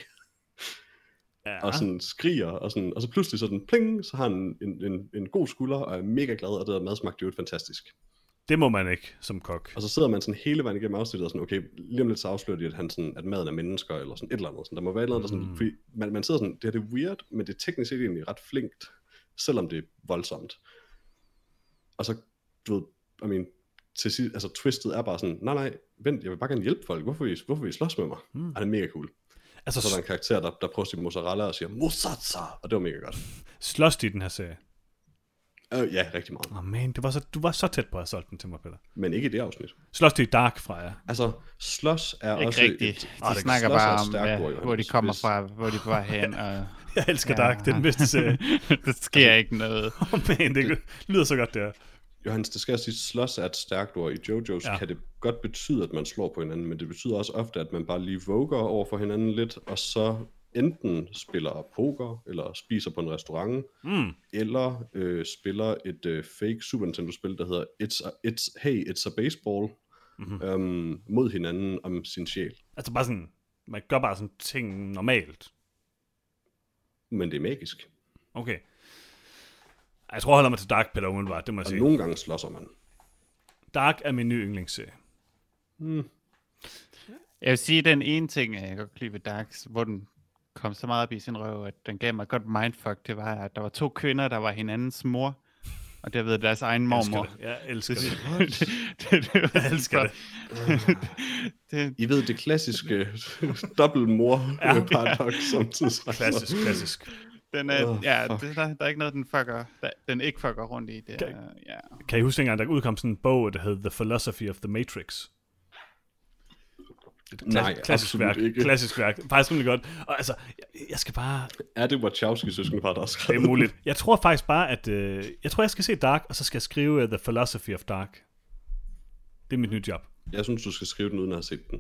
og sådan skriger, og så pludselig sådan pling, så har han en god skulder, og er mega glad, og det der mad smagte jo fantastisk. Det må man ikke som kok. Og så sidder man sådan hele vejen igennem afsnittet og sådan, okay, lige om lidt så afslører de, at maden er mennesker, eller sådan et eller andet. Sådan, der må være et eller andet, sådan, fordi man sidder sådan, det er weird, men det er teknisk set egentlig ret flinkt, selvom det er voldsomt. Og så, du ved, til sidst, altså twistet er bare sådan, nej, vent, jeg vil bare gerne hjælpe folk, hvorfor vil I slås med mig? Og det er mega cool. Altså, så er der en karakter, der prøver at sige mozzarella og siger, mozzazza, og det var mega godt. Slås de i den her serie? Ja, rigtig meget. Man, du var så tæt på at have solgt den til mig, Peter. Men ikke i det afsnit. Slås det i Dark fra jer? Altså, slås er ikke også rigtigt. De snakker bare om, hvor de kommer fra, hvor de er på vej hen. Og... Jeg elsker Dark, det er den bedste serie. Der sker ikke noget. Man, det lyder så godt, det her. Johannes, det skal jeg sige, slås er et stærkt ord. I JoJo's kan det godt betyde, at man slår på hinanden, men det betyder også ofte, at man bare lige voker over for hinanden lidt, og så enten spiller poker, eller spiser på en restaurant, eller spiller et fake Super Nintendo-spil, der hedder It's a Baseball, mod hinanden om sin sjæl. Altså bare sådan, man gør bare sådan ting normalt. Men det er magisk. Okay. Jeg tror, jeg holder mig til Dark, Peter, umiddelbart, det må jeg sige. Og nogle gange slåsser man. Dark er min nye yndlingsserie. Jeg vil sige, den ene ting, jeg godt kan lide ved Dark, hvor den kom så meget op i sin røv, at den gav mig et godt mindfuck, det var, at der var 2 kvinder, der var hinandens mor, og det ved deres egen mormor. Jeg elsker det. Jeg elsker det. I ved, det klassiske dobbeltmor-paradox samtidsrejser. Klassisk. Den er, der er ikke noget, den ikke fucker rundt i. Det kan I huske engang, der udkom sådan en bog, der hed The Philosophy of the Matrix? Nej, klassisk værk. ikke. Klassisk værk. Faktisk rimelig godt. Og altså, jeg skal bare... Er det Wachowskis søskendepar, der har skrevet? Det er muligt. Jeg tror faktisk bare, at... jeg skal se Dark, og så skal jeg skrive The Philosophy of Dark. Det er mit nye job. Jeg synes, du skal skrive den, uden at have set den.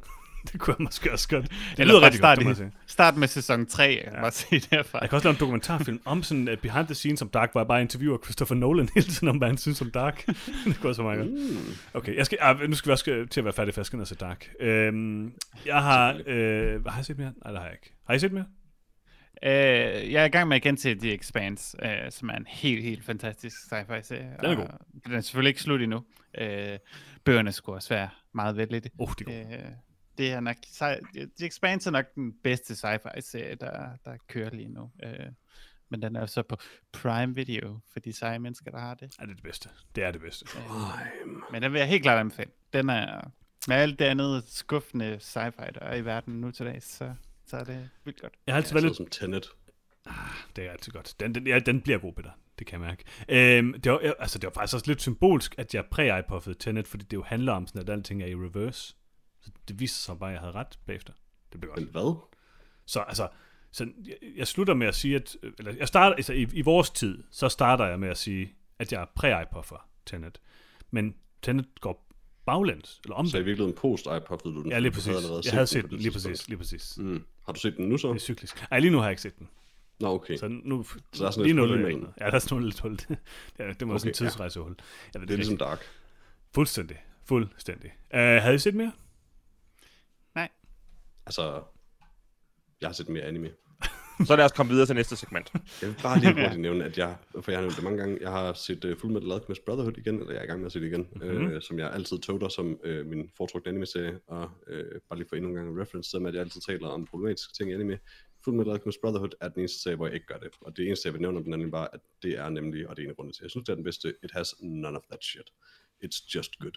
Det kunne jeg måske også godt. Det lyder rigtig godt, start med sæson 3, jeg må sige derfra. Jeg kan også lave en dokumentarfilm om sådan uh, behind the scenes om Dark, hvor jeg bare interviewer Christopher Nolan hele tiden om, hvad han synes om Dark. Det går så meget godt. Okay, nu skal vi også til at være færdig, for jeg skal ned og se Dark. Jeg har... har jeg set mere? Nej, det har jeg ikke. Har I set mere? Jeg er i gang med igen til The Expanse, som er en helt fantastisk sci-fi-serie. Den er god. Den er selvfølgelig ikke slut endnu. Bøgerne skulle også være meget vældigt. Det er god. Det er nok, The Expanse er nok den bedste sci-fi-serie, der kører lige nu. Men den er så på Prime Video, for de seje mennesker, der har det. Ja, det er det bedste. Det er det bedste. Men den vil jeg helt klart anbefale. Den er, med alt det andet skuffende sci-fi, der er i verden nu til dags, så er det vildt godt. Jeg har altid været lidt... som Tenet. Det er altid godt. Den bliver god, Peter. Det kan jeg mærke. Det var faktisk også lidt symbolsk, at jeg præ-iPuffede Tenet, fordi det jo handler om sådan, at alting er i reverse. Så det viser sig bare, at jeg havde ret bagefter. Det blev godt. Men hvad? Så altså, jeg slutter med at sige, eller jeg starter, altså i vores tid, så starter jeg med at sige, at jeg er præ-iPuffer Tenet. Men Tenet går baglæns, eller omvendt. Så i virkeligheden post-iPuffede du den? Ja, lige præcis. Jeg havde set den, lige præcis. Har du set den nu så? Det er cyklisk. Nej, lige nu har jeg ikke set den. Nå, okay. Så nu, så der er sådan lidt hul imellem. Ja, der er sådan lidt hul. Det må sådan en tidsrejsehul. Det er ligesom Dark. Fuldstændig. Havde I set mere? Nej. Altså, jeg har set mere anime. Så lad os komme videre til næste segment. Jeg vil bare lige hurtigt nævne, at jeg har nævnt det mange gange, jeg har set Fullmetal Alchemist Brotherhood igen, eller jeg er i gang med at se det igen, som jeg altid toter som min foretrukne anime-serie, og bare lige for endnu en gang en reference, med at jeg altid taler om problematiske ting i anime. Fullmetal Alchemist Brotherhood er den eneste serie, hvor jeg ikke gør det, og det eneste, jeg vil nævne om den anden bare, at det er nemlig, og det er en grund til, jeg synes, det er den bedste, it has none of that shit. It's just good.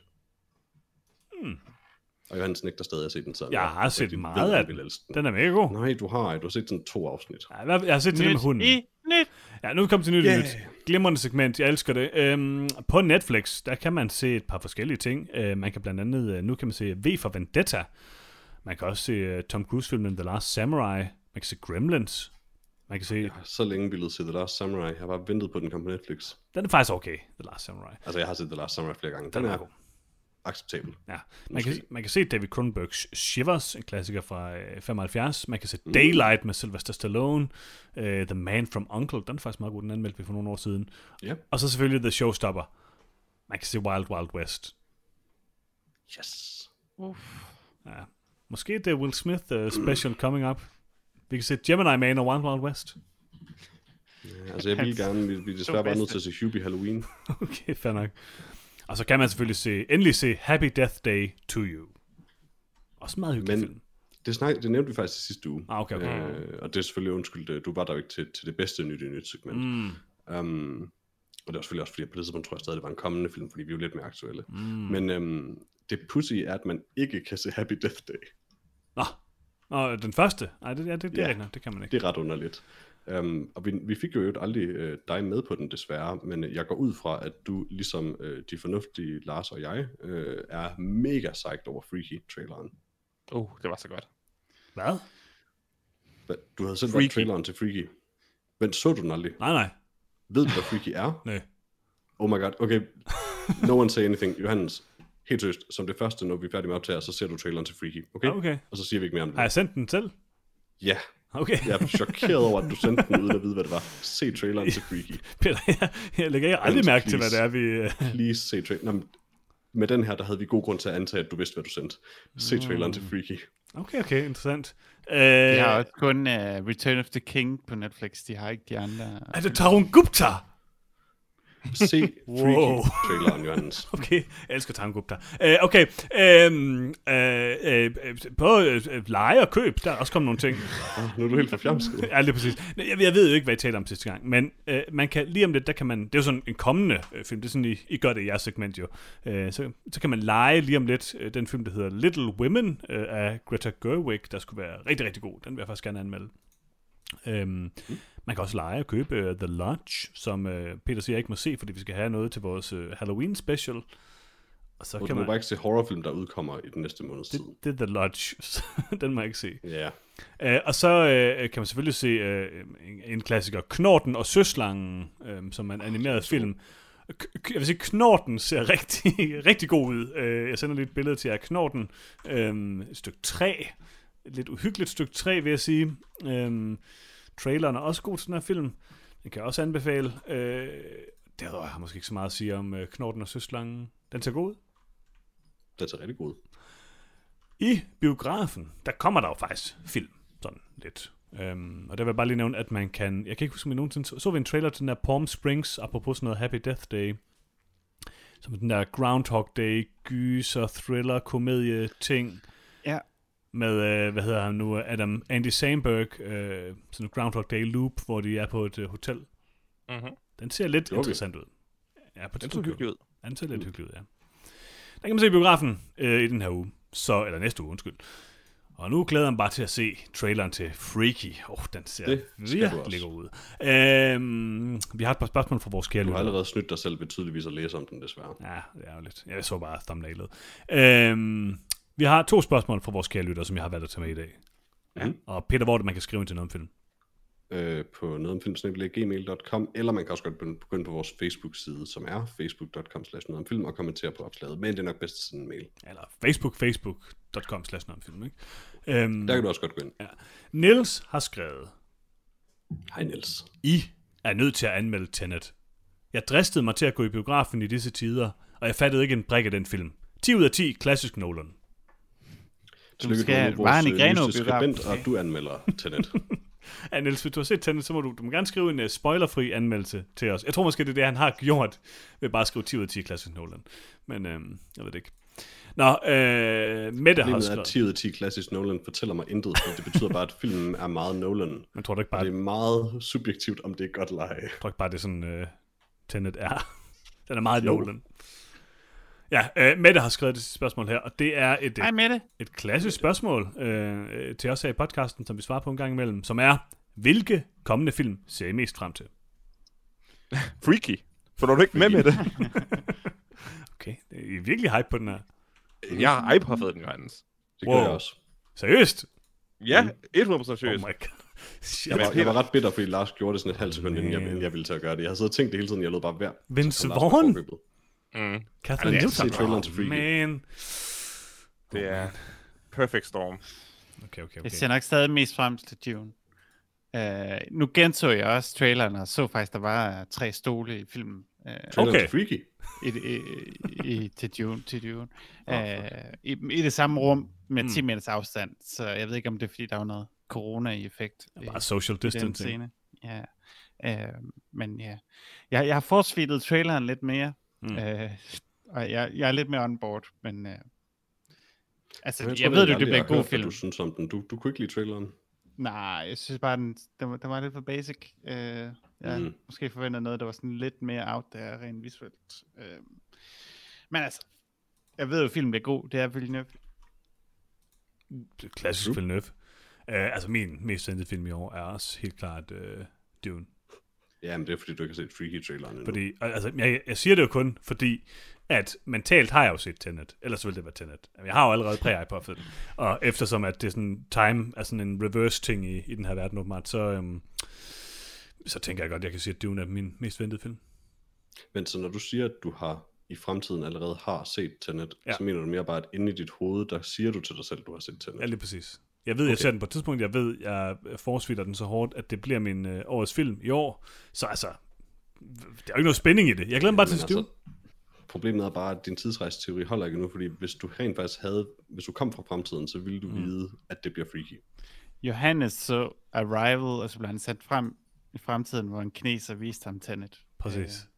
Og Johannes nægter stadig at se den sådan. Jeg har set meget af den. Den er mega god. Nej, du har set sådan 2 afsnit. Ja, jeg har set til det med hunden. Ja, nu er vi kommet til nyt. Glimrende segment, jeg elsker det. På Netflix, der kan man se et par forskellige ting. Man kan blandt andet, nu kan man se V for Vendetta. Man kan også se Tom Cruise-filmen The Last Samurai. Man kan se Gremlins. Man kan se... Jeg har så længe ville se The Last Samurai. Jeg har bare ventet på, den kom på Netflix. Den er faktisk okay, The Last Samurai. Altså, jeg har set The Last Samurai flere gange. Den er god. Acceptabel. Ja. Man kan se David Cronenbergs Shivers, en klassiker fra 75. Man kan se Daylight med Sylvester Stallone. The Man from U.N.C.L.E. Den er faktisk meget god, den anmeldte vi for nogle år siden. Yep. Og så selvfølgelig The Showstopper. Man kan se Wild Wild West. Yes. Ja. Måske det er Will Smith special coming up. Vi kan se Gemini Man og Wild Wild West. Ja, altså jeg vil gerne, vi er desværre bare nødt til at se Hubie Halloween. Okay, fair nok. Og så kan man selvfølgelig endelig se Happy Death Day to You. Også meget hyggelig film. Det nævnte vi faktisk i sidste uge. Okay. Og det er selvfølgelig undskyld, du var der jo ikke til det bedste nyt segment. Og det var selvfølgelig også fordi, på det tidspunkt tror jeg stadig, det var en kommende film, fordi vi er jo lidt mere aktuelle. Men det pussy er, at man ikke kan se Happy Death Day. Nå, den første? Nej, det er rigtigt, det kan man ikke. Det er ret underligt. Og vi fik jo aldrig dig med på den desværre, men jeg går ud fra, at du ligesom de fornuftige Lars og jeg er mega psyched over Freaky-traileren. Det var så godt. Hvad? Du havde selv været traileren til Freaky. Men så du den aldrig? Nej. Ved du, hvad Freaky er? Nej. Oh my god, okay. No one say anything. Johannes, helt seriøst, som det første, når vi er færdige med optager, så ser du traileren til Freaky, okay? Og så siger vi ikke mere om det. Har jeg sendt den til? Ja. Okay. Jeg er chokeret over, at du sendte den uden at vide, hvad det var. Se traileren til Freaky. Peter, jeg lægger ikke aldrig mærke til, hvad det er, vi... Please se traileren. Med den her, der havde vi god grund til at antage, at du vidste, hvad du sendte. Se traileren til Freaky. Okay, interessant. De har også kun Return of the King på Netflix. De har ikke de andre... Er det Tarun Gupta? Se Freaky-traileren, Johannes. Okay, jeg elsker Tarun Gupta. Okay, på leje og køb, der er også kommet nogle ting. Nu er du helt forfjamsket. Ja, lige præcis. Jeg ved jo ikke, hvad I taler om sidste gang, men man kan lige om lidt, der kan man, det er jo sådan en kommende film, det er sådan, I gør det i jeres segment jo. Så kan man lege lige om lidt den film, der hedder Little Women af Greta Gerwig, der skulle være rigtig, rigtig god. Den vil jeg faktisk gerne anmelde. Man kan også lege og købe The Lodge, som Peter siger, jeg ikke må se, fordi vi skal have noget til vores Halloween special. Og så kan man bare ikke se horrorfilm, der udkommer i den næste måneds tid. Det er The Lodge, den må jeg ikke se. Ja. Og så kan man selvfølgelig se en klassiker, Knorten og Søslangen, som er en animeret film. Jeg vil sige, Knorten ser rigtig god ud. Jeg sender lige et billede til jer. Knorten, et stykke 3. Et lidt uhyggeligt stykke 3, vil jeg sige. Traileren er også god til den her film. Den kan jeg også anbefale. Derudover har jeg måske ikke så meget at sige om Knorten og Søslangen. Den ser god ud. Den ser rigtig god ud. I biografen, der kommer der jo faktisk film. Sådan lidt. Og der vil jeg bare lige nævne, at man kan... Jeg kan ikke huske, om jeg nogensinde så vi en trailer til den der Palm Springs, apropos sådan noget Happy Death Day. Som den der Groundhog Day, gyser, thriller, komedie ting. Ja. Med, hvad hedder han nu, Andy Samberg, sådan en Groundhog Day loop, hvor de er på et hotel. Mm-hmm. Den ser lidt interessant ud. Ja, på den ser hyggelig ud. Den ser lidt hyggelig ud, ja. Den kan man se i biografen i den her uge. Eller næste uge, undskyld. Og nu glæder jeg mig bare til at se traileren til Freaky. Den ser virkelig god ud. Vi har et par spørgsmål fra vores kære lytter. Du har allerede snydt dig selv ved tydeligvis at læse om den, desværre. Ja, det er jo lidt. Jeg så bare thumbnailet. Vi har 2 spørgsmål fra vores kære lytter, som jeg har valgt at tage med i dag. Ja. Og Peter, hvor er det, man kan skrive ind til noget om film? På nogetomfilm@gmail.com, eller man kan også godt begynde på vores Facebook-side, som er facebook.com/nogetomfilm, og kommentere på opslaget, men det er nok bedst sådan en mail. Eller facebook.com/nogetomfilm, ikke? Der kan du også godt gå ind. Ja. Niels har skrevet: Hej Niels. I er nødt til at anmelde Tenet. Jeg dristede mig til at gå i biografen i disse tider, og jeg fattede ikke en brik af den film. 10 ud af 10, klassisk Nolan. Du skal bare en i Greno-biografen. Og du anmelder Tenet. Ja, Niels, hvis du har set Tenet, så må du må gerne skrive en spoilerfri anmeldelse til os. Jeg tror måske, det er det, han har gjort, ved bare at skrive 10 ud af 10 klassisk Nolan. Men jeg ved det ikke. Nå, Mette har skrevet... 10 ud af 10 klassisk Nolan fortæller mig intet, for det betyder bare, at filmen er meget Nolan. Men tror du ikke bare... Det er meget subjektivt, om det er godt leje. Jeg tror ikke bare, det er sådan, Tenet er. Den er meget Nolan. Ja, Mette har skrevet det spørgsmål her, og det er et klassisk spørgsmål til os her i podcasten, som vi svarer på en gang imellem, som er, hvilke kommende film ser I mest frem til? Freaky. For du ikke med det? Okay, I er virkelig hype på den her. Jeg har hype-hoffet den, Johannes. Det gør jeg også. Seriøst? Ja, 100% seriøst. Oh my god. Jeg var ret bitter, fordi Lars gjorde det sådan et halvt sekund, inden jeg ville til at gøre det. Jeg havde siddet og tænkt det hele tiden, jeg lød bare værd. Vince Vaughn? Catherine Newton? Man. Det er perfect storm. Okay. Jeg ser nok stadig mest frem til Dune. Nu genså jeg også traileren, og så faktisk, der var 3 stole i filmen. Okay. Freaky. Til Dune. I det samme rum med 10 meters afstand, så jeg ved ikke, om det er, fordi der var noget corona-effekt. Bare social distancing. Ja. Men ja, jeg har forsvidet traileren lidt mere, og jeg er lidt mere on board, men altså, jeg ved det bliver en god film. Du synes om den. Du kunne ikke lide traileren? Nej, jeg synes bare, den var lidt for basic. Jeg måske forventede noget, der var sådan lidt mere out der, rent visuelt. Men altså, jeg ved jo, at filmen bliver god. Det er Villeneuve. Klassisk Villeneuve. Altså, min mest sendte film i år er også helt klart Dune. Ja, men det er fordi, du ikke har set Freaky-traileren endnu. Fordi, altså, jeg siger det jo kun, fordi at mentalt har jeg jo set Tenet. Ellers ville det være Tenet. Jeg har jo allerede præ-iPod den. Og eftersom at det er sådan time er sådan en reverse ting i den her verden åbenbart, så tænker jeg godt, jeg kan sige, at Dune er min mest ventede film. Men så når du siger, at du i fremtiden allerede har set Tenet, så mener du mere bare, at inde i dit hoved, der siger du til dig selv, at du har set Tenet. Ja, lige præcis. Jeg ved, jeg ser den på et tidspunkt. Jeg ved, jeg forsvitter den så hårdt, at det bliver min årets film i år. Så altså, der er jo ikke noget spænding i det. Jeg glæder mig bare til Dune. Problemet er bare, at din tidsrejsteori holder ikke nu, fordi hvis du rent faktisk hvis du kom fra fremtiden, så ville du vide, at det bliver Freaky. Johannes så Arrival, og så blev han sat frem i fremtiden, hvor en kineser viste ham Tenet. Præcis.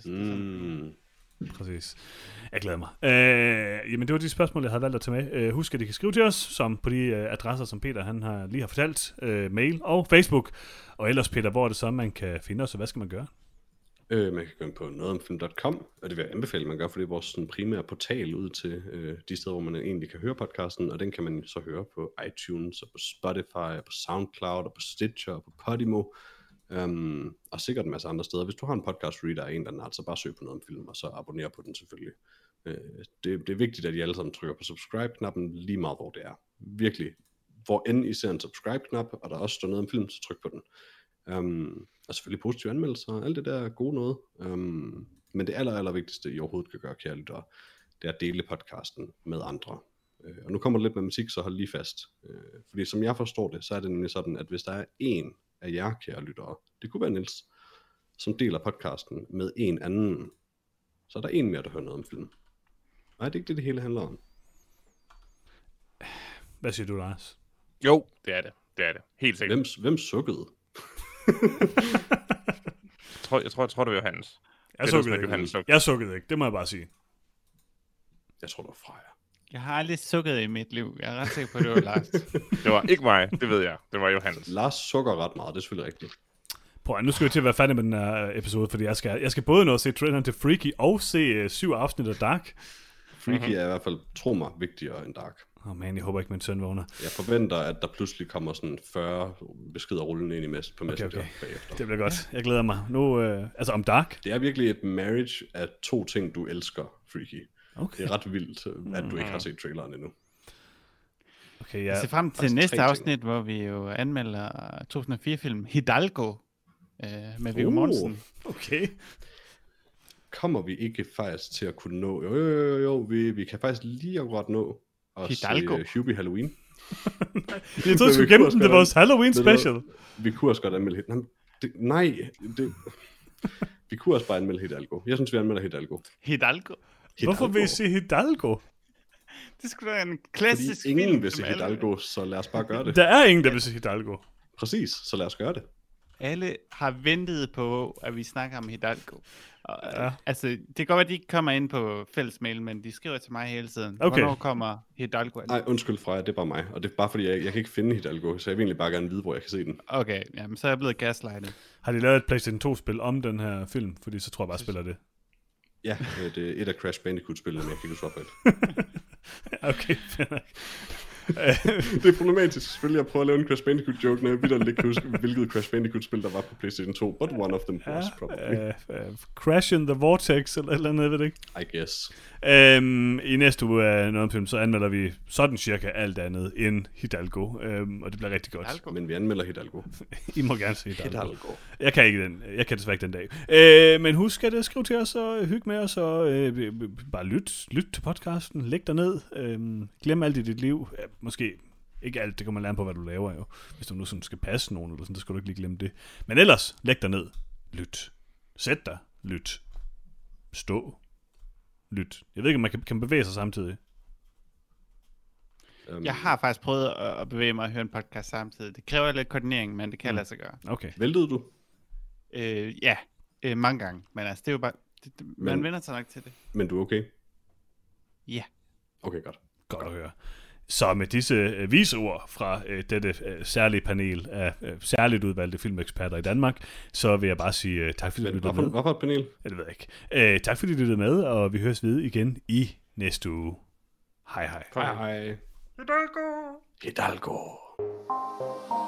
Præcis. Jeg glæder mig. Jamen det var de spørgsmål, jeg havde valgt at tage med. Husk, at I kan skrive til os som på de adresser, som Peter han lige har fortalt. Mail og Facebook. Og ellers, Peter, hvor er det så, man kan finde os, og hvad skal man gøre? Man kan gå ind på nogetomfilm.com, og det vil jeg anbefale, man gør, for det er vores sådan, primære portal ud til de steder, hvor man egentlig kan høre podcasten, og den kan man så høre på iTunes, og på Spotify, og på SoundCloud, og på Stitcher, og på Podimo, og sikkert en masse andre steder. Hvis du har en podcast reader af en eller anden art, så bare søg på noget om film, og så abonner på den selvfølgelig. Det er vigtigt, at I alle sammen trykker på subscribe-knappen lige meget, hvor det er. Virkelig. Hvor end I ser en subscribe-knap, og der også står noget om film, så tryk på den. Og selvfølgelig positive anmeldelser, alt det der er gode noget. Men det aller vigtigste, I overhovedet kan gøre, kære lyttere, det er at dele podcasten med andre. Og nu kommer der lidt matematik, så hold lige fast. Fordi som jeg forstår det, så er det nemlig sådan, at hvis der er en af jer, kære lyttere, det kunne være Niels, som deler podcasten med en anden, så er der en mere, der hører noget om film. Nej, det er ikke det hele handler om. Hvad siger du, Lars? Jo, det er det. Det er det. Helt sikkert. Hvem sukkede? Jeg tror, det var Johannes. Jeg sukkede ikke, det må jeg bare sige. Jeg tror, det var Freja. Jeg har aldrig sukket i mit liv. Jeg er ret sikker på, at det var Lars. Det var ikke mig, det ved jeg. Det var Johannes. Lars sukker ret meget, det er selvfølgelig rigtigt. Prøv, nu skal vi til at være færdig med den her episode, fordi jeg skal både nå at se traileren til Freaky og se 7 afsnit af Dark. Freaky er i hvert fald, tro mig, vigtigere end Dark. Man, jeg håber ikke, min søn vågner. Jeg forventer, at der pludselig kommer sådan 40 beskeder rullende ind på Messenger bagefter. Det bliver godt. Jeg glæder mig. Nu, altså om Dark. Det er virkelig et marriage af 2 ting, du elsker, Freaky. Okay. Det er ret vildt, at du ikke har set traileren endnu. Okay, jeg ser frem til næste afsnit, hvor vi jo anmelder 2004-film Hidalgo med Viggo Mortensen. Okay. Kommer vi ikke faktisk til at kunne nå... Jo, vi kan faktisk lige akkurat nå at Hidalgo. se Hubie Halloween. Jeg troede, vi skulle gemme den til vores Halloween special. Vi kunne også godt anmelde vi kunne også bare anmelde Hidalgo. Jeg synes, vi anmelder Hidalgo. Hidalgo? Hvorfor vil I se Hidalgo? Det skulle være en klassisk film. Fordi ingen vil se Hidalgo, så lad os bare gøre det. Der er ingen, der vil se Hidalgo. Præcis, så lad os gøre det. Alle har ventet på, at vi snakker om Hidalgo. Og, altså, det kan godt være, at de ikke kommer ind på fællesmail, men de skriver til mig hele tiden. Okay. Hvornår kommer Hidalgo? Nej, undskyld Freja, det er bare mig. Og det er bare fordi, jeg kan ikke finde Hidalgo, så jeg vil egentlig bare gerne vide, hvor jeg kan se den. Okay, jamen, så er jeg blevet gaslightet. Har de lavet et PlayStation 2-spil om den her film? Fordi så tror jeg bare, spiller det. Ja, det er et af Crash Bandicoot-spillene, men jeg kan ikke svare på det. Okay, fair nok. Det er problematisk selvfølgelig at prøve at lave en Crash Bandicoot-joke, når jeg vildt ikke kan huske, hvilket Crash Bandicoot-spil, der var på PlayStation 2. But one of them was probably. Crash in the Vortex, eller et eller andet, ved det ikke? I guess. I næste uge af noget film, så anmelder vi sådan cirka alt andet end Hidalgo. Og det bliver rigtig godt. Hidalgo. Men vi anmelder Hidalgo. I må gerne se Hidalgo. Jeg kan ikke den. Jeg kan desværre ikke den dag. Men husk at skrive til os og hygge med os og bare lyt til podcasten. Læg dig ned. Glem alt i dit liv. Måske ikke alt, det kan man lære på, hvad du laver jo. Hvis du nu sådan skal passe nogen, eller sådan, så skal du ikke lige glemme det. Men ellers, læg dig ned. Lyt. Sæt dig. Lyt. Stå. Lyt. Jeg ved ikke, om man kan bevæge sig samtidig. Jeg har faktisk prøvet at bevæge mig og høre en podcast samtidig. Det kræver lidt koordinering, men det kan lade sig gøre. Okay. Væltede du? Ja, mange gange. Men altså, det er jo bare... man vender sig nok til det. Men du er okay? Ja. Okay, godt. Godt at høre. Så med disse vise ord fra dette særlige panel af særligt udvalgte filmeksperter i Danmark, så vil jeg bare sige tak fordi du lyttede med. Hvorfor et panel? Ja, det ved jeg ikke. Tak fordi du lyttede med, og vi høres ved igen i næste uge. Hej hej. Hej hej. Hidalgo. Hidalgo.